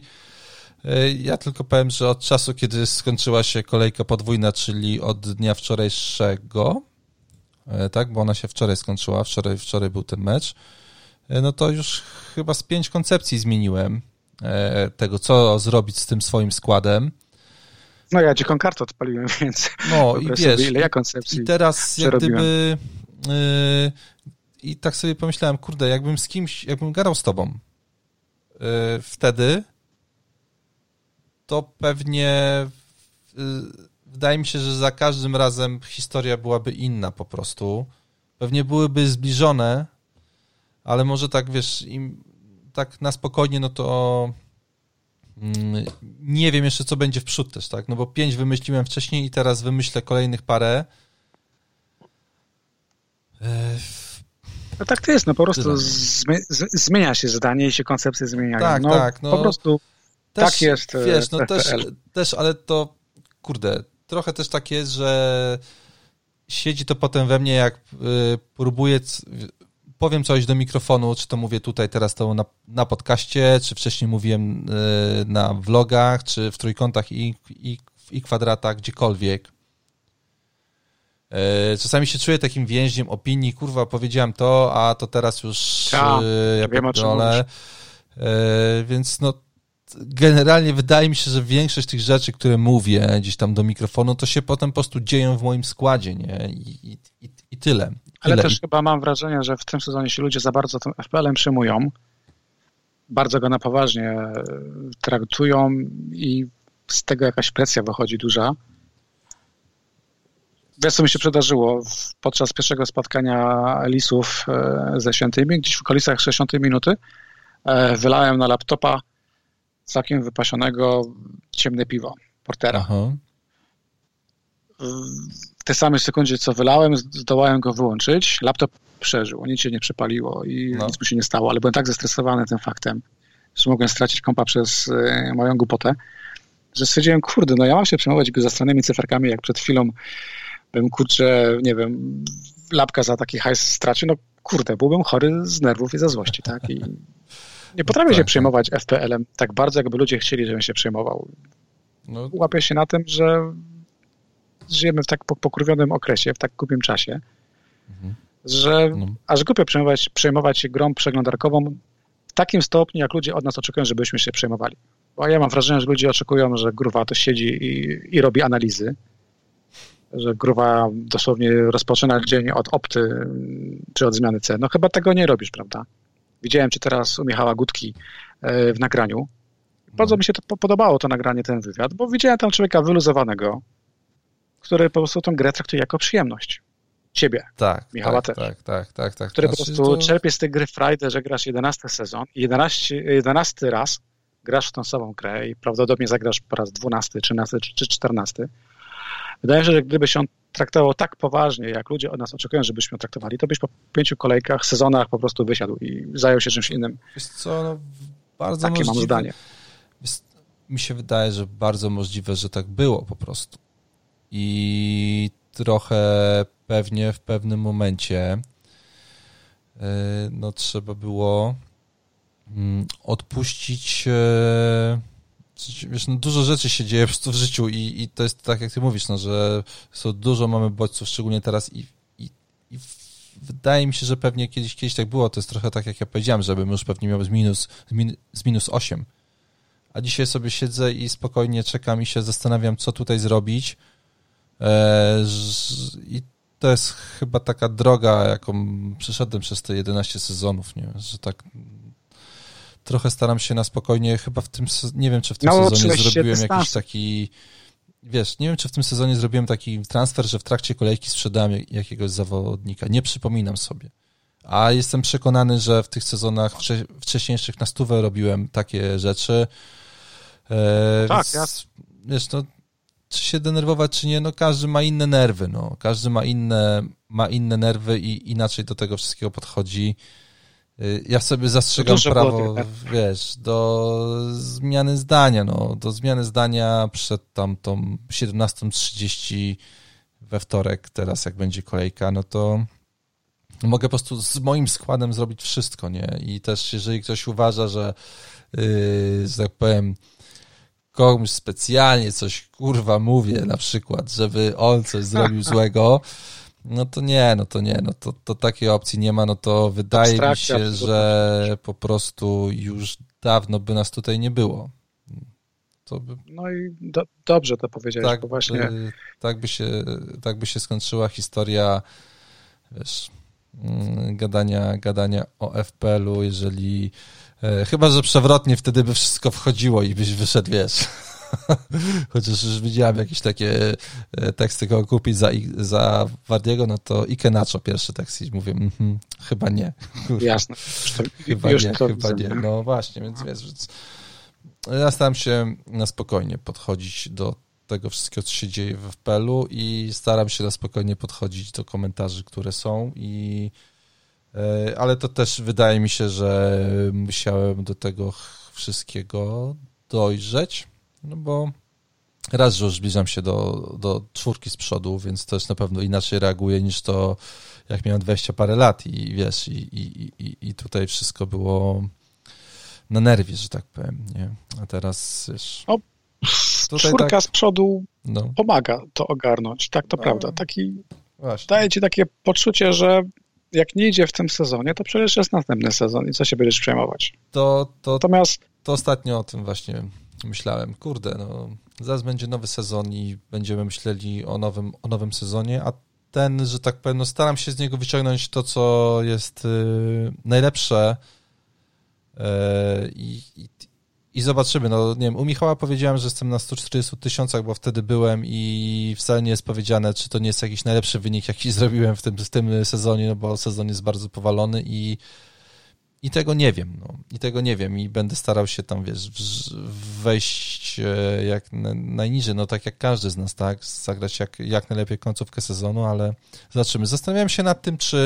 ja tylko powiem, że od czasu, kiedy skończyła się kolejka podwójna, czyli od dnia wczorajszego, tak, bo ona się wczoraj skończyła, wczoraj, wczoraj był ten mecz, no to już chyba z pięć koncepcji zmieniłem tego, co zrobić z tym swoim składem. No ja dziką kartę odpaliłem, więc no i wiesz, ile ja koncepcji i teraz jak gdyby yy, i tak sobie pomyślałem, kurde, jakbym z kimś, jakbym gadał z tobą yy, wtedy, to pewnie yy, wydaje mi się, że za każdym razem historia byłaby inna po prostu. Pewnie byłyby zbliżone, ale może tak, wiesz, im tak na spokojnie, no to mm, nie wiem jeszcze, co będzie w przód też, tak? No bo pięć wymyśliłem wcześniej i teraz wymyślę kolejnych parę. No tak to jest, no po prostu zmi- z- zmienia się zdanie i się koncepcje zmieniają. Tak, no, tak. No, po prostu też, tak jest. Wiesz, no też, też, ale to, kurde, trochę też tak jest, że siedzi to potem we mnie, jak y, próbuję, powiem coś do mikrofonu, czy to mówię tutaj teraz to na, na podcaście, czy wcześniej mówiłem y, na vlogach, czy w trójkątach i, i, i kwadratach, gdziekolwiek. Y, czasami się czuję takim więźniem opinii, kurwa, powiedziałem to, a to teraz już ja, y, ja wiem, pierdolę. Y, więc no generalnie wydaje mi się, że większość tych rzeczy, które mówię gdzieś tam do mikrofonu, to się potem po prostu dzieją w moim składzie, nie? I, i, i tyle. Ale tyle. też I... chyba mam wrażenie, że w tym sezonie się ludzie za bardzo tym F P L-em przyjmują, bardzo go na poważnie traktują i z tego jakaś presja wychodzi duża. Wiesz, co mi się przydarzyło podczas pierwszego spotkania Lisów ze Świętymi, gdzieś w okolicach sześćdziesiątej minuty wylałem na laptopa całkiem wypasionego ciemne piwo Portera. Aha. W tej samej sekundzie, co wylałem, zdołałem go wyłączyć. Laptop przeżył, nic się nie przepaliło i no. nic mu się nie stało, ale byłem tak zestresowany tym faktem, że mogłem stracić kompa przez moją głupotę. że stwierdziłem, kurde, no ja mam się przejmować go zastranymi cyferkami, jak przed chwilą bym, kurczę, nie wiem, lapka za taki hajs stracił, no kurde, byłbym chory z nerwów i ze złości, tak? I nie potrafię no tak, się przejmować tak. F P L-em tak bardzo, jakby ludzie chcieli, żebym się przejmował. No. Łapię się na tym, że żyjemy w tak pokurwionym okresie, w tak głupim czasie, mhm. że no. aż głupio przejmować, przejmować się grą przeglądarkową w takim stopniu, jak ludzie od nas oczekują, żebyśmy się przejmowali. Bo ja mam wrażenie, że ludzie oczekują, że gruwa to siedzi i, i robi analizy, że gruwa dosłownie rozpoczyna dzień od opty czy od zmiany cen. No chyba tego nie robisz, prawda? Widziałem cię teraz u Michała Gutki w nagraniu. Bardzo mi się to podobało, to nagranie, ten wywiad, bo widziałem tam człowieka wyluzowanego, który po prostu tę grę traktuje jako przyjemność. Ciebie, tak, Michała tak, też. Tak, tak, tak, tak. Który znaczy, po prostu to... czerpie z tej gry frajdę, że grasz jedenasty sezon i jedenasty raz grasz w tą samą grę i prawdopodobnie zagrasz po raz dwunasty, trzynasty czy czternasty. Wydaje mi się, że gdyby się on traktował tak poważnie, jak ludzie od nas oczekują, żebyśmy traktowali, to byś po pięciu kolejkach, sezonach po prostu wysiadł i zajął się czymś innym. Wiesz co, no, bardzo Takie możliwe. mam zdanie. Wiesz, mi się wydaje, że bardzo możliwe, że tak było po prostu. I trochę pewnie w pewnym momencie yy, no trzeba było yy, odpuścić yy, wiesz, no dużo rzeczy się dzieje po prostu w życiu i, i to jest tak, jak ty mówisz, no, że so dużo mamy bodźców, szczególnie teraz i, i, i wydaje mi się, że pewnie kiedyś, kiedyś tak było, to jest trochę tak, jak ja powiedziałem, żebym już pewnie miał z minus, z minus osiem, a dzisiaj sobie siedzę i spokojnie czekam i się zastanawiam, co tutaj zrobić. I to jest chyba taka droga, jaką przeszedłem przez te jedenaście sezonów, nie? Że tak trochę staram się na spokojnie, chyba w tym, nie wiem, czy w tym no, sezonie zrobiłem jakiś taki, wiesz, nie wiem, czy w tym sezonie zrobiłem taki transfer, że w trakcie kolejki sprzedałem jakiegoś zawodnika. Nie przypominam sobie. A jestem przekonany, że w tych sezonach wcze- wcześniejszych na stówę robiłem takie rzeczy. E, tak, więc, jasne. Wiesz, no czy się denerwować, czy nie, no każdy ma inne nerwy, no. Każdy ma inne, ma inne nerwy i inaczej do tego wszystkiego podchodzi. Ja sobie zastrzegam Dużo prawo, tak? wiesz, do zmiany zdania, no. Do zmiany zdania przed tamtą siedemnastą trzydzieści we wtorek, teraz jak będzie kolejka, no to mogę po prostu z moim składem zrobić wszystko, nie? I też jeżeli ktoś uważa, że, yy, że tak powiem, komuś specjalnie coś, kurwa, mówię na przykład, żeby on coś zrobił złego, no to nie, no to nie, no to, to takiej opcji nie ma, no to wydaje mi się, że po prostu już dawno by nas tutaj nie było. To by, no i do, dobrze to powiedziałeś, tak, bo właśnie... By, tak, by się, tak by się skończyła historia, wiesz, gadania, gadania o F P L-u, jeżeli... Chyba, że przewrotnie wtedy by wszystko wchodziło i byś wyszedł, wiesz. Chociaż już widziałem jakieś takie teksty, kogo kupić za, za Wardiego, no to Ike Nacho pierwszy tekst i mówię, mm, chyba nie. Kurwa. Jasne. Chyba już nie, chyba nie. No właśnie, więc wiesz, więc ja staram się na spokojnie podchodzić do tego wszystkiego, co się dzieje w F P L-u i staram się na spokojnie podchodzić do komentarzy, które są i ale to też wydaje mi się, że musiałem do tego wszystkiego dojrzeć, no bo raz, że już zbliżam się do, do czwórki z przodu, więc też na pewno inaczej reaguję niż to, jak miałem dwadzieścia parę lat i wiesz, i, i, i, i tutaj wszystko było na nerwie, że tak powiem, nie? A teraz, wiesz... O, czwórka tak, z przodu no. pomaga to ogarnąć, tak to no, prawda. Taki, daje ci takie poczucie, że jak nie idzie w tym sezonie, to przecież jest następny sezon i co się będziesz przejmować. To, to, Natomiast... to ostatnio o tym właśnie myślałem. Kurde, no zaraz będzie nowy sezon i będziemy myśleli o nowym, o nowym sezonie, a ten, że tak powiem, no staram się z niego wyciągnąć to, co jest yy, najlepsze yy, i, i, i zobaczymy. No nie wiem, u Michała powiedziałem, że jestem na stu czterdziestu tysiącach, bo wtedy byłem i wcale nie jest powiedziane, czy to nie jest jakiś najlepszy wynik, jaki zrobiłem w tym, w tym sezonie, no bo sezon jest bardzo powalony i I tego nie wiem, no. I tego nie wiem i będę starał się tam, wiesz, wejść jak najniżej, no tak jak każdy z nas, tak, zagrać jak, jak najlepiej końcówkę sezonu, ale zobaczymy. Zastanawiałem się nad tym, czy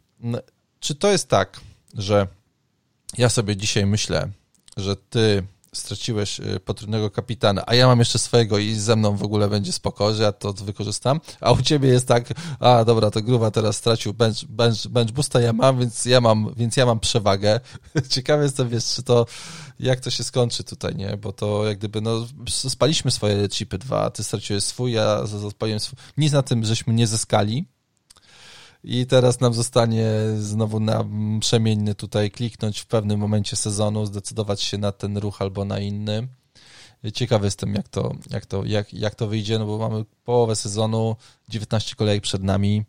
czy to jest tak, że ja sobie dzisiaj myślę, że ty straciłeś potrójnego kapitana, a ja mam jeszcze swojego i ze mną w ogóle będzie spoko, że ja to wykorzystam, a u ciebie jest tak, a dobra, to Gruwa teraz stracił bench, bench, bench boosta, ja mam, więc ja mam, więc ja mam przewagę. Ciekawy jestem, wiesz, czy to, jak to się skończy tutaj, nie, bo to jak gdyby, no, spaliśmy swoje chipy dwa, ty straciłeś swój, ja spaliłem swój, nic na tym, żeśmy nie zyskali. I teraz nam zostanie znowu na przemienny tutaj kliknąć w pewnym momencie sezonu, zdecydować się na ten ruch albo na inny. Ciekawy jestem, jak to, jak to, jak, jak to wyjdzie, no bo mamy połowę sezonu, dziewiętnaście kolejek przed nami.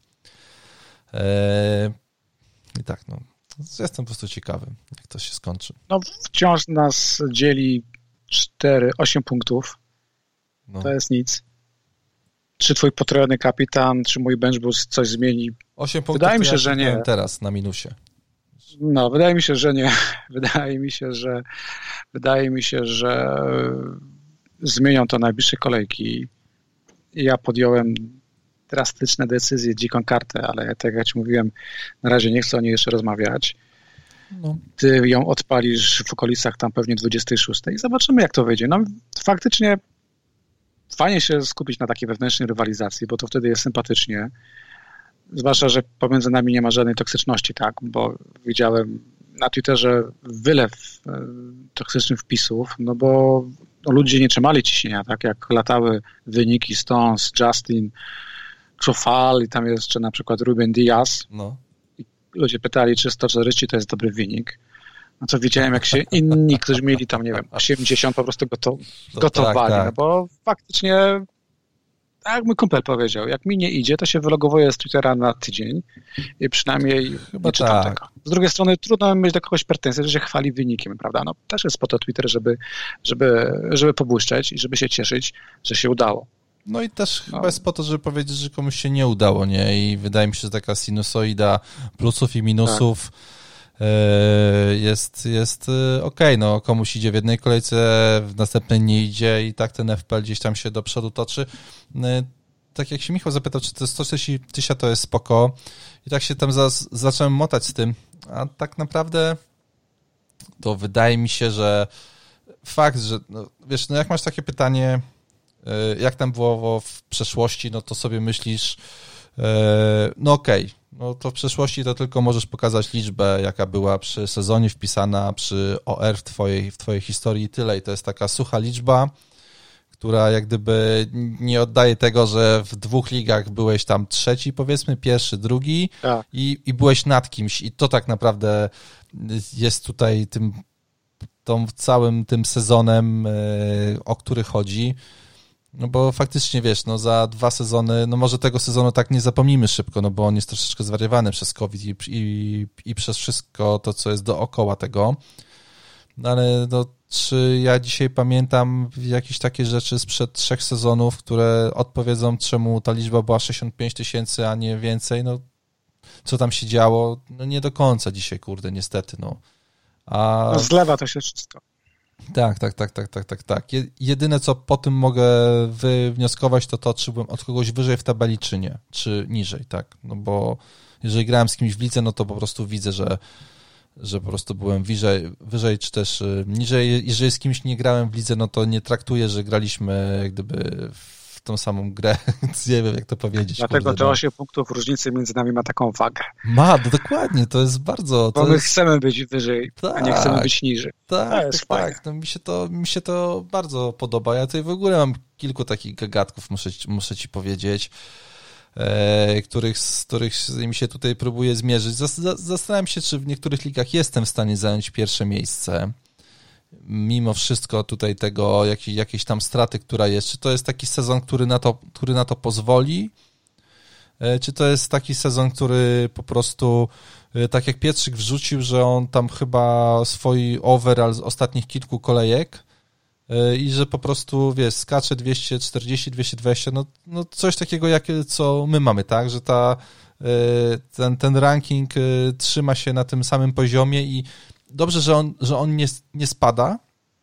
Eee, I tak, no. Jestem po prostu ciekawy, jak to się skończy. No wciąż nas dzieli cztery, osiem punktów. No. To jest nic. Czy twój potrojony kapitan, czy mój bench boost coś zmieni? osiem punktów wydaje mi się, że nie. Teraz na minusie. No, wydaje mi się, że nie. Wydaje mi się, że wydaje mi się, że zmienią to najbliższe kolejki. Ja podjąłem drastyczne decyzje, dziką kartę, ale tak jak ci mówiłem, na razie nie chcę o niej jeszcze rozmawiać. No. Ty ją odpalisz w okolicach tam pewnie dwudziestej szóstej i zobaczymy, jak to wyjdzie. No, faktycznie fajnie się skupić na takiej wewnętrznej rywalizacji, bo to wtedy jest sympatycznie. Zwłaszcza, że pomiędzy nami nie ma żadnej toksyczności, tak, bo widziałem na Twitterze wylew toksycznych wpisów, no bo no, ludzie nie trzymali ciśnienia, tak, jak latały wyniki Stones, Justin, Czofal i tam jeszcze na przykład Ruben Diaz. No. I ludzie pytali, czy sto czterdzieści to jest dobry wynik. No to widziałem, jak się inni, którzy mieli tam, nie wiem, osiemdziesiąt po prostu goto- gotowali, tak, tak. No bo faktycznie, tak jak mój kumpel powiedział, jak mi nie idzie, to się wylogowuję z Twittera na tydzień i przynajmniej Chyba nie czytam tak. tego. Z drugiej strony trudno mieć do kogoś pretensje, że się chwali wynikiem, prawda? No też jest po to Twitter, żeby, żeby, żeby pobłyszczeć i żeby się cieszyć, że się udało. No i też no. chyba jest po to, żeby powiedzieć, że komuś się nie udało, nie? I wydaje mi się, że taka sinusoida plusów i minusów tak. jest, jest okej, okay. No komuś idzie w jednej kolejce, w następnej nie idzie i tak ten F P L gdzieś tam się do przodu toczy. Tak jak się Michał zapytał, czy to sto czterdzieści tysięcy to jest spoko i tak się tam za, zacząłem motać z tym, a tak naprawdę to wydaje mi się, że fakt, że no, wiesz, no jak masz takie pytanie, jak tam było w przeszłości, no to sobie myślisz, no okej, okay. No to w przeszłości to tylko możesz pokazać liczbę, jaka była przy sezonie wpisana, przy O R w twojej, w twojej historii i tyle. I to jest taka sucha liczba, która jak gdyby nie oddaje tego, że w dwóch ligach byłeś tam trzeci, powiedzmy, pierwszy, drugi tak. i, i byłeś nad kimś. I to tak naprawdę jest tutaj tym, tą całym tym sezonem, o który chodzi. No bo faktycznie, wiesz, no za dwa sezony, no może tego sezonu tak nie zapomnimy szybko, no bo on jest troszeczkę zwariowany przez COVID i, i, i przez wszystko to, co jest dookoła tego. No ale no, czy ja dzisiaj pamiętam jakieś takie rzeczy sprzed trzech sezonów, które odpowiedzą, czemu ta liczba była sześćdziesiąt pięć tysięcy, a nie więcej, no co tam się działo? No nie do końca dzisiaj, kurde, niestety, no. A... No zlewa to się wszystko. Tak, tak, tak, tak, tak, tak, tak. Jedyne, co po tym mogę wywnioskować, to to, czy byłem od kogoś wyżej w tabeli, czy nie, czy niżej, tak, no bo jeżeli grałem z kimś w lidze, no to po prostu widzę, że, że po prostu byłem wyżej, wyżej, czy też niżej. Jeżeli z kimś nie grałem w lidze, no to nie traktuję, że graliśmy jak gdyby w tą samą grę, nie wiem, jak to powiedzieć. Dlatego kurde, te no. osiem punktów różnicy między nami ma taką wagę. Ma, no dokładnie, to jest bardzo... Bo to my jest... chcemy być wyżej, tak, a nie chcemy być niżej. Tak, to jest tak, tak. No, mi, się to, mi się to bardzo podoba. Ja tutaj w ogóle mam kilku takich gagatków, muszę, muszę ci powiedzieć, e, których, z których mi się tutaj próbuję zmierzyć. Zastanawiam się, czy w niektórych ligach jestem w stanie zająć pierwsze miejsce. Mimo wszystko tutaj tego, jak, jakiejś tam straty, która jest. Czy to jest taki sezon, który na to, który na to pozwoli? Czy to jest taki sezon, który po prostu, tak jak Pietrzyk wrzucił, że on tam chyba swój overall z ostatnich kilku kolejek i że po prostu, wiesz, skacze dwieście czterdzieści, dwieście dwadzieścia, no, no coś takiego, jak, co my mamy, tak, że ta, ten, ten ranking trzyma się na tym samym poziomie i dobrze, że on, że on nie, nie spada,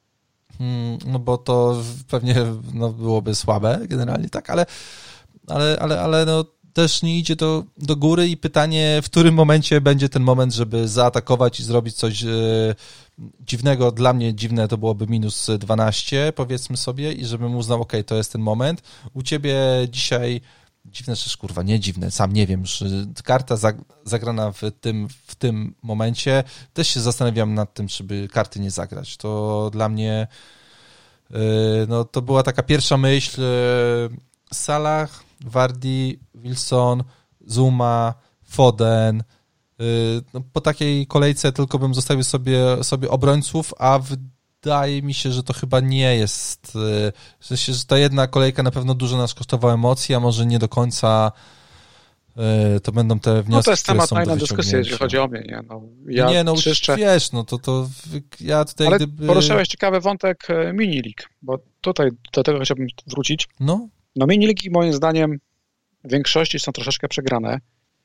no bo to pewnie no, byłoby słabe generalnie, tak, ale, ale, ale, ale no też nie idzie do, do góry i pytanie, w którym momencie będzie ten moment, żeby zaatakować i zrobić coś e, dziwnego. Dla mnie dziwne to byłoby minus dwanaście, powiedzmy sobie, i żebym uznał, okej, okay, to jest ten moment. U ciebie dzisiaj dziwne rzeczy, kurwa, nie dziwne, sam nie wiem, że karta zagrana w tym, w tym momencie, też się zastanawiam nad tym, czy by karty nie zagrać. To dla mnie no to była taka pierwsza myśl. Salah, Vardy, Wilson, Zuma, Foden. No, po takiej kolejce tylko bym zostawił sobie, sobie obrońców, a wydaje mi się, że to chyba nie jest, w sensie, że ta jedna kolejka na pewno dużo nas kosztowała emocji, a może nie do końca to będą te wnioski, no to jest temat na dyskusji, jeśli chodzi o mnie. Nie, no, ja nie, no czyszczę... wiesz, no to, to ja tutaj Ale gdyby... poruszyłeś ciekawy wątek mini-lig, bo tutaj do tego chciałbym wrócić. No, no mini-ligi moim zdaniem w większości są troszeczkę przegrane,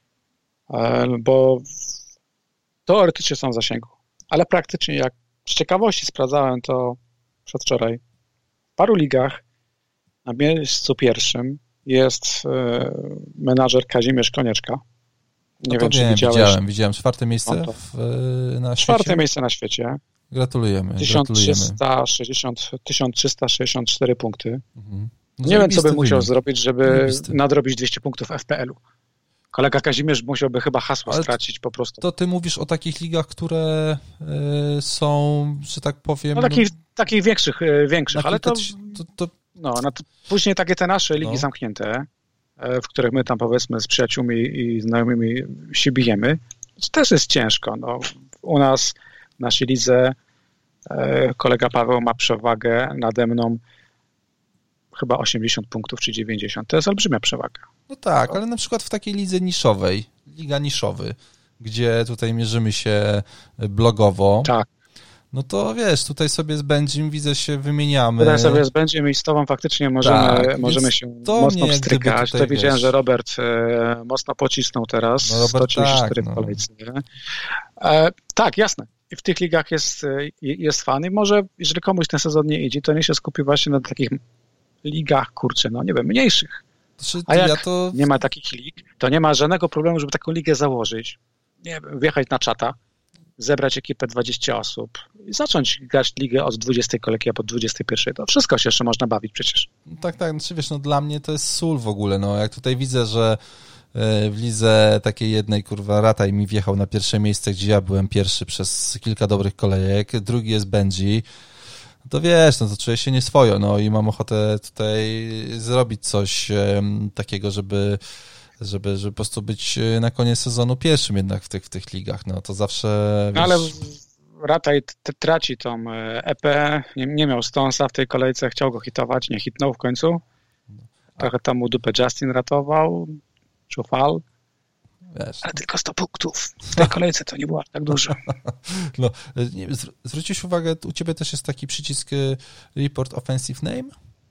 bo teoretycznie są w zasięgu, ale praktycznie jak z ciekawości sprawdzałem to przedwczoraj, w paru ligach na miejscu pierwszym jest menadżer Kazimierz Konieczka. Nie no wiem, czy wiem, widziałeś. Widziałem, widziałem. Czwarte miejsce no w, na świecie. Czwarte miejsce na świecie. Gratulujemy. tysiąc trzysta sześćdziesiąt cztery punkty. Mhm. No nie wiem, co by musiał wynik. zrobić, żeby Zajebisty. nadrobić dwieście punktów F P L-u. Kolega Kazimierz musiałby chyba hasło Ale stracić po prostu. To ty mówisz o takich ligach, które y, są, że tak powiem... No takich, takich większych, y, większych ale to, to, to... No, no to później takie te nasze ligi no. zamknięte, w których my tam powiedzmy z przyjaciółmi i znajomymi się bijemy, to też jest ciężko. No. U nas w naszej lidze kolega Paweł ma przewagę nade mną chyba osiemdziesiąt punktów czy dziewięćdziesiąt. To jest olbrzymia przewaga. No tak, ale na przykład w takiej lidze niszowej, liga niszowy, gdzie tutaj mierzymy się blogowo, tak. no to wiesz, tutaj sobie z Będzim widzę się wymieniamy. Tutaj sobie z Będziem i z tobą faktycznie możemy, tak, możemy się mocno pstrykać. To widziałem, wiesz. że Robert e, mocno pocisnął teraz, no Robert, sto trzydzieści cztery tak, w kolejce. No. E, tak, jasne. I w tych ligach jest, jest fan i może, jeżeli komuś ten sezon nie idzie, to nie się skupi właśnie na takich ligach, kurczę, no nie wiem, mniejszych. Znaczy, A jak ja to... nie ma takich lig, to nie ma żadnego problemu, żeby taką ligę założyć, nie wiem, wjechać na czata, zebrać ekipę dwadzieścia osób i zacząć grać ligę od dwudziestej kolejki, a po dwudziestej pierwszej. To wszystko się jeszcze można bawić przecież. No tak, tak, znaczy wiesz, no dla mnie to jest sól w ogóle, no jak tutaj widzę, że w lidze takiej jednej, kurwa, Rataj mi wjechał na pierwsze miejsce, gdzie ja byłem pierwszy przez kilka dobrych kolejek, drugi jest Benji, no to wiesz, no to czuję się nieswojo, no i mam ochotę tutaj zrobić coś um, takiego, żeby Żeby, żeby po prostu być na koniec sezonu pierwszym jednak w tych, w tych ligach. No to zawsze... No ale Rataj t- traci tą E P, nie, nie miał Stonesa w tej kolejce, chciał go hitować, nie hitnął w końcu. Trochę tam mu dupę Justin ratował, Czufal. Wiesz, ale no. tylko sto punktów. W tej kolejce to nie było aż tak dużo. No, nie, zwr- zwróciłeś uwagę, u ciebie też jest taki przycisk Report Offensive Name?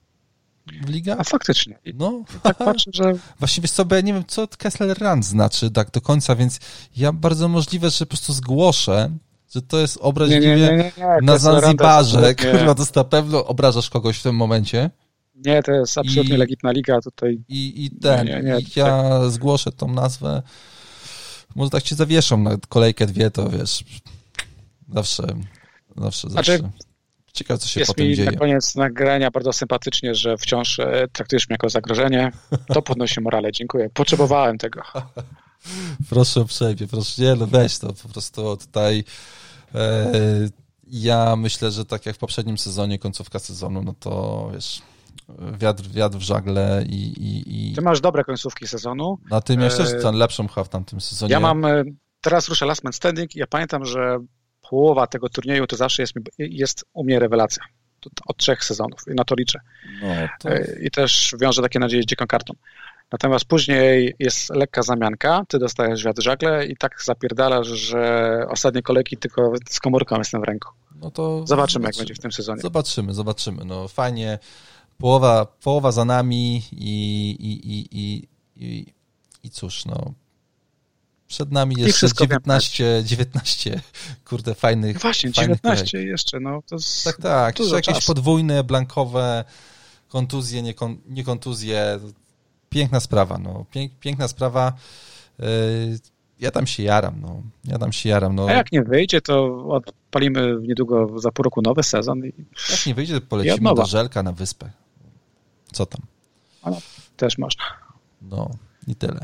W liga? A faktycznie. No. Tak patrzę, że... Właściwie wiesz co, bo ja nie wiem, co Kessler Run znaczy tak do końca, więc ja bardzo możliwe, że po prostu zgłoszę, że to jest obraźliwie nie, nie, nie, nie. na Zanzibarze. Kurwa, to na pewno obrażasz kogoś w tym momencie. Nie, to jest absolutnie I, legitna liga tutaj. I, i ten, nie, nie, nie, i ja tak. zgłoszę tą nazwę. Może tak cię zawieszą na kolejkę dwie, to wiesz, zawsze, zawsze, znaczy, zawsze. Ciekawe, co się jest potem mi dzieje. Na koniec nagrania bardzo sympatycznie, że wciąż traktujesz mnie jako zagrożenie. To podnosi morale. Dziękuję. Potrzebowałem tego. Proszę uprzejmie, proszę. Nie, no weź to po prostu tutaj. E, ja myślę, że tak jak w poprzednim sezonie, końcówka sezonu, no to wiesz, wiatr, wiatr w żagle i, i, i... Ty masz dobre końcówki sezonu. No ty miałeś też ten lepszą chyba w tamtym sezonie. Ja mam, teraz ruszę Last Man Standing i ja pamiętam, że połowa tego turnieju to zawsze jest, jest u mnie rewelacja. Od trzech sezonów i na to liczę. No, to... I też wiążę takie nadzieje z dziką kartą. Natomiast później jest lekka zamianka, ty dostajesz wiatr żagle i tak zapierdalasz, że ostatnie kolejki tylko z komórką jestem w ręku. No to zobaczymy, zobaczymy, jak będzie w tym sezonie. Zobaczymy, zobaczymy. No fajnie. Połowa, połowa za nami i, i, i, i, i, i cóż, no przed nami jeszcze dziewiętnaście, dziewiętnaście, kurde, fajnych no właśnie, fajnych dziewiętnaście kolejek. Jeszcze, no to jest tak, tak, dużo jakieś czasu. podwójne, blankowe kontuzje, nie, kon, nie kontuzje, piękna sprawa, no. Pięk, piękna sprawa. Ja tam się jaram, no. Ja tam się jaram, no. A jak nie wyjdzie, to odpalimy niedługo za pół roku nowy sezon. I... Jak nie wyjdzie, to polecimy do Żelka na wyspę. Co tam? No, też można. No, i tyle.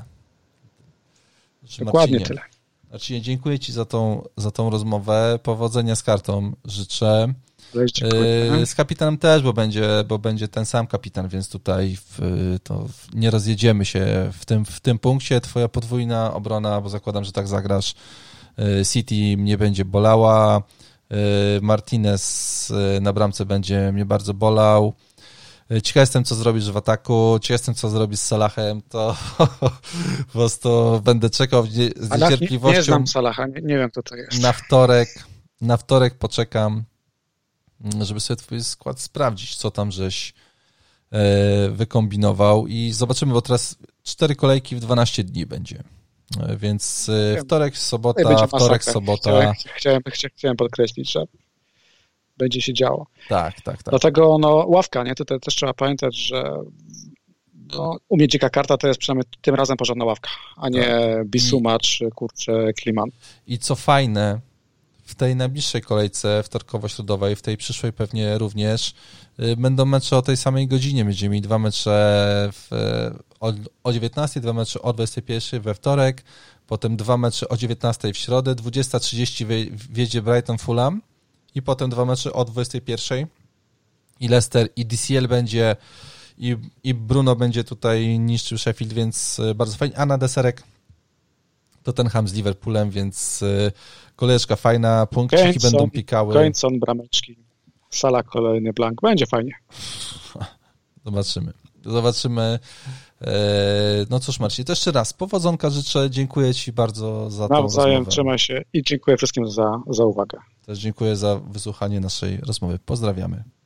Znaczy, Dokładnie Marcinie, tyle. Marcinie, dziękuję Ci za tą, za tą rozmowę. Powodzenia z kartą życzę. Yy, z kapitanem też, bo będzie, bo będzie ten sam kapitan, więc tutaj w, to nie rozjedziemy się w tym, w tym punkcie. Twoja podwójna obrona, bo zakładam, że tak zagrasz. Yy, City mnie będzie bolała. Yy, Martinez na bramce będzie mnie bardzo bolał. Ciekaw jestem, co zrobisz w ataku, ciekaw jestem, co zrobisz z Salahem, to po prostu będę czekał z niecierpliwością. Nie, nie znam Salaha, nie, nie wiem, kto to jest. Na wtorek, na wtorek poczekam, żeby sobie twój skład sprawdzić, co tam żeś wykombinował i zobaczymy, bo teraz cztery kolejki w dwanaście dni będzie. Więc wtorek, sobota, wtorek, sobota. Chciałem, chciałem, chciałem podkreślić, że będzie się działo. Tak, tak, tak. Dlatego no, ławka, nie? Tutaj też trzeba pamiętać, że no, u mnie dzika karta to jest przynajmniej tym razem porządna ławka, a nie tak. Bisuma I, czy kurczę Kliman. I co fajne, w tej najbliższej kolejce wtorkowo-środowej, w tej przyszłej pewnie również, y, będą mecze o tej samej godzinie. Będziemy mieli dwa mecze w, o, o dziewiętnastej, dwa mecze o dwudziestej pierwszej we wtorek, potem dwa mecze o dziewiętnastej w środę, dwudziesta trzydzieści wjedzie Brighton Fulham, i potem dwa mecze o dwudziestej pierwszej i Leicester i D C L będzie i, i Bruno będzie tutaj niszczył Sheffield, więc bardzo fajnie. A na deserek Tottenham z Liverpoolem, więc kolejeczka fajna, punkciki Keyneson, będą pikały. Keyneson, brameczki, Salah kolejny blank, będzie fajnie. Zobaczymy. Zobaczymy. No cóż, Marcin, to jeszcze raz powodzonka życzę, dziękuję Ci bardzo za tą rozmowę. Nawzajem, trzymaj się i dziękuję wszystkim za, za uwagę. Też dziękuję za wysłuchanie naszej rozmowy. Pozdrawiamy.